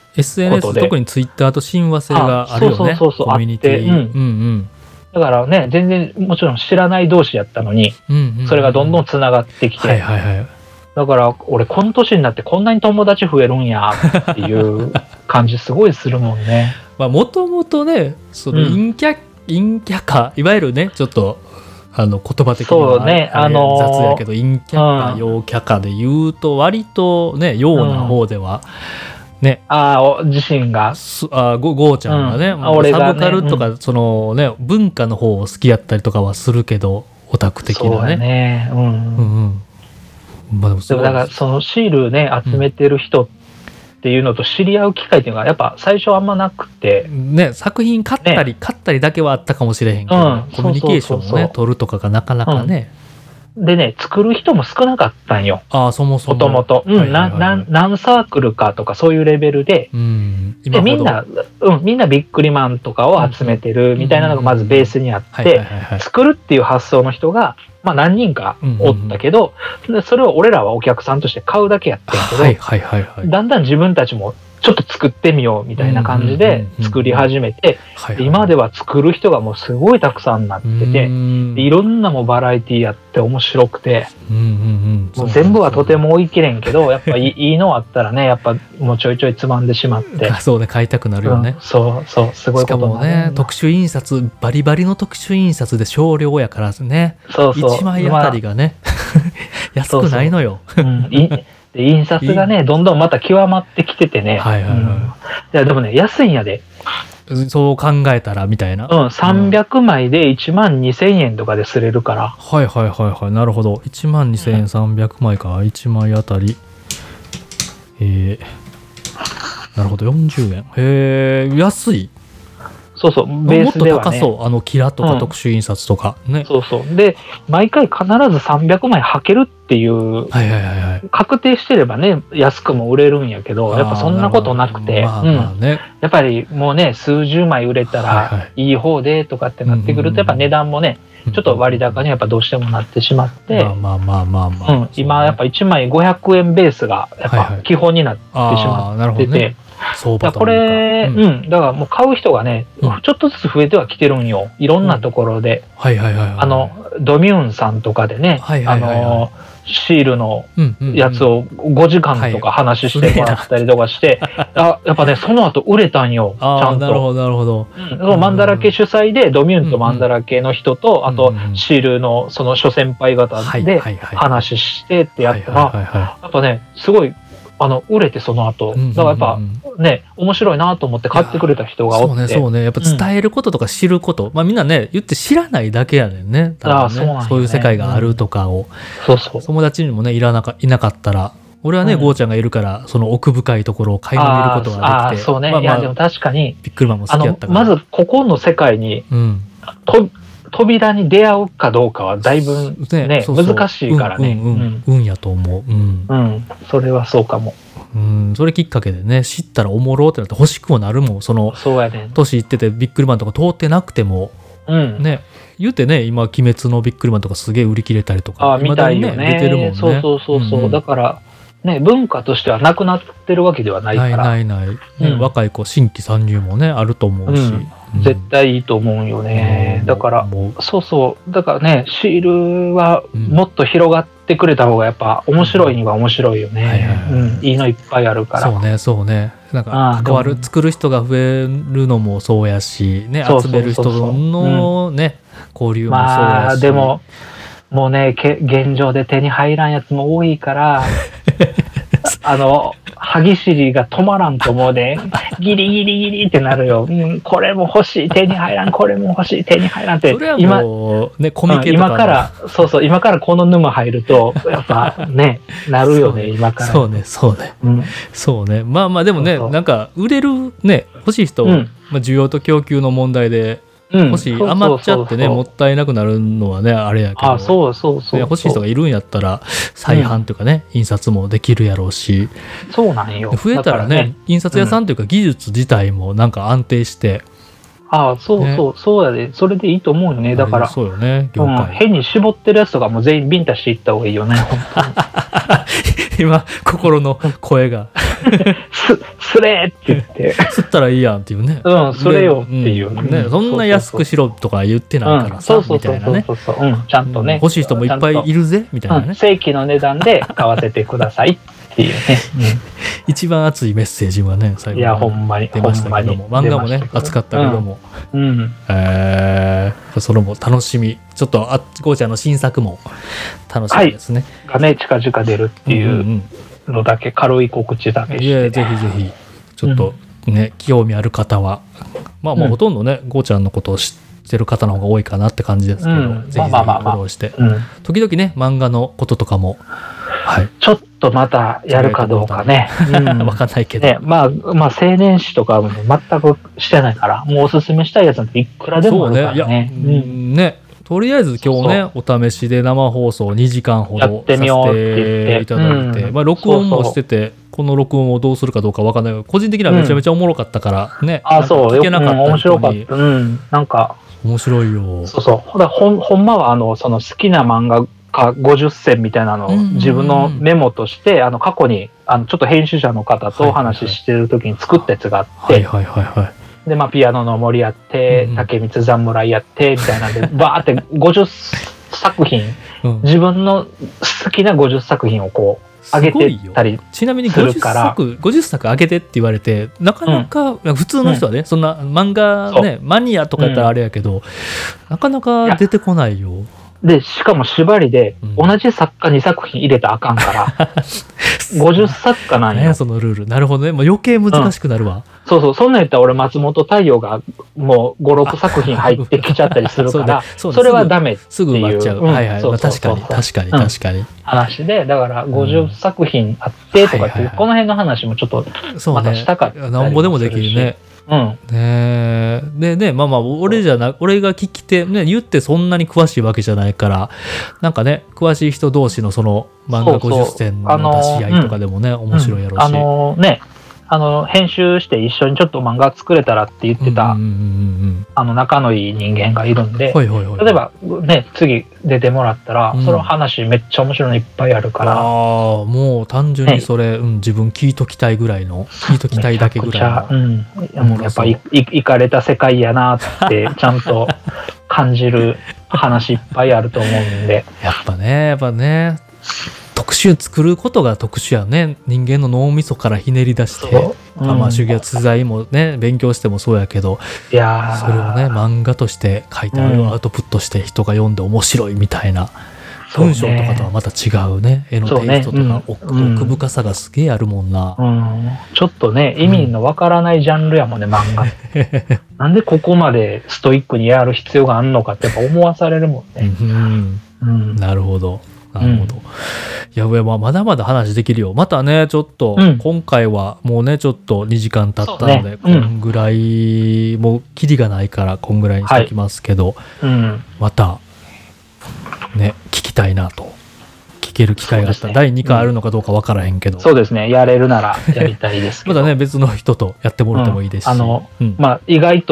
SNS、特にツイッターと親和性があるよね。コミュニティ。 だからね、全然もちろん知らない同士やったのに、それがどんどんつながってきて、だから俺この年になってこんなに友達増えるんやっていう感じすごいするもんね。 もともとね、その陰キャか、いわゆるね、ちょっと言葉的には雑やけど、陰キャか陽キャかで言うと割とね、陽な方ではね、 自身がゴーちゃんがね、サブカルとかそのね、文化の方を好きやったりとかはするけど、オタク的なね。 でもだからそのシールね、集めてる人っていうのと知り合う機会っていうのがやっぱ最初あんまなくてね、作品買ったりだけはあったかもしれへんけど、コミュニケーションをね取るとかがなかなかね、 でね、作る人も少なかったんよ。 そもそも。 もともと。何サークルかとかそういうレベルで、でみんなビックリマンとかを集めてるみたいなのがまずベースにあって、作るっていう発想の人が、何人かおったけど、それを俺らはお客さんとして買うだけやってんけど、だんだん自分たちもちょっと作ってみようみたいな感じで作り始めて、今では作る人がもうすごいたくさんなってて、いろんなもバラエティやって面白くて、もう全部はとても追い切れんけど、やっぱいいのあったらね、やっぱもうちょいちょいつまんでしまって。 そうね、買いたくなるよね。 そう、すごいことになる。しかもね、特殊印刷、バリバリの特殊印刷で少量やからね、1枚あたりがね、安くないのよ。 で印刷がね、どんどんまた極まってきててね。いやでもね、安いんやで。 そう考えたらみたいな。 300枚で12,000円とかで刷れるから。 なるほど。12,000円300枚か。1枚あたり。なるほど、40円。へえ、安い。 ベースではね。 もっと高そう。キラとか特殊印刷とかね。 で、毎回必ず300枚履けるっていう、確定してればね、安くも売れるんやけど、やっぱそんなことなくて、やっぱりもうね、数十枚売れたらいい方でとかってなってくると、やっぱ値段もね、ちょっと割高にやっぱどうしてもなってしまって、今やっぱ1枚500円ベースがやっぱ基本になってしまってて、これ、だからもう買う人がね、ちょっとずつ増えてはきてるんよ。いろんなところで。ドミューンさんとかでね、シールのやつを5時間とか話してもらったりとかして、やっぱね、その後売れたんよ、ちゃんと。 なるほど。 マンダラケ主催で、ドミューンとマンダラケの人と、あと、シールのその諸先輩方で話してってやったら、やっぱね、すごい、売れてその後、だからやっぱね、面白いなと思って買ってくれた人がおって。 そうね。やっぱ伝えることとか知ること。みんなね、言って知らないだけやねんね。そういう世界があるとかを。友達にもね、いなかったら、俺はね、ゴーちゃんがいるから、その奥深いところを垣間見ることができて。 そうね。いや、でも確かに。 ビックリマンも好きやったから。 まず、ここの世界に、扉に出会うかどうかはだいぶね、難しいからね。 運やと思う。 それはそうかも。 それきっかけでね、知ったらおもろってなって欲しくもなるもん。 そうやね。 年いっててビックリマンとか通ってなくても、ね、言うてね、今、鬼滅のビックリマンとかすげえ売り切れたりとか、 みたいよね。出てるもんね。そう。だから、 ね、文化としてはなくなってるわけではないから。 ない、ね、若い子、新規参入もね、あると思うし。 絶対いいと思うよね。だから、そうそう。だからね、シールはもっと広がってくれた方がやっぱ面白いには面白いよね。いいのいっぱいあるから。 そうね。なんか作る人が増えるのもそうやし、ね、集める人のね、交流もそうやし。 でも、もうね、現状で手に入らんやつも多いから、歯ぎしりが止まらんと思うで、ギリギリギリってなるよ。これも欲しい、手に入らん、これも欲しい、手に入らんって。 それはもう、ね、コミケとか今からこの沼入ると、やっぱね、なるよね、今から。 そうね。まあでもね、なんか、売れる、ね、欲しい人、需要と供給の問題で、もし余っちゃってね、もったいなくなるのはね、あれやけど、欲しい人がいるんやったら再販というかね、印刷もできるやろうし、 そうなんよ。 増えたらね、印刷屋さんというか技術自体もなんか安定して、 そうやで、それでいいと思うよね。だから、 そうよね、業界。 変に絞ってるやつとかも全員ビンタしていった方がいいよね、本当に。 今、心の声が。 すれって言って。 すったらいいやんっていうね。 それよっていうね。そんな安くしろとか言ってないからさ、みたいなね。 ちゃんとね。 欲しい人もいっぱいいるぜ、みたいなね。 正規の値段で買わせてくださいっていうね。 一番熱いメッセージはね、最後に出ましたけども、漫画もね、熱かったけども、それも楽しみ。ちょっと、ゴーちゃんの新作も楽しみですね。 がね、近々出るっていうのだけ、軽い告知だけして。 いや、ぜひぜひ、ちょっとね、興味ある方は、まあもうほとんどね、ゴーちゃんのことを知ってる方の方が多いかなって感じですけど、ぜひぜひフォローして、時々ね、漫画のこととかも、 ちょっとまたやるかどうかね。 わかんないけど。 まあ、青年誌とかも全くしてないから、もうおすすめしたいやつなんていくらでもあるからね。 ね、とりあえず今日ね、お試しで生放送2時間ほどさせていただいて、録音もしてて、この録音をどうするかどうかわかんないけど、個人的にはめちゃめちゃおもろかったからね。聞けなかった面白かった。なんか。 面白いよ。 ほんまは、その好きな漫画か50選みたいなのを自分のメモとして、過去に、ちょっと編集者の方とお話ししてる時に作ったやつがあって、で、ピアノの森やって、竹光侍やって、みたいなんで、バーって50作品、自分の好きな50作品をこう、上げてたりちなみに50作上げてって言われて、なかなか、普通の人はね、そんな漫画ね、マニアとかやったらあれやけど、なかなか出てこないよ。 で、しかも縛りで、同じ作家2作品入れたらあかんから、50作家なんや。 そのルール。なるほどね。もう余計難しくなるわ。 そんなん言ったら俺、松本太陽がもう5、6作品入ってきちゃったりするから、それはダメっていう。 すぐ埋まっちゃう。確かに。 話で、だから50作品あってとかっていう、この辺の話もちょっとまたしたかったり。 なんぼでもできるね。でね、俺が聞き手ね、言ってそんなに詳しいわけじゃないから、なんかね、詳しい人同士のその漫画50選の出し合いとかでもね、面白いやろうし。 編集して一緒にちょっと漫画作れたらって言ってた、仲のいい人間がいるんで、例えばね、次出てもらったら、その話めっちゃ面白いのいっぱいあるから。 もう単純にそれ、自分聞いときたいぐらいの、聞いときたいだけぐらいの。 やっぱ行かれた世界やなってちゃんと感じる話いっぱいあると思うんで。 やっぱね。特集作ることが特殊やね。人間の脳みそからひねり出して、主義や通材もね、勉強してもそうやけど、それをね、漫画として書いてあるアウトプットして人が読んで面白いみたいな、文章とかとはまた違うね、絵のテイストとか奥深さがすげえあるもんな。 ちょっとね、意味のわからないジャンルやもんね、漫画。なんでここまでストイックにやる必要があるのかってやっぱ思わされるもんね。なるほど。いや、まだまだ話できるよ。またね、ちょっと、今回はもうね、ちょっと2時間経ったので、こんぐらい、もうキリがないからこんぐらいにしておきますけど、また、ね、聞きたいなと。聞ける機会があったら、第2回あるのかどうか分からへんけど。 そうですね、やれるならやりたいですけど。 まだね、別の人とやってもらってもいいですし。 意外と、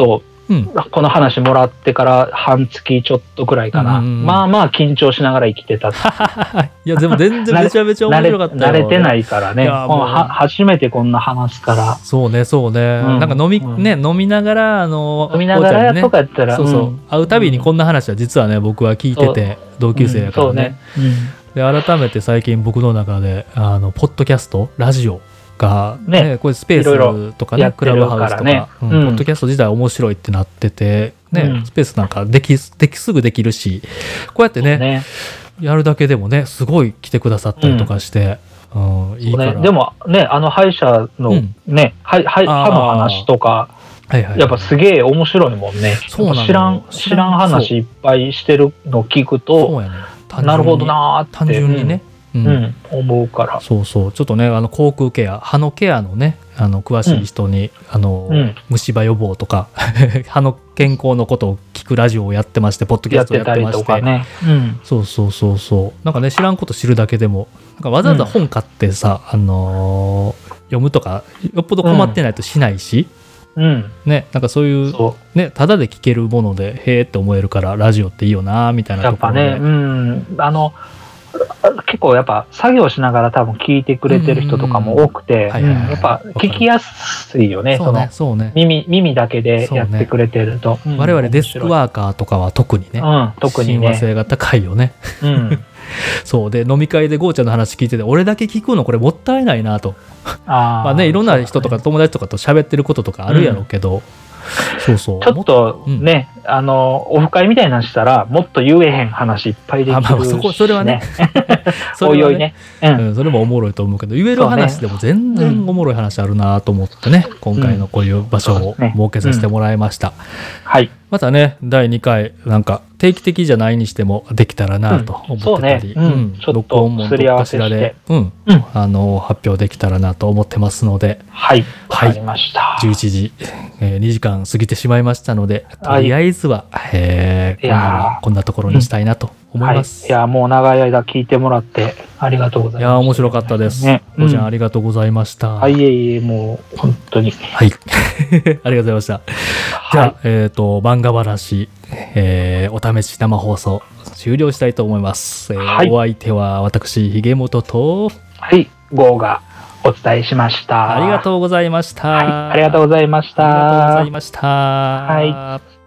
この話もらってから半月ちょっとくらいかな。まあまあ緊張しながら生きてた。 いや、でも全然めちゃめちゃ面白かったよ。 慣れてないからね。初めてこんな話すから。 そうね、そうね。なんか飲みながら、 飲みながらとかやったら。 そうそう。会うたびにこんな話は実はね、僕は聞いてて、同級生やからね。で、改めて最近僕の中で、ポッドキャスト、ラジオが、ね、これスペースとかね、クラブハウスとか、ポッドキャスト自体面白いってなってて、ね、スペースなんかすぐできるし、こうやってね、やるだけでもね、すごい来てくださったりとかして、いいから。 でもね、歯医者のね、歯の話とか、やっぱすげえ面白いもんね。知らん話いっぱいしてるの聞くと、なるほどなーって単純にね、 思うから。 そうそう、ちょっとね、口腔ケア、歯のケアのね、詳しい人に、虫歯予防とか歯の健康のことを聞くラジオをやってまして、ポッドキャストをやってまして、そうそうそうそう、なんかね、知らんこと知るだけでも、なんかわざわざ本買ってさ、読むとかよっぽど困ってないとしないし、ね、なんかそういうね、ただで聞けるものでへーって思えるからラジオっていいよなみたいなところで。やっぱね、結構やっぱ作業しながら多分聞いてくれてる人とかも多くて、やっぱ聞きやすいよね。 そうね。 耳だけでやってくれてると。 我々デスクワーカーとかは特にね、親和性が高いよね。そうで、飲み会でゴーちゃんの話聞いてて、俺だけ聞くのこれもったいないなと。まあね、いろんな人とか友達とかと喋ってることとかあるやろうけど、そうそう、 ちょっとね、オフ会みたいなのしたらもっと言えへん話いっぱいできるし、ね、 それはねおいおいね、 それもおもろいと思うけど、言える話でも全然おもろい話あるなと思ってね、今回のこういう場所を設けさせてもらいました。はい、またね、第2回なんか定期的じゃないにしてもできたらなと思ってたり、録音もどっかしらで発表できたらなと思ってますので、 はい、わかりました。 11時、2時間過ぎてしまいましたので、とりあえずは、こんなところにしたいなと思います。 いや、もう長い間聞いてもらってありがとうございます。 いや、面白かったです。ごちゃんありがとうございました。 はい、いえ、もう本当に。 はい、ありがとうございました。じゃあ、漫画話、お試し生放送終了したいと思います。お相手は私、ひげもとと、 はい、ゴーがお伝えしました。 ありがとうございました。 はい、ありがとうございました。 ありがとうございました。 はい。